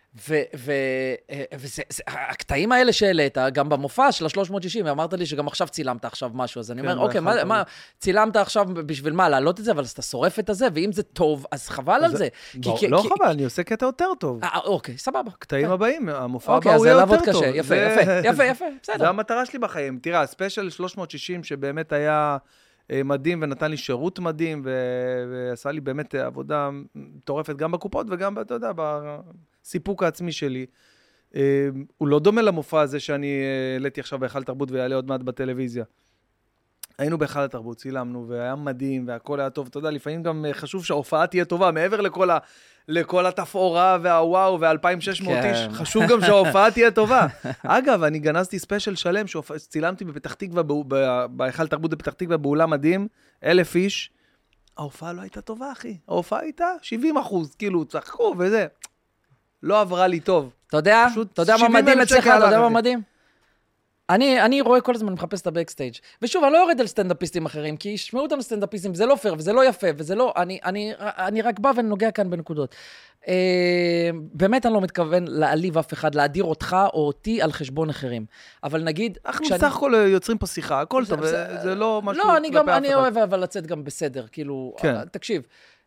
A: והקטעים האלה שהעלית, גם במופע של ה-360, ואמרת לי שגם עכשיו צילמת עכשיו משהו, אז אני אומר, אוקיי, מה, צילמת עכשיו בשביל מה, להעלות את זה, אבל אתה שורף את זה, ואם זה טוב, אז חבל על זה.
B: לא חבל, אני עושה קטע יותר טוב.
A: אוקיי, סבבה.
B: קטעים הבאים, המופע הבא הוא יהיה יותר טוב.
A: יפה, בסדר.
B: זה המטרה שלי בחיים. תראה, הספיישל 360 שבאמת היה מדהים ונתן לי שירות מדהים, ועשה לי באמת עבודה מטורפת גם בקופות וגם, אתה יודע, בסיפוק העצמי שלי. הוא לא דומה למופע הזה שאני העליתי עכשיו בהיכל תרבות ויעלה עוד מעט בטלוויזיה. היינו בהיכל התרבות, צילמנו, והיה מדהים, והכל היה טוב. אתה יודע, לפעמים גם חשוב שההופעה תהיה טובה, מעבר לכל התפאורה והוואו ו-2,600 איש, חשוב גם שההופעה תהיה טובה. אגב, אני גנזתי ספיישל שלם, שצילמתי בפתח תקווה, בהיכל תרבות בפתח תקווה, באולם מדהים, 1,000 איש. ההופעה לא הייתה טובה, אחי. ההופעה הייתה 70%, כאילו, צחקו וזה. לא עברה לי טוב.
A: אתה יודע מה מדהים אצלך, אתה יודע מה מדהים? אני רואה כל הזמן, מחפש את הבקסטייג'. ושוב, אני לא יורד על סטנדאפיסטים אחרים, כי ישמעו אותנו סטנדאפיסטים, זה לא פייר, וזה לא יפה, וזה לא, אני רק בא ונוגע כאן בנקודות. באמת אני לא מתכוון להעליב אף אחד, להדיר אותך או אותי על חשבון אחרים. אבל נגיד...
B: אנחנו בסך הכל יוצרים פה שיחה, הכל טוב, זה לא משהו...
A: לא, אני אוהב אבל לצאת גם בסדר, כאילו, תקשיב,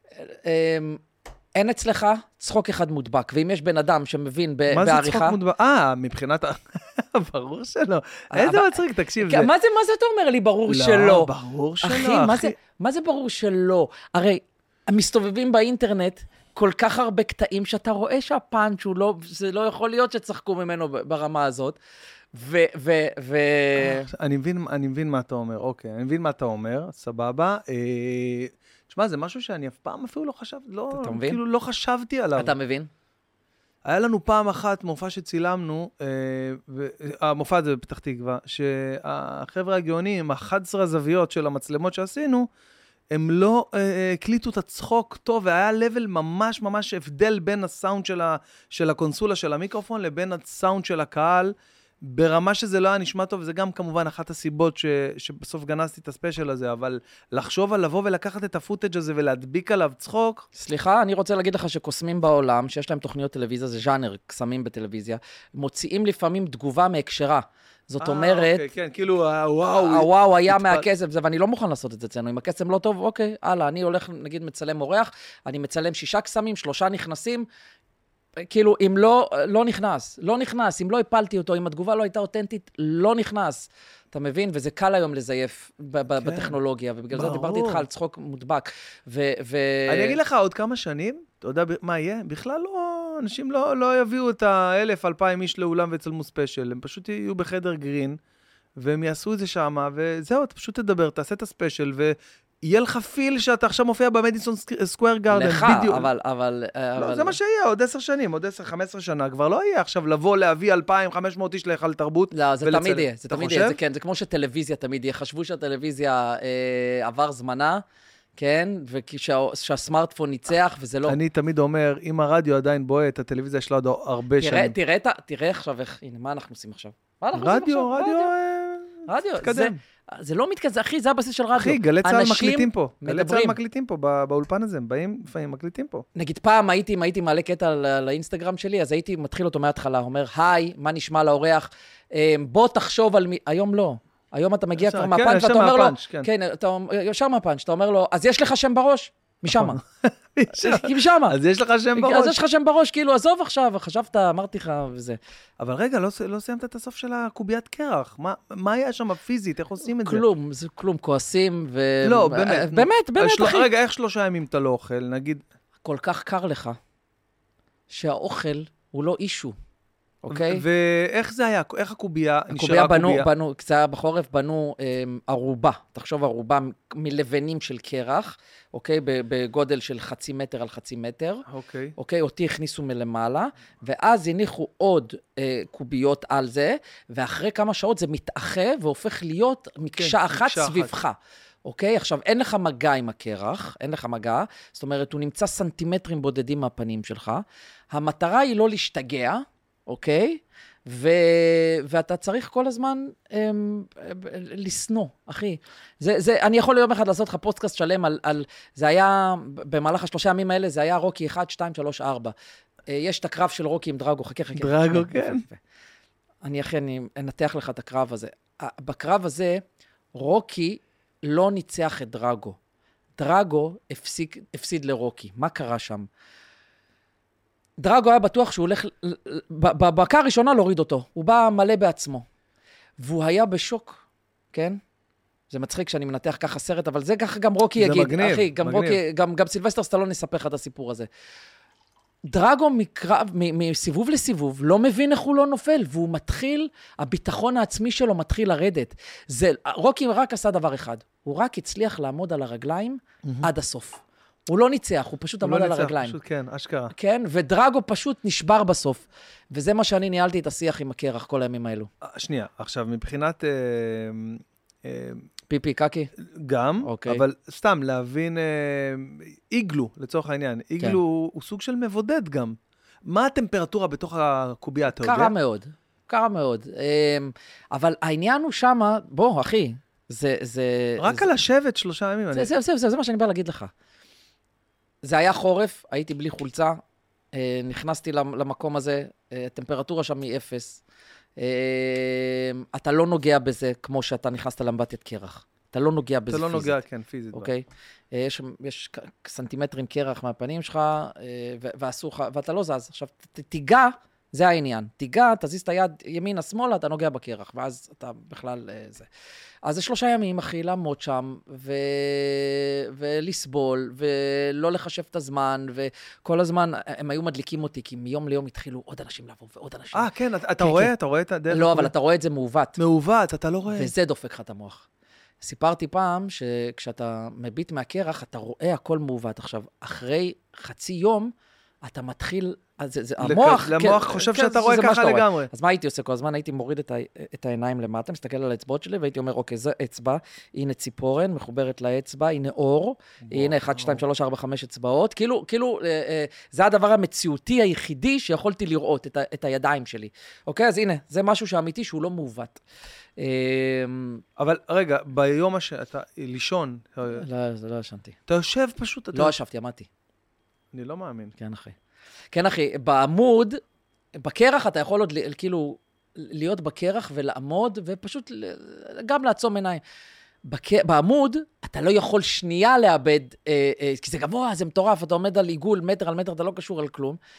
A: אין אצלך צחוק אחד מודבק, ואם יש בן אדם שמבין בעריכה...
B: מה זה צחוק מודבק? מבחינת... ברור שלא. איזה מצחיק, תקשיב.
A: מה זה אתה אומר לי ברור שלא?
B: לא, ברור שלא.
A: אחי, מה זה ברור שלא? הרי, מסתובבים באינטרנט כל כך הרבה קטעים שאתה רואה שהפאנץ' הוא לא... זה לא יכול להיות שצחקו ממנו ברמה הזאת.
B: אני מבין מה אתה אומר, אוקיי. אני מבין מה אתה אומר, סבבה. תשמע, זה משהו שאני אף פעם אפילו לא חשבתי, כאילו לא חשבתי עליו.
A: אתה מבין?
B: היה לנו פעם אחת מופע שצילמנו, המופע הזה בפתח תקווה, שהחבר'ה הגאונים, 11 הזוויות של המצלמות שעשינו, הם לא הקליטו את הצחוק טוב, והיה לבל ממש ממש הבדל בין הסאונד של הקונסולה של המיקרופון, לבין הסאונד של הקהל, ברמה שזה לא היה נשמע טוב, וזה גם כמובן אחת הסיבות שבסוף גנזתי את הספיישל הזה, אבל לחשוב על לבוא ולקחת את הפוטאג' הזה ולהדביק עליו צחוק.
A: סליחה, אני רוצה להגיד לך שקוסמים בעולם, שיש להם תוכניות טלוויזיה, זה ז'אנר, קסמים בטלוויזיה, מוציאים לפעמים תגובה מהקשרה. זאת אומרת...
B: אוקיי, כן, כאילו,
A: הוואו היה מהקסם, ואני לא מוכן לעשות את זה אצלנו. אם הקסם לא טוב, אוקיי, הלאה, אני הולך, נגיד, מצלם אורח, אני מצלם 6 קסמים, 3 נכנסים, כאילו, אם לא נכנס, אם לא הפלתי אותו, אם התגובה לא הייתה אותנטית, לא נכנס. אתה מבין? וזה קל היום לזייף בטכנולוגיה, ובגלל זה דיברתי איתך על צחוק מודבק.
B: אני אגיד לך, עוד כמה שנים, אתה יודע מה יהיה? בכלל לא, אנשים לא יביאו את 1,000-2,000 איש לאולם ויצלמו ספיישל, הם פשוט יהיו בחדר גרין, והם יעשו את זה שם, וזהו, אתה פשוט תדבר, תעשה את הספיישל, יהיה לך פיל שאתה עכשיו מופיע במדיסון סקוואר גארדן.
A: לך, אבל...
B: לא, זה מה שיהיה, עוד 10 שנים, עוד 10-15 שנה, כבר לא יהיה עכשיו לבוא להביא 2,500 איש להיכל תרבות.
A: לא, זה תמיד יהיה, זה תמיד יהיה, זה כמו שטלוויזיה תמיד יהיה. חשבו שהטלוויזיה עבר זמנה, כן, ושהסמארטפון ניצח, וזה לא...
B: אני תמיד אומר, אם הרדיו עדיין בועט, הטלוויזיה שלה עוד הרבה שנים.
A: תראה עכשיו איך, הנה, מה אנחנו עושים עכשיו? רדיו, זה לא מתכזה, אחי, זה הבסיס של רדיו.
B: אחי, גלי צהל מקליטים פה. גלי צהל מקליטים פה, באולפן הזה, הם באים, לפעמים מקליטים פה.
A: נגיד פעם הייתי מעלה קטע לאינסטגרם שלי, אז הייתי מתחיל אותו מההתחלה, אומר, היי, מה נשמע לאורח? בוא תחשוב על מי... היום לא. היום אתה מגיע כבר מהפאנץ', ואתה אומר לו... כן, ישר מהפאנץ', אתה אומר לו, אז יש לך שם בראש? משמה. משמה.
B: אז יש לך שם בראש.
A: אז יש לך שם בראש, כאילו, עזוב עכשיו, חשבת, אמרתי לך, וזה.
B: אבל רגע, לא סיימת את הסוף של הקוביית קרח. מה היה שם פיזית? איך עושים את זה?
A: כלום, זה כלום, כועסים ו...
B: לא, באמת.
A: באמת, אחי.
B: רגע, איך 3 ימים אתה לא אוכל, נגיד?
A: כל כך קר לך, שהאוכל הוא לא אישו. אוקיי?
B: ואיך זה היה? איך הקובייה נשארה
A: הקובייה? בנו, קצת בחורף בנו ערובה. תחשוב ערובה מלבנים של קרח, אוקיי? בגודל של 0.5 מטר על 0.5 מטר.
B: אוקיי.
A: אוקיי? אותי הכניסו מלמעלה, ואז הניחו עוד קוביות על זה, ואחרי כמה שעות זה מתאחה והופך להיות מקשה אחת סביבך. אוקיי? עכשיו, אין לך מגע עם הקרח, אין לך מגע, זאת אומרת, הוא נמצא סנטימטרים בודדים מהפנים שלך. המטרה היא לא להשתגע, אוקיי? ואתה צריך כל הזמן לסנוע, אחי. אני יכול יום אחד לעשות לך פודקאסט שלם על... זה היה, במהלך 3 ימים האלה, זה היה רוקי 1, 2, 3, 4. יש את הקרב של רוקי עם דרגו, חכה.
B: דרגו, כן.
A: אני אנתח לך את הקרב הזה. בקרב הזה, רוקי לא ניצח את דרגו. דרגו הפסיד לרוקי. מה קרה שם? דרגו היה בטוח שהוא הולך, בבקה הראשונה להוריד אותו. הוא בא מלא בעצמו. והוא היה בשוק, כן? זה מצחיק שאני מנתח ככה סרט, אבל זה ככה גם רוקי יגיד.
B: זה מגניב,
A: אחי, גם
B: מגניב.
A: רוקי, גם סילבסטר סטלון נספר לך את הסיפור הזה. דרגו מסיבוב לסיבוב, לא מבין איך הוא לא נופל, והוא מתחיל, הביטחון העצמי שלו מתחיל לרדת. רוקי רק עשה דבר אחד, הוא רק הצליח לעמוד על הרגליים עד הסוף. הוא לא ניצח, הוא פשוט עמד על הרגליים.
B: פשוט, כן, אשכרה.
A: כן, ודרגו פשוט נשבר בסוף. וזה מה שאני ניהלתי את השיח עם הקרח כל הימים האלו.
B: שנייה, עכשיו, מבחינת...
A: פיפי, קקי?
B: גם, אבל סתם להבין, איגלו, לצורך העניין, איגלו הוא סוג של מבודד גם. מה הטמפרטורה בתוך הקובייה, אתה יודע?
A: קרה מאוד. אבל העניין הוא שמה, בוא, אחי,
B: רק על השבט 3 ימים.
A: זה מה שאני בא להגיד לך. זה היה חורף, הייתי בלי חולצה, נכנסתי למקום הזה, הטמפרטורה שם היא 0. אתה לא נוגע בזה כמו שאתה נכנסת לאמבטיית קרח. אתה לא נוגע בזה פיזית.
B: אתה לא נוגע, כן, פיזית.
A: אוקיי? יש סנטימטרים קרח מהפנים שלך, ואתה לא זז. עכשיו, תיגע, זה העניין. תיגע, תזיז את היד ימינה, שמאלה, אתה נוגע בקרח, ואז אתה בכלל זה. אז זה 3 ימים, אחי, לעמוד שם, ולסבול, ולא לחשב את הזמן, וכל הזמן הם היו מדליקים אותי, כי מיום ליום התחילו עוד אנשים לעבור, ועוד אנשים.
B: כן, אתה רואה? אתה רואה את הדרך?
A: לא, אבל אתה רואה את זה מעוות.
B: מעוות, אתה לא רואה.
A: וזה דופק לך את המוח. סיפרתי פעם שכשאתה מביט מהקרח, אתה רואה הכל מעוות. עכשיו, אחרי חצי יום, אתה מתחיל,
B: המוח חושב שאתה רואה ככה לגמרי.
A: אז מה הייתי עושה? כל הזמן הייתי מוריד את העיניים למטה, מסתכל על האצבעות שלי, והייתי אומר, אוקיי, זה אצבע, הנה ציפורן, מחוברת לאצבע, הנה אור, הנה 1, 2, 3, 4, 5 אצבעות. כאילו, זה הדבר המציאותי היחידי שיכולתי לראות את הידיים שלי. אוקיי? אז הנה, זה משהו שאמיתי שהוא לא מעוות.
B: אבל רגע, ביום שאתה לישון...
A: לא ישנתי.
B: אתה יושב פשוט...
A: לא ישבתי, עמדתי.
B: אני לא מאמין.
A: כן, אחי. בעמוד, בקרח אתה יכול עוד כאילו להיות בקרח ולעמוד, ופשוט גם לעצום עיניים. בעמוד אתה לא יכול שנייה לאבד, כי זה גבוה, זה מטורף, אתה עומד על עיגול, מטר על מטר, אתה לא קשור על כלום.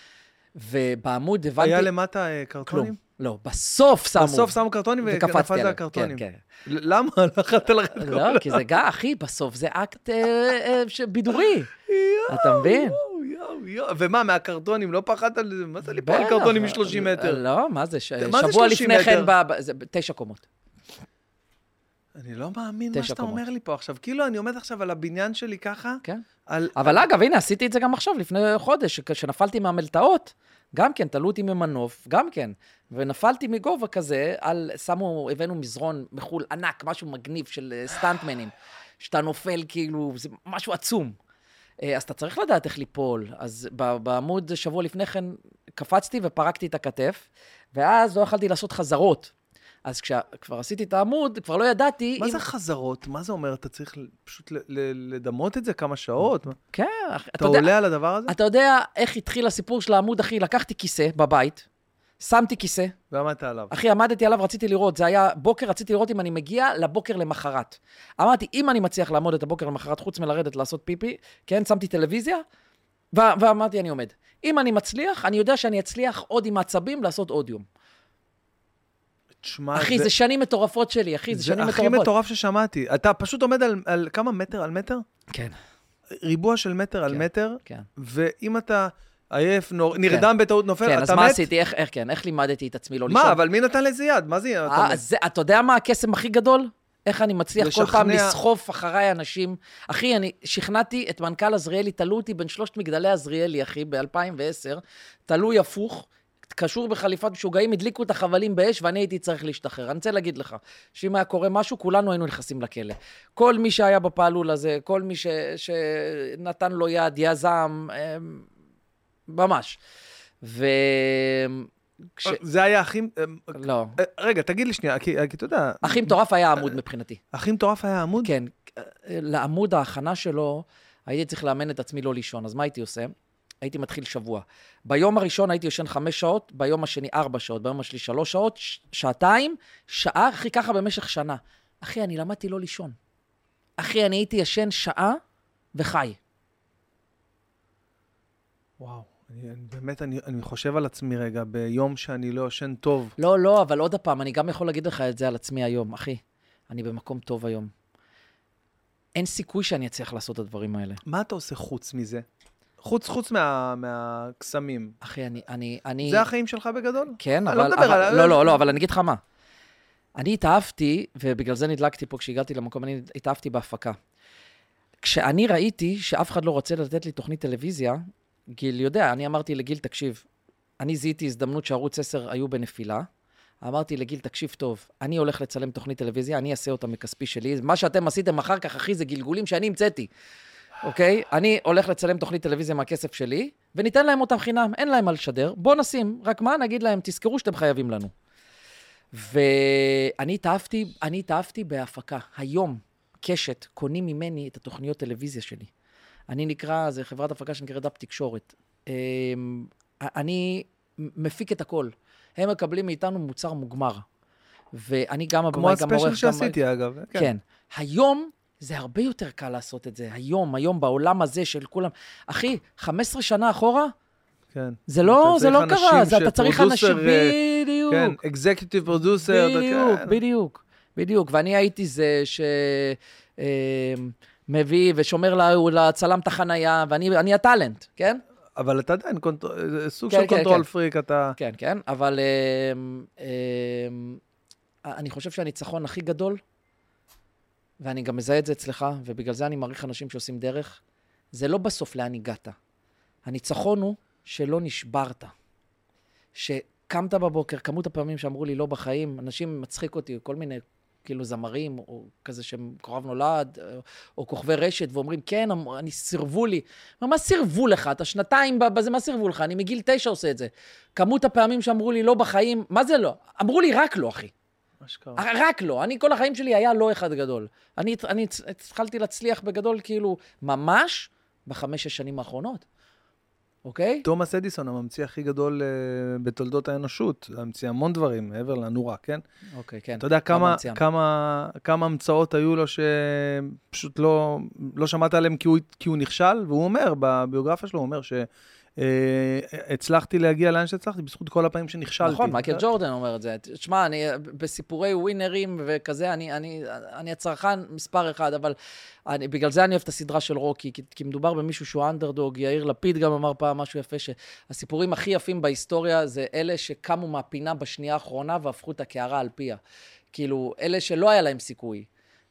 A: ובעמוד הבנתי...
B: היה למטה קרטונים?
A: כלום. לא, בסוף שמו.
B: בסוף שמו קרטונים ונפלת על הקרטונים.
A: כן.
B: למה? לא יכולת לרדת כל
A: לא, כי זה גם, אחי, בסוף זה אקט בידורי. אתה מבין?
B: ומה, מהקרטונים, לא פחדת על זה? מה זה ליפול על קרטונים מ-30 מטר?
A: לא, מה זה? שבוע לפני כן, 9 קומות.
B: אני לא מאמין מה שאתה אומר לי פה עכשיו. כאילו, אני עומד עכשיו על הבניין שלי ככה.
A: כן. אבל אגב, הנה, עשיתי את זה גם עכשיו, לפני חודש, כשנפלתי מהמלטאות, גם כן, תלו אותי ממנוף, גם כן. ונפלתי מגובה כזה, הבאנו מזרון מחול ענק, משהו מגניב של סטנטמנים, שאתה נופל כאילו, זה משהו עצום. אז אתה צריך לדעת איך ליפול. אז בעמוד שבוע לפני כן קפצתי ופרקתי את הכתף, ואז לא יכלתי לעשות חזרות. אז כשכבר עשיתי את העמוד, כבר לא ידעתי...
B: מה זה חזרות? מה זה אומר? אתה צריך פשוט לדמות את זה כמה שעות?
A: כן.
B: אתה עולה על הדבר הזה?
A: אתה יודע איך התחיל הסיפור של העמוד, אחי? לקחתי כיסא בבית, שמתי כיסא.
B: ועמדת עליו.
A: אחי, עמדתי עליו, רציתי לראות. זה היה בוקר, רציתי לראות אם אני מגיע לבוקר למחרת. אמרתי, אם אני מצליח לעמוד את הבוקר למחרת, חוץ מלרדת לעשות פיפי, כן, שמתי טלוויזיה, ואמרתי, אני עומד. אם אני מצליח, אני יודע שאני אצליח עוד עם העצבים לעשות עוד יום. אחי, זה שנים מטורפות שלי, אחי, זה שנים מטורפות.
B: זה הכי מטורף ששמעתי. אתה פשוט עומד על כמה מטר על מטר?
A: כן.
B: ריבוע של מטר על מטר,
A: כן.
B: ואם אתה עייף, נרדם בטעות נופל, אתה מת?
A: כן, אז מה עשיתי? איך לימדתי את עצמי לא לישון?
B: מה, אבל מי נתן לזה יד? מה זה?
A: אתה יודע מה הקסם הכי גדול? איך אני מצליח כל פעם לסחוף אחריי אנשים. אחי, אני שכנעתי את מנכ"ל עזריאלי, תלו אותי בין 3 מגדלי עזריאלי, אחי, ב-2010, תלוי הפוך, קשור בחליפת משוגעים, הדליקו את החבלים באש, ואני הייתי צריך להשתחרר. אני רוצה להגיד לך, שאם היה קורה משהו, כולנו היינו נכנסים לכלא. כל מי שהיה בפעלול הזה, כל מי שנתן לו יד, יזם, ממש.
B: זה היה הכי...
A: לא.
B: רגע, תגיד לי שנייה, כי אתה יודע...
A: הכי מטורף היה העמוד מבחינתי.
B: הכי מטורף היה העמוד?
A: כן. לעמוד ההכנה שלו, הייתי צריך לאמן את עצמי לא לישון. אז מה הייתי עושה? הייתי מתחיל שבוע. ביום הראשון הייתי יושן 5 שעות, ביום השני 4 שעות, ביום השני 3 שעות, שעתיים, שעה, אחי, ככה במשך שנה. אחי, אני למדתי לא לישון. אחי, אני הייתי ישן שעה וחי.
B: וואו, באמת, אני חושב על עצמי רגע, ביום שאני לא ישן טוב.
A: לא, אבל עוד הפעם, אני גם יכול להגיד לך את זה על עצמי היום. אחי, אני במקום טוב היום. אין סיכוי שאני אצליח לעשות את הדברים האלה.
B: מה אתה עושה חוץ מזה? חוץ מהקסמים.
A: אחי, אני...
B: זה החיים שלך בגדול?
A: כן, אבל... לא, אבל אני אגיד לך מה. אני התאהבתי, ובגלל זה נדלקתי פה כשהגעתי למקום, אני התאהבתי בהפקה. כשאני ראיתי שאף אחד לא רוצה לתת לי תוכנית טלוויזיה, גיל יודע, אני אמרתי לגיל, תקשיב, אני זיהיתי הזדמנות שערוץ 10 היו בנפילה, אמרתי לגיל, תקשיב טוב, אני הולך לצלם תוכנית טלוויזיה, אני אעשה אותה מכספי שלי, מה שאתם עשיתם אחר כך, אחי, זה גלגולים שאני המצאתי. אוקיי? אני הולך לצלם תוכנית טלוויזיה מהכסף שלי, וניתן להם אותם חינם, אין להם מה לשדר, בוא נשים, רק מה, נגיד להם, תזכרו שאתם חייבים לנו. ואני התאהבתי בהפקה. היום, קשת, קונים ממני את התוכניות טלוויזיה שלי. אני נקרא, זה חברת הפקה שנקראת דאפ תקשורת. אני מפיק את הכל. הם מקבלים מאיתנו מוצר מוגמר. ואני גם הבמאי, גם עורך,
B: כמו הספיישל שעשיתי, אגב.
A: כן. היום, זה הרבה יותר קל לעשות את זה. היום, בעולם הזה של כולם. אחי, 15 שנה אחורה,
B: כן.
A: זה לא קרה. אתה צריך אנשים, בדיוק.
B: כן, אקזקיוטיב פרודוסר.
A: בדיוק. ואני הייתי זה מביא ושומר לצלם את החנייה, ואני הטלנט, כן?
B: אבל אתה עדיין סוג של קונטרול פריק, אתה...
A: כן, אבל אני חושב שהניצחון הכי גדול, ואני גם מזהה את זה אצלך, ובגלל זה אני מעריך אנשים שעושים דרך, זה לא בסוף לאן הגעת. הניצחון הוא שלא נשברת. שקמת בבוקר, כמות הפעמים שאמרו לי לא בחיים, אנשים מצחיק אותי, כל מיני כאילו זמרים, או כזה שהם קורב נולד, או כוכבי רשת, ואומרים, כן, אני סירבו לי. מה סירבו לך? אתה שנתיים בזה, מה סירבו לך? אני מגיל 9 עושה את זה. כמות הפעמים שאמרו לי לא בחיים, מה זה לא? אמרו לי רק לא, אחי. רק לא. כל החיים שלי היה לא אחד גדול. אני התחלתי להצליח בגדול, כאילו, ממש ב5-6 שנים האחרונות. אוקיי?
B: תומאס אדיסון, הממציא הכי גדול בתולדות האנושות, המציא המון דברים, מעבר לנורה, כן?
A: אוקיי, כן.
B: אתה יודע כמה המצאות היו לו שפשוט לא שמעת עליהם כי הוא נכשל, והוא אומר, בביוגרפיה שלו, הוא אומר הצלחתי להגיע לאן שהצלחתי, בזכות כל הפעמים שנכשלתי.
A: נכון, מייקל ג'ורדן אומר את זה. תשמע, בסיפורי ווינרים וכזה, אני הצרכן מספר אחד, אבל בגלל זה אני אוהב את הסדרה של רוקי, כי מדובר במישהו שהוא אנדרדוג, יאיר לפיד גם אמר פעם משהו יפה, שהסיפורים הכי יפים בהיסטוריה זה אלה שקמו מהפינה בשנייה האחרונה והפכו את הקערה על פיה. כאילו, אלה שלא היה להם סיכוי.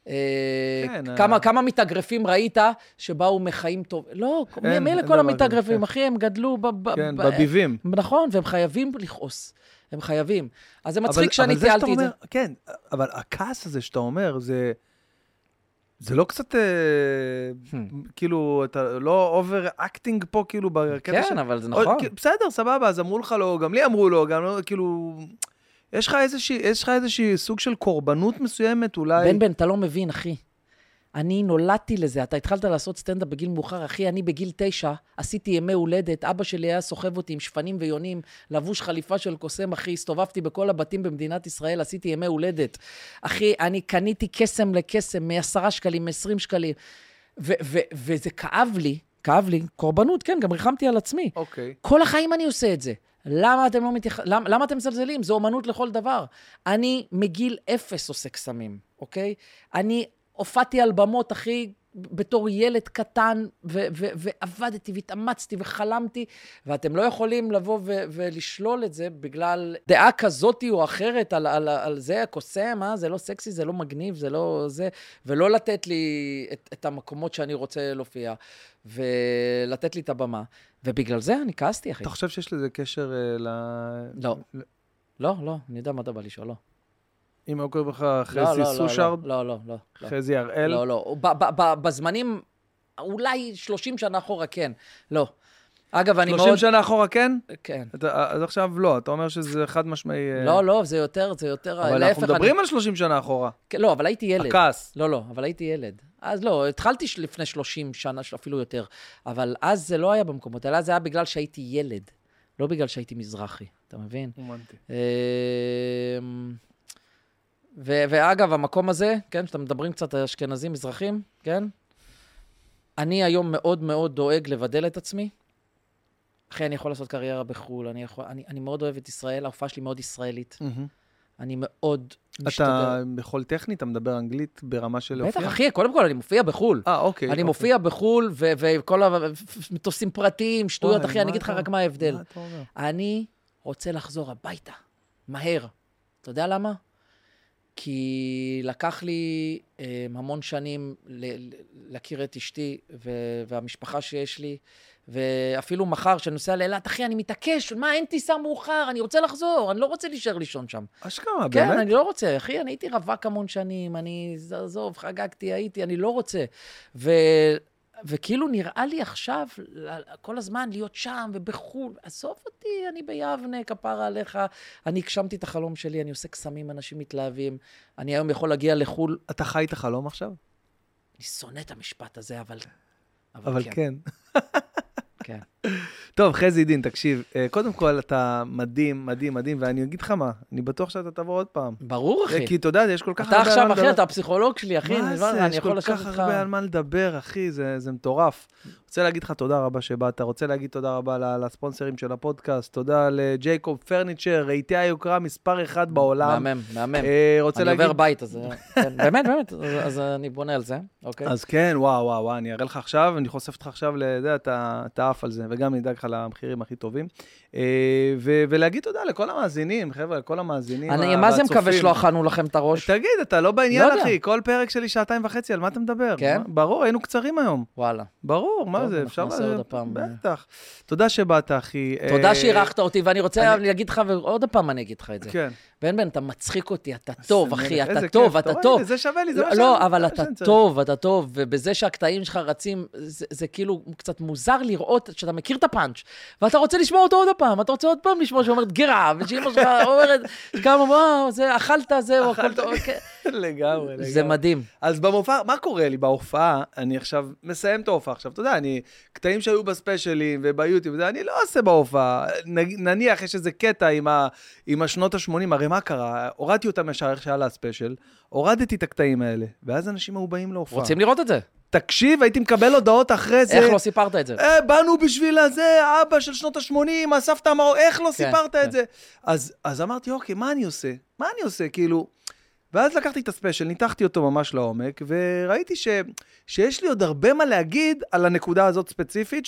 A: כמה מתאגרפים ראית שבאו מחיים טוב? לא, מי לכל המתאגרפים? אחי, הם גדלו
B: בביבים.
A: נכון, והם חייבים לכעוס. הם חייבים. אז זה מצחיק שאני טיילתי את זה.
B: כן, אבל הכעס הזה שאתה אומר, זה לא קצת, כאילו, אתה לא אובר-אקטינג פה, כאילו, בקטע
A: כן, אבל זה נכון.
B: בסדר, סבבה, אז אמרו לך לו, גם לי אמרו לו, גם לא, כאילו... יש לך איזושהי סוג של קורבנות מסוימת, אולי...
A: בן, אתה לא מבין, אחי. אני נולדתי לזה. אתה התחלת לעשות סטנדאפ בגיל מאוחר, אחי. אני בגיל 9 עשיתי ימי הולדת. אבא שלי היה סוחב אותי עם שפנים ויונים, לבוש חליפה של קוסם, אחי. הסתובבתי בכל הבתים במדינת ישראל, עשיתי ימי הולדת. אחי, אני קניתי קסם לקסם, מ10 שקלים, מ20 שקלים. וזה כאב לי, קורבנות, כן, גם ריחמתי על עצמי.
B: אוקיי.
A: כל החיים אני עושה את זה. למה אתם זלזלים? זו אומנות לכל דבר. אני מגיל 0 עושה קסמים, אוקיי? אני הופעתי על במות, אחי, בתור ילד קטן, ועבדתי והתאמצתי וחלמתי, ואתם לא יכולים לבוא ולשלול את זה בגלל דעה כזאת או אחרת על זה, הקוסם, זה לא סקסי, זה לא מגניב, זה לא זה, ולא לתת לי את המקומות שאני רוצה להופיע, ולתת לי את הבמה. ובגלל זה אני כעסתי, אחי.
B: אתה חושב שיש לזה קשר
A: לא, אני יודע מה אתה בא לשאול, לא.
B: אם הוא קורא לך חזי סושארד?
A: לא.
B: חזי הראל?
A: לא. בזמנים, אולי 30 שנה אחורה, כן. לא. אגב, אני מאוד...
B: 30 שנה אחורה, כן?
A: כן.
B: אז עכשיו לא, אתה אומר שזה חד משמעי...
A: לא, זה יותר...
B: אבל אנחנו מדברים על 30 שנה אחורה.
A: לא, אבל הייתי ילד.
B: הכעס.
A: לא, אבל הייתי ילד. אז לא, התחלתי לפני 30 שנה, אפילו יותר. אבל אז זה לא היה במקומות, אלא זה היה בגלל שהייתי ילד. לא בגלל שהייתי מזרחי, אתה מבין?
B: אומנתי.
A: ואגב, המקום הזה, כן, שאתם מדברים קצת על אשכנזים, מזרחים, כן? אני היום מאוד מאוד דואג לבדל את עצמי. אחי, אני יכול לעשות קריירה בחול, אני מאוד אוהב את ישראל, ההופעה שלי מאוד ישראלית. אני מאוד משתדל. אתה
B: בכל טכני, אתה מדבר אנגלית ברמה של להופיע?
A: בטח, אחי, קודם כל אני מופיע בחול.
B: אוקיי.
A: אני מופיע בחול, וכל המטוסים פרטיים, שטויות, אחי, אני אגיד לך רק מה ההבדל.
B: מה אתה אומר?
A: אני רוצה לחזור הביתה, מהר. אתה יודע למה? כי לקח לי המון שנים להכיר את אשתי והמשפחה שיש לי, ואפילו מחר שאני נוסע לאילת, אחי, אני מתעקש, מה, אין טיסה מאוחר, אני רוצה לחזור, אני לא רוצה להישאר לישון שם.
B: אשכרה, באמת?
A: כן, אני לא רוצה, אחי, אני הייתי רווק המון שנים, אני זוב, חגגתי, אני לא רוצה. וכאילו נראה לי עכשיו, כל הזמן להיות שם ובחול, עזוב אותי, אני ביבנה, כפרה עליך, אני הגשמתי את החלום שלי, אני עושה קסמים, אנשים מתלהבים, אני היום יכול להגיע לחול.
B: אתה חי את החלום עכשיו?
A: אני שונא את המשפט הזה,
B: אבל כן.
A: כן.
B: טוב, חזי דין, תקשיב, קודם כל אתה מדהים, ואני אגיד לך מה, אני בטוח שאתה תבוא עוד פעם.
A: ברור, אחי.
B: כי אתה יודע, יש כל כך
A: הרבה על מה לדבר. אתה עכשיו, אחי, אתה הפסיכולוג שלי, אחי.
B: מה זה? יש כל כך הרבה על מה לדבר, אחי, זה מטורף. רוצה להגיד לך תודה רבה שבאת, רוצה להגיד תודה רבה לספונסרים של הפודקאסט, תודה לג'ייקוב פרניצ'ר, רהיטי היוקרה מספר 1 בעולם.
A: מהמם.
B: אני
A: עובר בית, אז באמת, אז אני בונה על זה, אוקיי?
B: אז כן, וואו, אני אראה לך עכשיו, אני חושף אותך עכשיו, אתה עף על זה, וגם נדאג לך למחירים הכי טובים. ולהגיד תודה לכל המאזינים, חבר'ה, לכל המאזינים והצופים.
A: מה זה מקווה שלא אכלנו לכם את הראש?
B: תגיד, אתה לא בעניין, אחי, כל פרק שלי 2.5 שעות, על מה אתה מדבר?
A: כן?
B: ברור, היינו קצרים היום.
A: וואלה.
B: ברור, מה זה? אפשר לעשות? בטח. תודה שבאת, אחי.
A: תודה שאירחת אותי, ואני רוצה להגיד לך, ועוד הפעם אני אגיד לך את זה.
B: כן.
A: בן, אתה מצחיק אותי, אתה טוב, אחי, אתה טוב.
B: זה שווה לי, זה מה
A: לא, אבל אתה טוב, ובזה שהקטעים שלך רצים, זה כאילו קצת מוזר לראות שאתה מכיר את הפאנץ', ואתה רוצה לשמוע אותו עוד פעם, אתה רוצה עוד פעם לשמוע שאומרת גרה, ושאמא שלך אומרת, כמה, וואו, אכלת, זהו, הכל טוב.
B: לגמרי.
A: זה מדהים.
B: אז במופע, מה קורה לי בהופעה? אני עכשיו מסיים את ההופעה. עכשיו, אתה יודע, קטעים שהיו בספיישלים וביוטיוב, אני לא עושה בהופעה. נניח, יש איזה קטע עם השנות ה-80, הרי מה קרה? הורדתי אותם ישר איך שהיה לה הספיישל, הורדתי את הקטעים האלה, ואז אנשים היו באים להופעה.
A: רוצים לראות את זה?
B: תקשיב, הייתי מקבל הודעות אחרי זה.
A: איך לא סיפרת את זה?
B: באנו בשביל הזה, אבא של שנות ה-80, הסבתא אמרו, איך לא סיפרת את זה? אז אמרתי, אוקיי, מה אני עושה? כאילו, ואז לקחתי את הספיישל, ניתחתי אותו ממש לעומק, וראיתי שיש לי עוד הרבה מה להגיד על הנקודה הזאת ספציפית,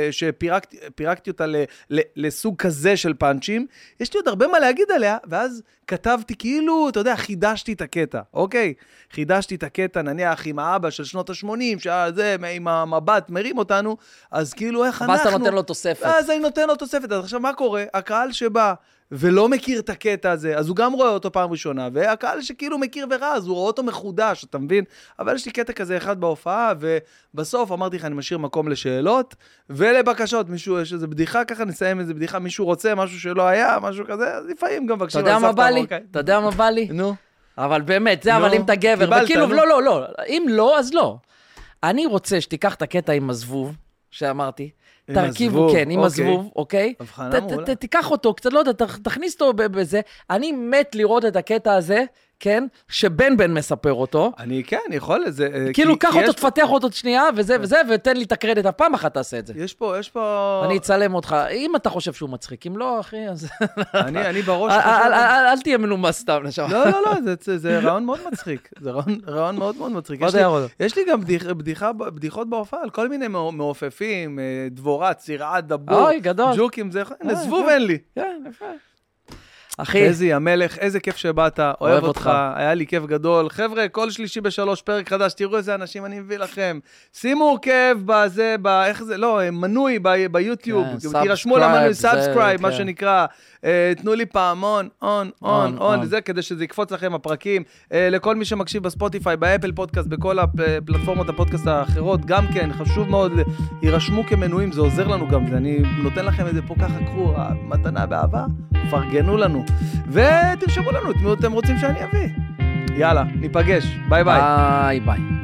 B: שפירקתי אותה לסוג כזה של פאנצ'ים, יש לי עוד הרבה מה להגיד עליה, ואז כתבתי כאילו, אתה יודע, חידשתי את הקטע, אוקיי? חידשתי את הקטע, נניח עם האבא של שנות ה-80, שזה, עם המבט מרים אותנו, אז כאילו איך אנחנו...
A: ואז אתה נותן לו תוספת.
B: אז אני נותן לו תוספת, אז עכשיו מה קורה? הקהל שבא ולא מכיר את הקטע הזה, אז הוא גם רואה אותו פעם ראשונה, והקהל שכאילו מכיר ורע, אז הוא רואה אותו מחודש, אתה מבין? אבל יש לי קטע כזה אחד בהופעה, ובסוף אמרתי לך, אני משאיר מקום לשאלות, ולבקשות, מישהו, יש איזו בדיחה, ככה נסיים איזו בדיחה, מישהו רוצה משהו שלא היה, משהו כזה, אז לפעמים גם בקשים.
A: אתה יודע מה בא לי?
B: נו.
A: אבל באמת, זה אבל אם אתה גבר, וכאילו, לא, אם לא, אז לא. אני רוצה שתיקח את הקטע עם הזבוב, שאמרתי, תרכיבו, כן, עם הזבוב, אוקיי? תיקח אותו, קצת לא יודע, תכניס אותו בזה. אני מת לראות את הקטע הזה, כן? שבן מספר אותו.
B: אני כן, יכול לזה.
A: כאילו, קח אותו, תפתח אותו שנייה, וזה, ותן לי את הקרדיט, הפעם אחת תעשה את זה.
B: יש פה...
A: אני אצלם אותך, אם אתה חושב שהוא מצחיק, אם לא, אחי, אז...
B: אני בראש...
A: אל תהיה מנומס סתם לשם.
B: לא, זה רעיון מאוד מצחיק. זה רעיון מאוד מאוד מצחיק. יש לי גם בדיחות בהופעה, על כל מיני מעופפים, דבורה, צירה, דבור, ג'וקים, זה... זבוב אין לי.
A: כן, יפה. אחי.
B: איזי, המלך, איזה כיף שבאת, אוהב אותך, היה לי כיף גדול. חבר'ה, כל שלישי ב3, פרק חדש, תראו איזה אנשים אני מביא לכם. שימו עוקב בזה, איך זה, לא, מנוי ביוטיוב, תירשמו למנוי, סאבסקרייב, מה שנקרא, תנו לי פעמון, און, לזה, כדי שזה יקפוץ לכם הפרקים. לכל מי שמקשיב בספוטיפיי, באפל פודקאסט, בכל הפלטפורמות הפודקאסט האחרות, גם כן, חשוב מאוד, יירשמו כמנויים, זה עוזר לנו גם, אני נותן לכם את זה פה ככה, קחו, מתנה באהבה, פרגנו לנו. ותרשמו לנו את מי אתם רוצים שאני אביא. יאללה, ניפגש. ביי ביי.
A: ביי ביי.